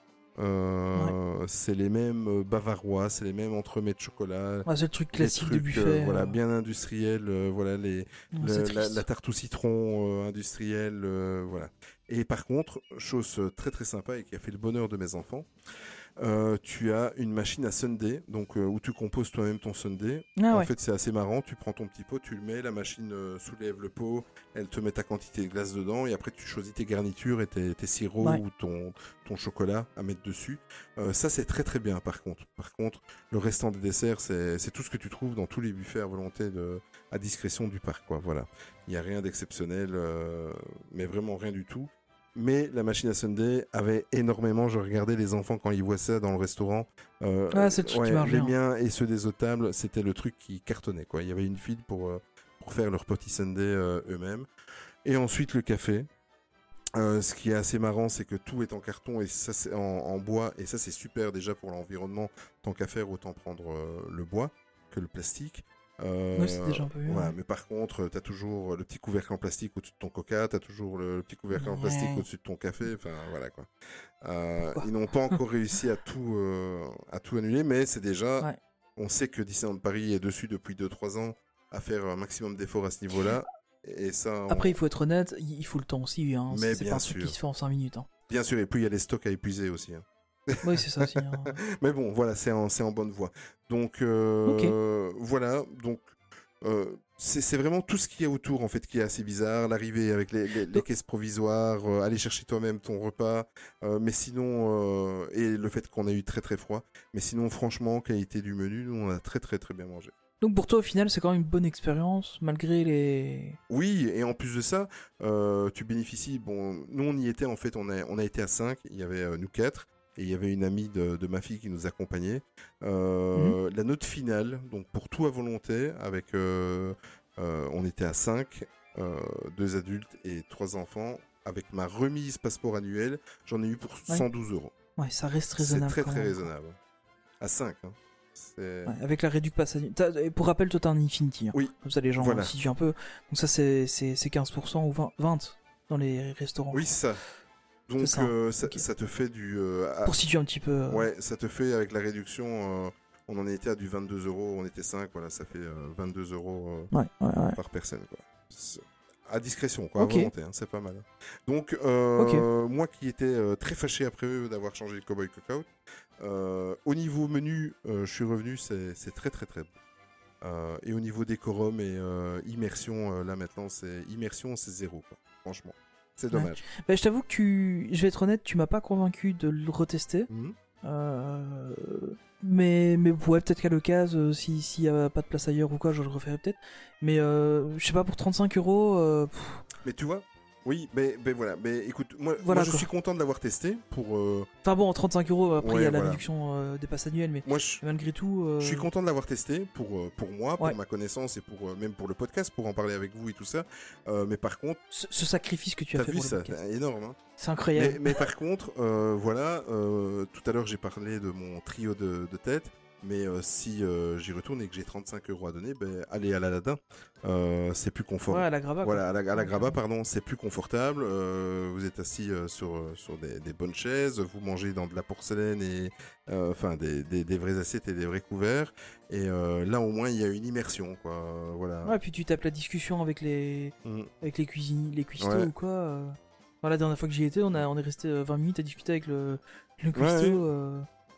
Euh, ouais. C'est les mêmes euh, bavarois, c'est les mêmes entremets de chocolat. Ouais, c'est le truc classique trucs, du buffet. Euh, voilà, euh... bien industriel. Euh, voilà, les, non, le, la, la tarte au citron euh, industrielle. Euh, voilà. Et par contre, chose très très sympa et qui a fait le bonheur de mes enfants. Euh, tu as une machine à sundae, donc euh, où tu composes toi-même ton sundae. Ah en ouais. fait, c'est assez marrant. Tu prends ton petit pot, tu le mets, la machine euh, soulève le pot, elle te met ta quantité de glace dedans, et après tu choisis tes garnitures et tes, tes sirops ouais. ou ton, ton chocolat à mettre dessus. Euh, ça, c'est très très bien. Par contre, par contre, le restant des desserts, c'est, c'est tout ce que tu trouves dans tous les buffets à volonté de, à discrétion du parc, quoi. Voilà. Il n'y a rien d'exceptionnel, euh, mais vraiment rien du tout. Mais la machine à sundae avait énormément. Je regardais les enfants quand ils voient ça dans le restaurant. Euh, ah, c'est le truc ouais, qui marche les bien. miens et ceux des autres tables, c'était le truc qui cartonnait, quoi. Il y avait une file pour, euh, pour faire leur petit sundae euh, eux-mêmes. Et ensuite, le café. Euh, ce qui est assez marrant, c'est que tout est en carton et ça c'est en, en bois. Et ça, c'est super déjà pour l'environnement. Tant qu'à faire, autant prendre euh, le bois que le plastique. Euh, oui, c'est déjà un peu mieux. Voilà, ouais. mais par contre, t'as toujours le petit couvercle en plastique au-dessus de ton coca, t'as toujours le, le petit couvercle en plastique ouais. au-dessus de ton café, enfin voilà quoi. Euh, ils n'ont pas encore réussi à tout, euh, à tout annuler, mais c'est déjà, ouais. on sait que Disneyland Paris est dessus depuis deux trois ans à faire un maximum d'efforts à ce niveau-là. Et ça, on... Après, il faut être honnête, il faut le temps aussi. Hein. Mais c'est bien pas un sûr. truc qui se fait en cinq minutes. Hein. Bien sûr, et puis il y a les stocks à épuiser aussi. Hein. Oui, c'est ça aussi. Hein. Mais bon, voilà, c'est en, c'est en bonne voie. Donc, euh, okay. voilà, donc... Euh, c'est, c'est vraiment tout ce qu'il y a autour en fait qui est assez bizarre, l'arrivée avec les, les, les caisses provisoires, euh, aller chercher toi-même ton repas, euh, mais sinon euh, et le fait qu'on a eu très très froid, mais sinon franchement qualité du menu, nous on a très très très bien mangé. Donc pour toi au final c'est quand même une bonne expérience malgré les... Oui, et en plus de ça, euh, tu bénéficies, bon nous on y était en fait, on a, on a été à cinq, il y avait euh, nous quatre. Et il y avait une amie de, de ma fille qui nous accompagnait. Euh, mmh. La note finale, donc pour tout à volonté, avec, euh, euh, on était à cinq, euh, deux adultes et trois enfants. Avec ma remise passeport annuel, j'en ai eu pour ouais. cent douze euros. Ouais, ça reste raisonnable. C'est très très même. raisonnable. À cinq. Hein. C'est... Ouais, avec la réduction passe annuelle. Pour rappel, toi t'as un Infinity. Hein. Oui. Comme ça les gens voilà. situent un peu. Donc ça c'est, c'est, c'est quinze pour cent ou vingt pour cent dans les restaurants. Oui, c'est ça. Donc ça. Euh, ça, okay. ça te fait du... Euh, à... Pour situer un petit peu... Euh... Ouais, ça te fait avec la réduction, euh, on en était à du vingt-deux euros, on était cinq, voilà, ça fait euh, vingt-deux euros euh, ouais, ouais, ouais. par personne. Quoi. C'est... À discrétion, quoi, okay. à volonté, hein, c'est pas mal. Donc, euh, okay. moi qui étais euh, très fâché après eux d'avoir changé le Cowboy Cookout, euh, au niveau menu, euh, je suis revenu, c'est, c'est très très très bon. Euh, et au niveau décorum et euh, immersion, là maintenant, c'est immersion, c'est zéro, quoi, franchement. C'est dommage. Ouais. Bah, je t'avoue que tu... je vais être honnête, tu m'as pas convaincu de le retester. Mmh. Euh... Mais, mais ouais, peut-être qu'à l'occasion, euh, s'il si y a pas de place ailleurs ou quoi, je le referai peut-être. Mais euh, je sais pas, pour trente-cinq euros. Euh... Mais tu vois, oui, mais, mais voilà. Mais écoute, moi, voilà, moi je suis content de l'avoir testé pour. Euh... Enfin bon, trente-cinq euros, après il ouais, y a la voilà. réduction euh, des passes annuelles, mais moi, je... malgré tout. Euh... Je suis content de l'avoir testé pour, euh, pour moi, pour ouais. ma connaissance et pour, euh, même pour le podcast, pour en parler avec vous et tout ça. Euh, mais par contre. Ce, ce sacrifice que tu as t'as fait vu pour ça, le podcast. C'est énorme. Hein. C'est incroyable. Mais, mais par contre, euh, voilà, euh, tout à l'heure j'ai parlé de mon trio de, de tête. Mais euh, si euh, j'y retourne et que j'ai trente-cinq euros à donner, ben, allez à l'Aladin, euh, c'est plus confortable. Ouais, à la Graba. Voilà, à la, à la Graba, pardon, c'est plus confortable. Euh, vous êtes assis euh, sur, sur des, des bonnes chaises, vous mangez dans de la porcelaine et enfin euh, des, des, des vraies assiettes et des vrais couverts. Et euh, là, au moins, il y a une immersion, quoi. Euh, voilà. Ouais, puis tu tapes la discussion avec les, mmh. avec les cuisiniers, les cuistots ouais. ou quoi. Euh... Enfin, la dernière fois que j'y étais, on, a, on est resté vingt minutes à discuter avec le, le cuistot. Ouais, ouais. Euh...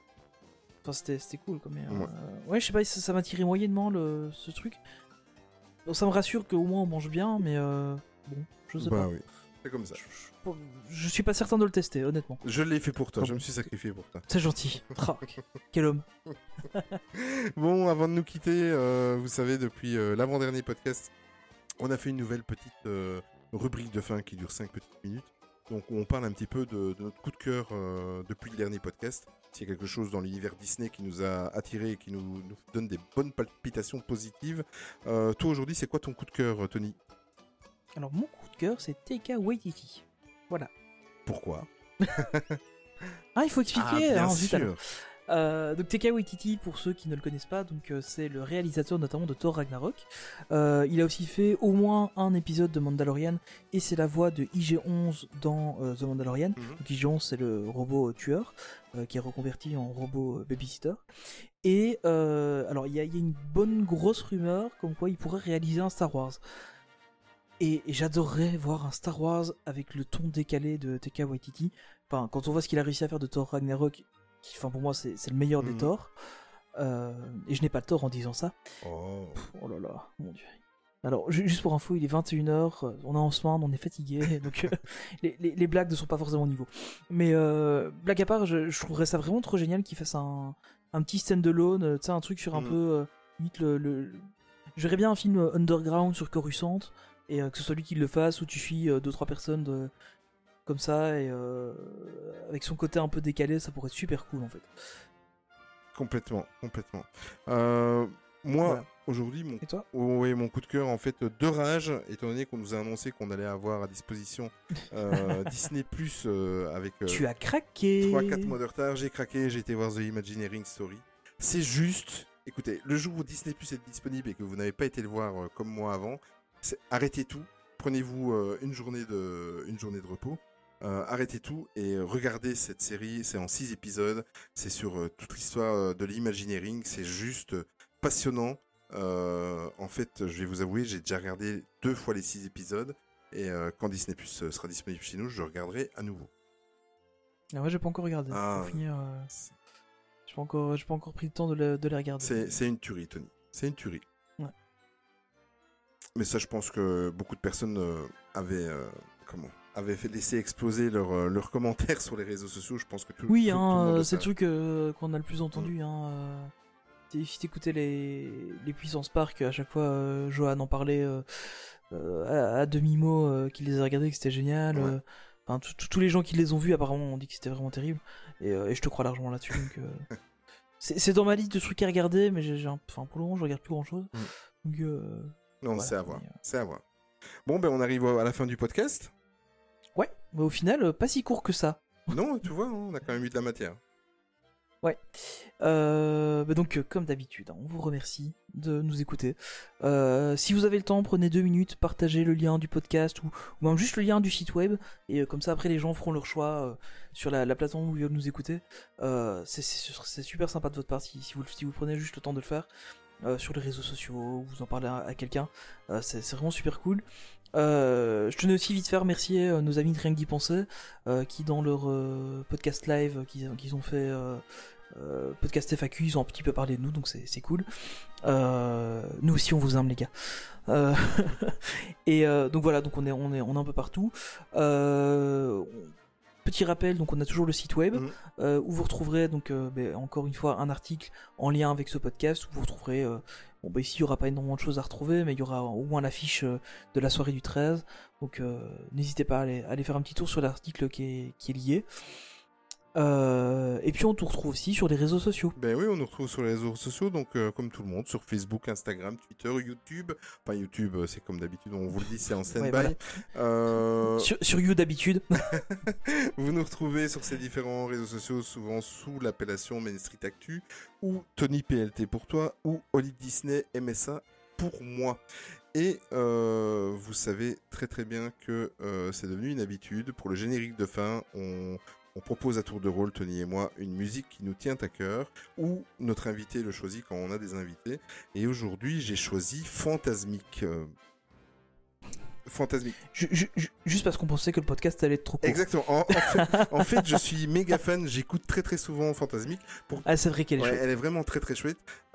Enfin, c'était, c'était cool, quoi. Mais, euh, ouais. ouais, je sais pas, ça, ça m'a tiré moyennement le, ce truc. Donc, ça me rassure qu'au moins on mange bien, mais euh, bon, je sais bah, pas. Oui. C'est comme ça. Je, je suis pas certain de le tester, honnêtement. Je l'ai fait pour toi, Non. je me suis sacrifié pour toi. C'est gentil. Oh, quel homme. Bon, avant de nous quitter, euh, vous savez, depuis euh, l'avant-dernier podcast, on a fait une nouvelle petite euh, rubrique de fin qui dure cinq petites minutes. Donc on parle un petit peu de, de notre coup de cœur euh, depuis le dernier podcast. S'il y a quelque chose dans l'univers Disney qui nous a attirés et qui nous, nous donne des bonnes palpitations positives. Euh, toi aujourd'hui, c'est quoi ton coup de cœur, Tony ? Alors mon coup de cœur, c'est Taika Waititi. Voilà. Pourquoi ? Ah, il faut expliquer. Ah, bien hein, zut, sûr. alors. Euh, donc Taika Waititi, pour ceux qui ne le connaissent pas, donc euh, c'est le réalisateur notamment de Thor Ragnarok. Euh, il a aussi fait au moins un épisode de Mandalorian et c'est la voix de I G onze dans euh, The Mandalorian. Mhm. Donc I G onze c'est le robot euh, tueur euh, qui est reconverti en robot euh, babysitter. Et euh, alors il y, y a une bonne grosse rumeur comme quoi il pourrait réaliser un Star Wars. Et, et j'adorerais voir un Star Wars avec le ton décalé de Taika Waititi. Enfin, quand on voit ce qu'il a réussi à faire de Thor Ragnarok, qui, enfin pour moi c'est, c'est le meilleur Mhm. des Thor. Euh, et je n'ai pas tort en disant ça. Oh. Pff, oh là là, mon dieu. Alors, ju- juste pour info, il est vingt et une heures, euh, on est en semaine, on est fatigué, donc euh, les, les, les blagues ne sont pas forcément au niveau. Mais euh, blague à part, je, je trouverais ça vraiment trop génial qu'il fasse un, un petit stand-alone, euh, tu sais, un truc sur un Mhm. peu... Euh, limite le, le... Je verrais bien un film euh, underground sur Coruscant, et euh, que ce soit lui qui le fasse, où tu suis euh, deux trois personnes de... comme ça, et euh, avec son côté un peu décalé, ça pourrait être super cool en fait. Complètement, complètement. Euh, moi, Voilà. aujourd'hui, mon Et toi? Oh, oui, mon coup de cœur, en fait, de rage, étant donné qu'on nous a annoncé qu'on allait avoir à disposition euh, Disney Plus euh, avec euh, Tu as craqué. trois quatre mois de retard, j'ai craqué, j'ai été voir The Imagineering Story. C'est juste, écoutez, le jour où Disney Plus est disponible et que vous n'avez pas été le voir euh, comme moi avant, c'est- arrêtez tout, prenez-vous euh, une journée de, une journée de repos. Euh, arrêtez tout et regardez cette série, c'est en six épisodes, c'est sur euh, toute l'histoire euh, de l'Imagineering, c'est juste euh, passionnant. Euh, en fait, je vais vous avouer, j'ai déjà regardé deux fois les six épisodes et euh, quand Disney Plus euh, sera disponible chez nous, je le regarderai à nouveau. Ah ouais, j'ai pas encore regardé. Ah, Pour finir, euh, C'est- j'ai pas encore, j'ai pas encore pris le temps de, le- de les regarder. C'est c'est une tuerie, Tony. C'est une tuerie. Ouais. Mais ça, je pense que beaucoup de personnes euh, avaient, euh, comment, avaient fait laisser exploser leurs euh, leurs commentaires sur les réseaux sociaux. Je pense que tout, Oui, tout- tout le hein, monde euh, le c'est le savait. truc euh, qu'on a le plus entendu. Hein, euh, t'es- si t'écoutais les, les puissances park, à chaque fois, euh, Johan en parlait euh, euh, à, à demi-mot euh, qu'il les a regardés, que c'était génial. Ouais. euh, Enfin, tout- tout- tous les gens qui les ont vus, apparemment, ont dit que c'était vraiment terrible. Et, euh, et je te crois largement là-dessus. donc, euh, c'est, c'est dans ma liste de trucs à regarder, mais j'ai, j'ai un- enfin, pour le moment, je regarde plus grand-chose. Mm. Donc, euh, Non, voilà, c'est à voir. mais, euh, C'est à voir. Bon, ben, on arrive à la fin du podcast. ouais, mais au final, euh, pas si court que ça. Non, tu vois, on a quand même eu de la matière. Ouais. Euh, bah donc, euh, comme d'habitude, hein, on vous remercie de nous écouter. Euh, si vous avez le temps, prenez deux minutes, partagez le lien du podcast ou, ou même juste le lien du site web. Et euh, comme ça, après, les gens feront leur choix euh, sur la, la plateforme où ils veulent nous écouter. Euh, c'est, c'est, c'est super sympa de votre part si, si, vous, si vous prenez juste le temps de le faire. Euh, sur les réseaux sociaux, vous en parlez à, à quelqu'un. Euh, c'est, c'est vraiment super cool. Euh, je tenais aussi vite faire remercier euh, nos amis de Rien que d'y penser, euh, qui dans leur euh, podcast live qu'ils, qu'ils ont fait, euh, euh, podcast F A Q, ils ont un petit peu parlé de nous, donc c'est, c'est cool. Euh, nous aussi on vous aime les gars. Euh, et euh, donc voilà, donc on est, on est, on est un peu partout. Euh, Petit rappel, donc on a toujours le site web Mhm. euh, où vous retrouverez donc euh, bah, encore une fois un article en lien avec ce podcast où vous retrouverez euh, bon bah ici il y aura pas énormément de choses à retrouver mais il y aura au moins l'affiche euh, de la soirée du treize donc euh, n'hésitez pas à aller, à aller faire un petit tour sur l'article qui est, qui est lié. Euh, et puis on te retrouve aussi sur les réseaux sociaux. Ben oui, on nous retrouve sur les réseaux sociaux, donc euh, comme tout le monde, sur Facebook, Instagram, Twitter, YouTube. Enfin, YouTube, euh, c'est comme d'habitude, on vous le dit, c'est en stand-by. Ouais, voilà. Euh, Sur, sur You d'habitude. Vous nous retrouvez sur ces différents réseaux sociaux, souvent sous l'appellation Main Street Actu, ou Tony P L T pour toi, ou Oli Disney M S A pour moi. Et euh, vous savez très très bien que euh, c'est devenu une habitude. Pour le générique de fin, on, on propose à tour de rôle, Tony et moi, une musique qui nous tient à cœur, ou notre invité le choisit quand on a des invités. Et aujourd'hui, j'ai choisi Fantasmique. Euh, Fantasmique. Ju- ju- ju- juste parce qu'on pensait que le podcast allait être trop court. Exactement. En, en fait, en fait, je suis méga fan. J'écoute très très souvent Fantasmique. Pour... Ah c'est vrai qu'elle est Ouais, chouette. elle est vraiment très très chouette.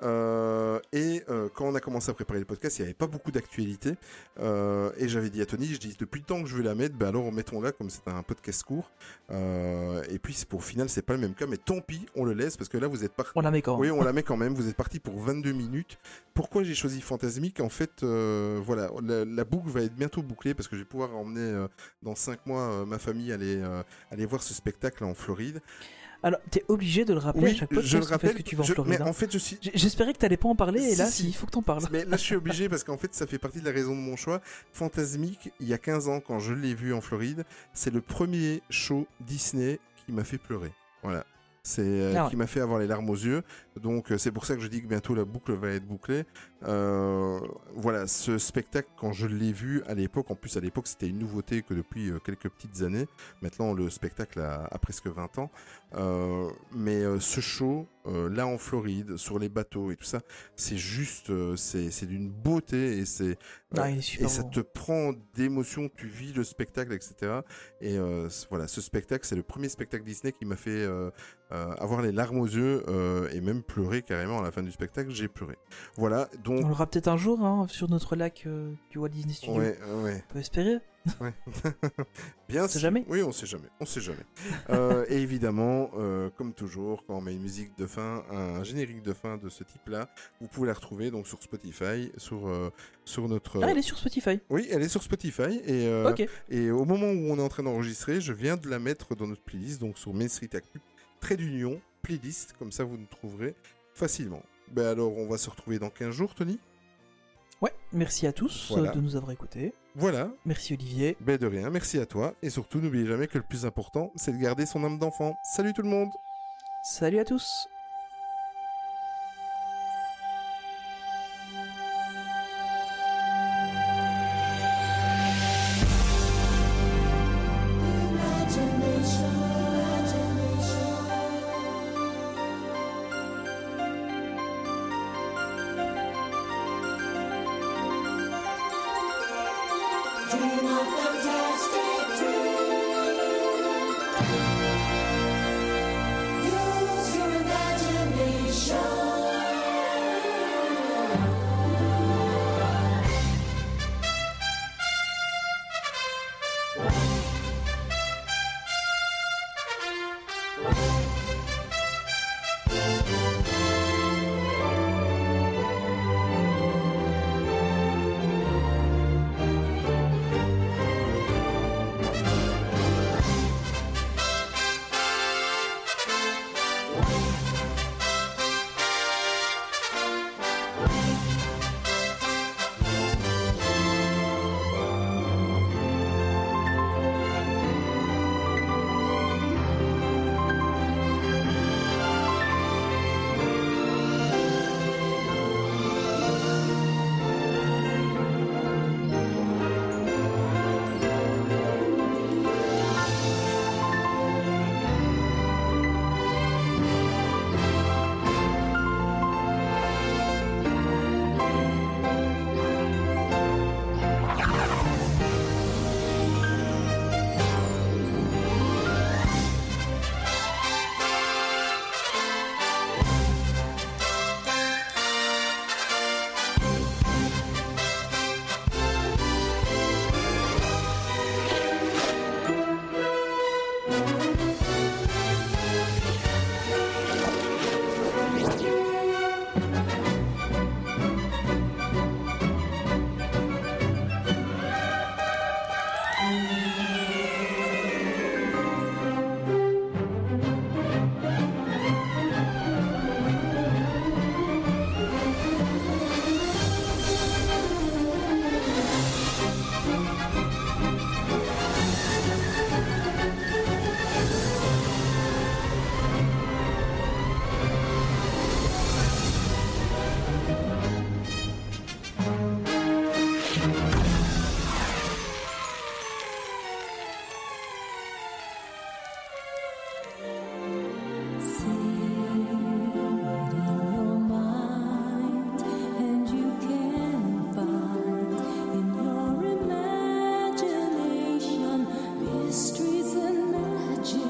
Euh, et euh, quand on a commencé à préparer le podcast, il n'y avait pas beaucoup d'actualité. Euh, et j'avais dit à Tony, je dis depuis le temps que je veux la mettre, ben alors mettons-la comme c'est un podcast court. Euh, et puis pour au final, c'est pas le même cas, mais tant pis, on le laisse parce que là vous êtes parti. On la met quand même. Oui, on la met quand même. Vous êtes parti pour vingt-deux minutes. Pourquoi j'ai choisi Fantasmique ? En fait, euh, voilà, la, la boucle va être bientôt bouclée parce que je vais pouvoir emmener euh, dans cinq mois euh, ma famille aller euh, aller voir ce spectacle en Floride. Alors, t'es obligé de le rappeler Oui, à chaque podcast je le rappelle que tu vas en je, Floride. mais hein. en fait, je suis. J- J'espérais que t'allais pas en parler, et Si, là, si. il faut que t'en parles. Mais là, je suis obligé parce qu'en fait, ça fait partie de la raison de mon choix. Fantasmique, il y a quinze ans, quand je l'ai vu en Floride, c'est le premier show Disney qui m'a fait pleurer. Voilà. C'est euh, Ah ouais. qui m'a fait avoir les larmes aux yeux. Donc euh, c'est pour ça que je dis que bientôt la boucle va être bouclée. Euh, voilà, ce spectacle, quand je l'ai vu à l'époque, en plus à l'époque c'était une nouveauté que depuis euh, quelques petites années. Maintenant le spectacle a, a presque vingt ans. Euh, mais euh, ce show, euh, là en Floride, sur les bateaux et tout ça, c'est juste, euh, c'est, c'est d'une beauté et c'est Ah, il est et super ça beau. te prend d'émotion, tu vis le spectacle, et cetera. Et euh, c- voilà, ce spectacle, c'est le premier spectacle Disney qui m'a fait euh, euh, avoir les larmes aux yeux euh, et même pleurer carrément à la fin du spectacle. J'ai pleuré. Voilà, donc. On l'aura peut-être un jour hein, sur notre lac euh, du Walt Disney Studio. Ouais, ouais. On peut espérer. Ouais. Bien On sait sûr. jamais. Oui, on sait jamais. On sait jamais. euh, et évidemment, euh, comme toujours, quand on met une musique de fin, un générique de fin de ce type-là, vous pouvez la retrouver donc sur Spotify, sur euh, sur notre. Ah, elle est sur Spotify. Oui, elle est sur Spotify et euh, Ok. et au moment où on est en train d'enregistrer, je viens de la mettre dans notre playlist, donc sur Main Street Actu, trait d'union, playlist, comme ça vous nous trouverez facilement. Ben alors, on va se retrouver dans quinze jours, Tony. Ouais, merci à tous Voilà. euh, de nous avoir écoutés. Voilà. Merci Olivier. Ben de rien, merci à toi. Et surtout, n'oubliez jamais que le plus important, c'est de garder son âme d'enfant. Salut tout le monde. Salut à tous. Dream a fantastic dream. Use your imagination.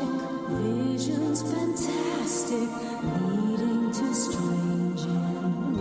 Visions fantastic, leading to strange and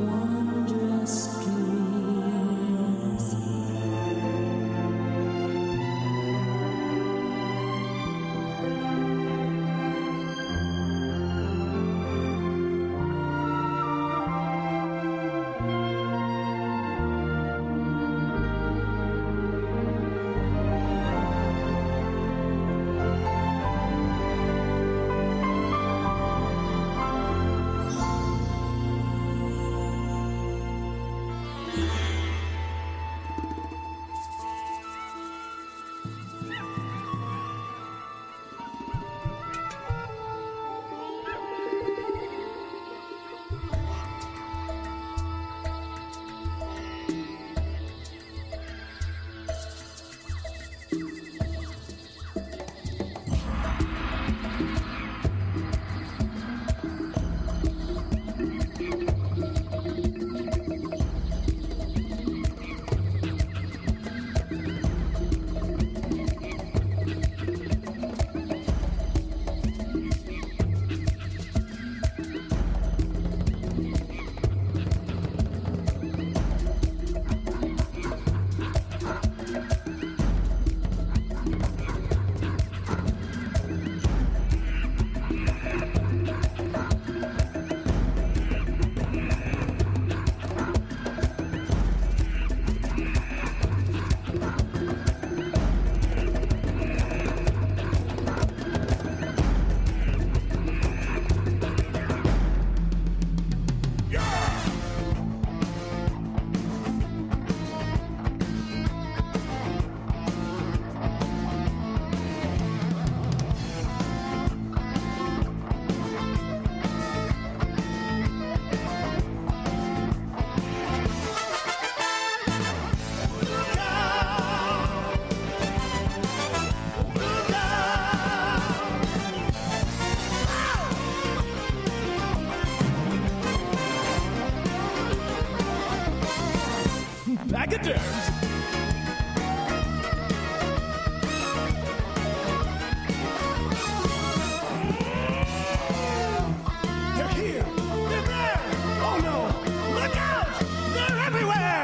good terms. They're here! They're there! Oh no! Look out! They're everywhere!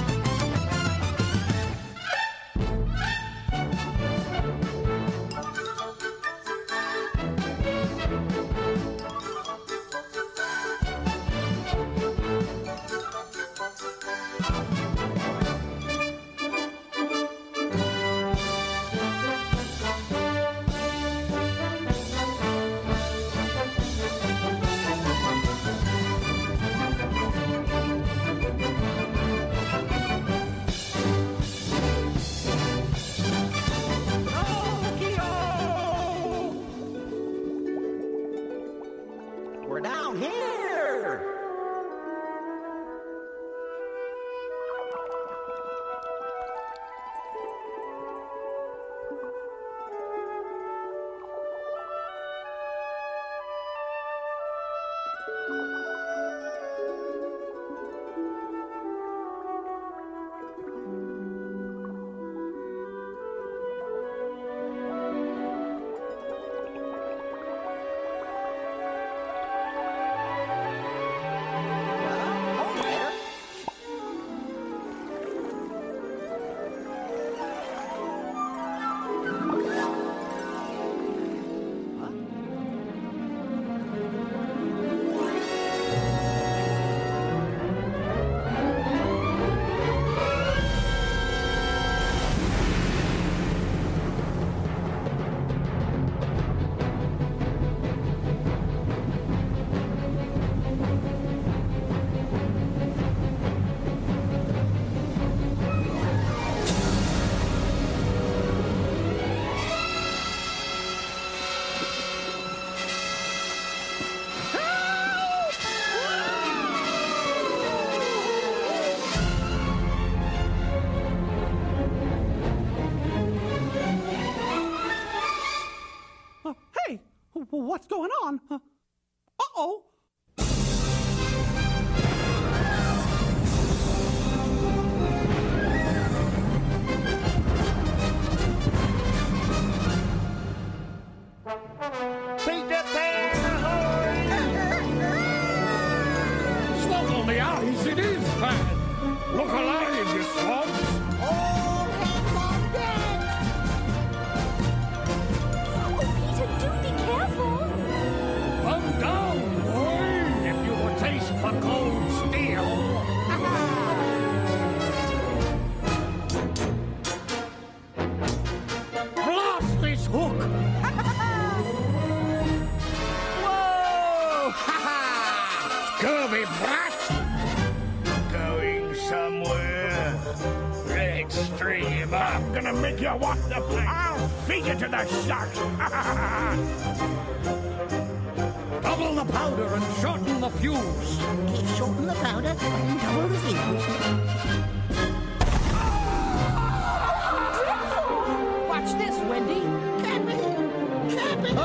We're down here! Uh, hey, w- what's going on? Uh oh. Peter Pan, ahoy! Smoke on the eyes, it is bad. Look alive, you swabs. All hands on deck! Oh, Peter, do be careful! Come down, boy, if you will taste for cold steel. Blast this hook! Whoa! Ha ha! Scurvy brat! Going somewhere. Let's stream up. I'm gonna make you walk the plank. I'll feed you to the sharks. Double the powder and shorten the fuse. Okay, shorten the powder and double the fuse. Watch this, Wendy. Captain! Captain!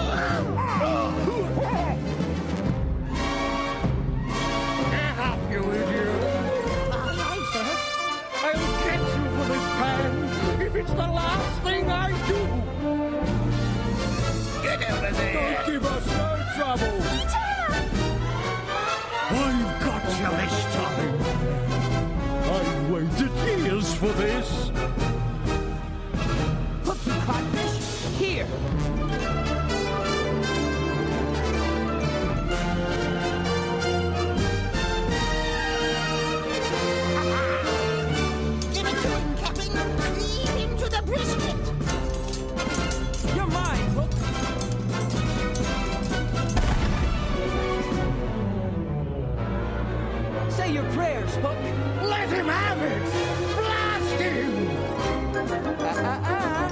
Get up, you idiot! Aye, aye, sir. I'll get you for this pan if it's the last thing I do. Get over there. Don't give us no trouble. I've got you this time. I've waited years for this. Hook, you codfish. Here. Give it to him, Captain! Cleave him to the brisket! You're mine, Hook. Say your prayers, Hook. Let him have it! Blast him! Uh-uh-uh.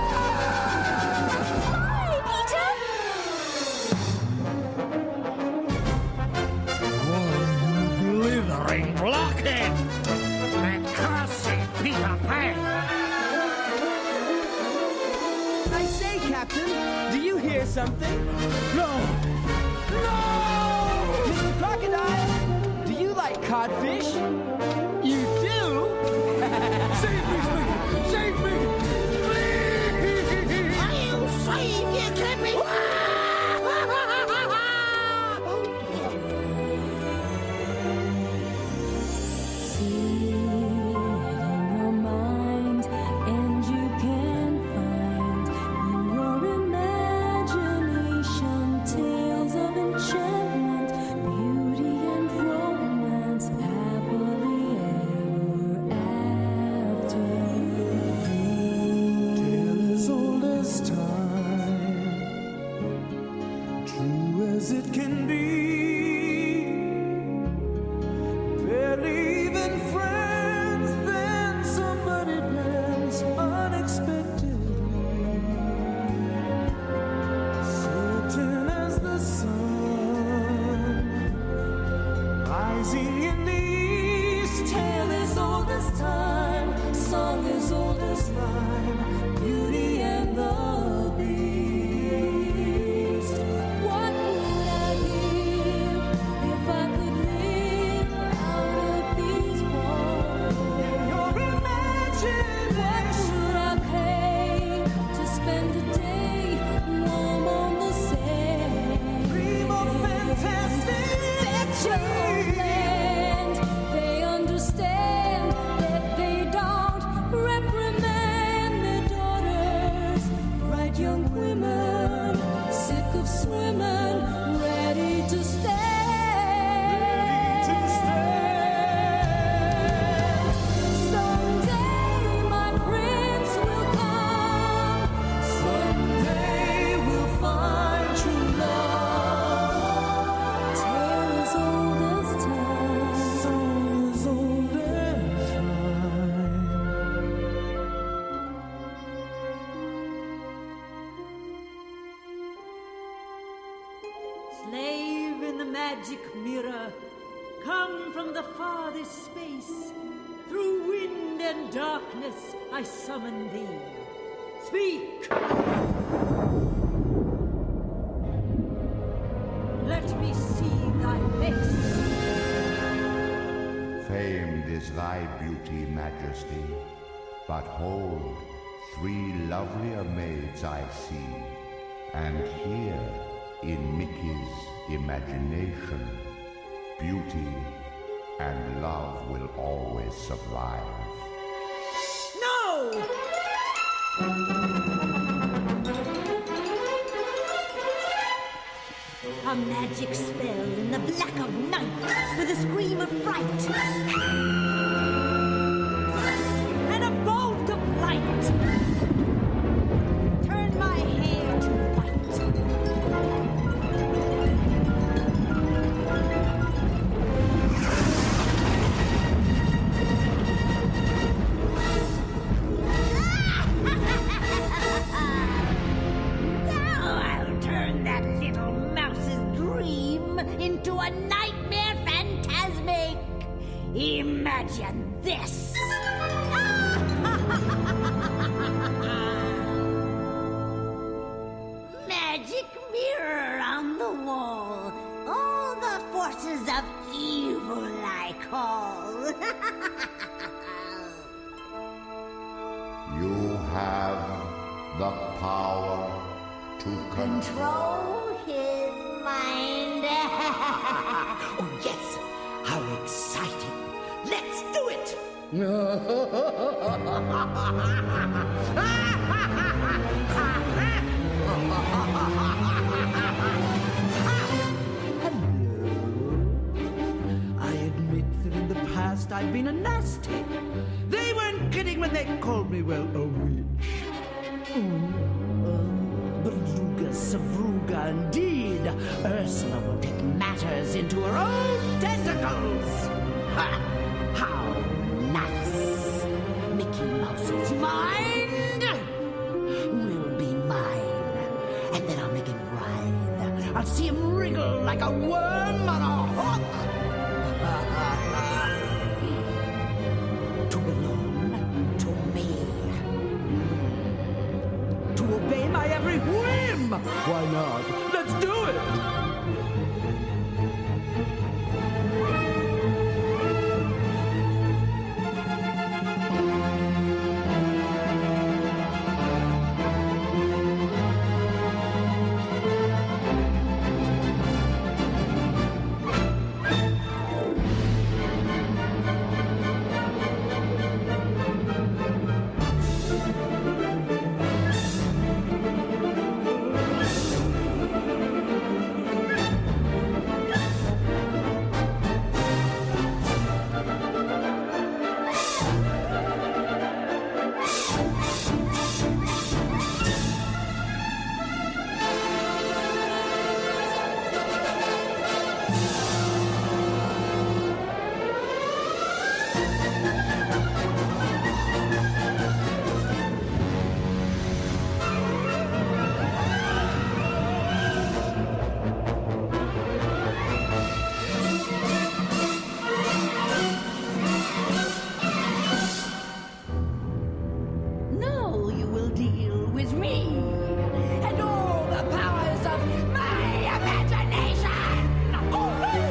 One blithering blockhead! That cursed Peter Pan! I say, Captain, do you hear something? No! No! Mister Crocodile, do you like codfish? You do? as it can be. Barely even friends, then somebody bends unexpectedly. Certain as the sun rising in the east. Tale as old as time, song as old as rhyme, Beauty and the Beast. What would I give if I could live out of these walls? In your imagination, what would I pay to spend a day warm on the sand? Dream of fantastic land. They understand that they don't reprimand their daughters. Bright young women, sick of swimming, ready to stand. Someday my prince will come. Someday we'll find true love. Tale as old as time, song as old as rhyme. Slave in the magic mirror, come from the farthest space. Through wind and darkness I summon thee. Speak! Let me see thy face. Famed is thy beauty, majesty. But hold, three lovelier maids I see, and here, in Mickey's imagination, beauty and love will always survive. No! A magic spell in the black of night, with a scream of fright, and a bolt of light. Turn my hair to white. Now I'll turn that little mouse's dream into a nightmare phantasmic. Imagine this. Magic mirror on the wall. All the forces of evil I call. You have the power to Control his mind. Oh, yes! How exciting! Let's do it! I admit that in the past I've been a nasty. They weren't kidding when they called me, well, a witch. Mm. Um, Beluga, Savruga, indeed. Ursula will take matters into her own tentacles. Ha! How nice. Mickey Mouse's mind will be mine. And then I'll make him writhe. I'll see him wriggle like a worm on a hook. To belong to me. To obey my every whim. Why not? Let's do it. Now you will deal with me and all the powers of my imagination!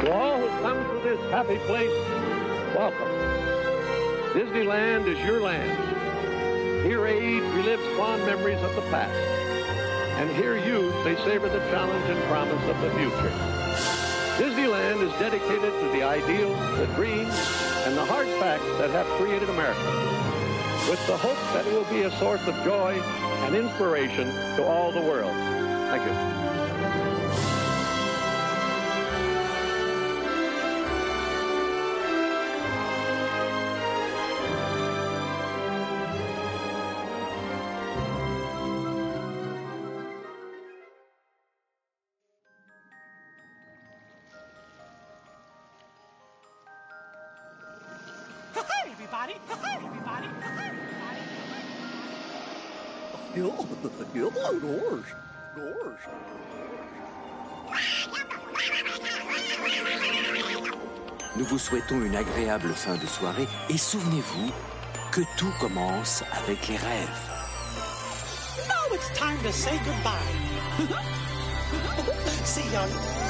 To all who come to this happy place, welcome. Disneyland is your land. Here age relives fond memories of the past. And here youth may savor the challenge and promise of the future. Disneyland is dedicated to the ideals, the dreams, and the hard facts that have created America, with the hope that it will be a source of joy and inspiration to all the world. Thank you. Everybody, everybody, everybody. Doors, doors. Nous vous souhaitons une agréable fin de soirée et souvenez-vous que tout commence avec les rêves. Now it's time to say goodbye. See ya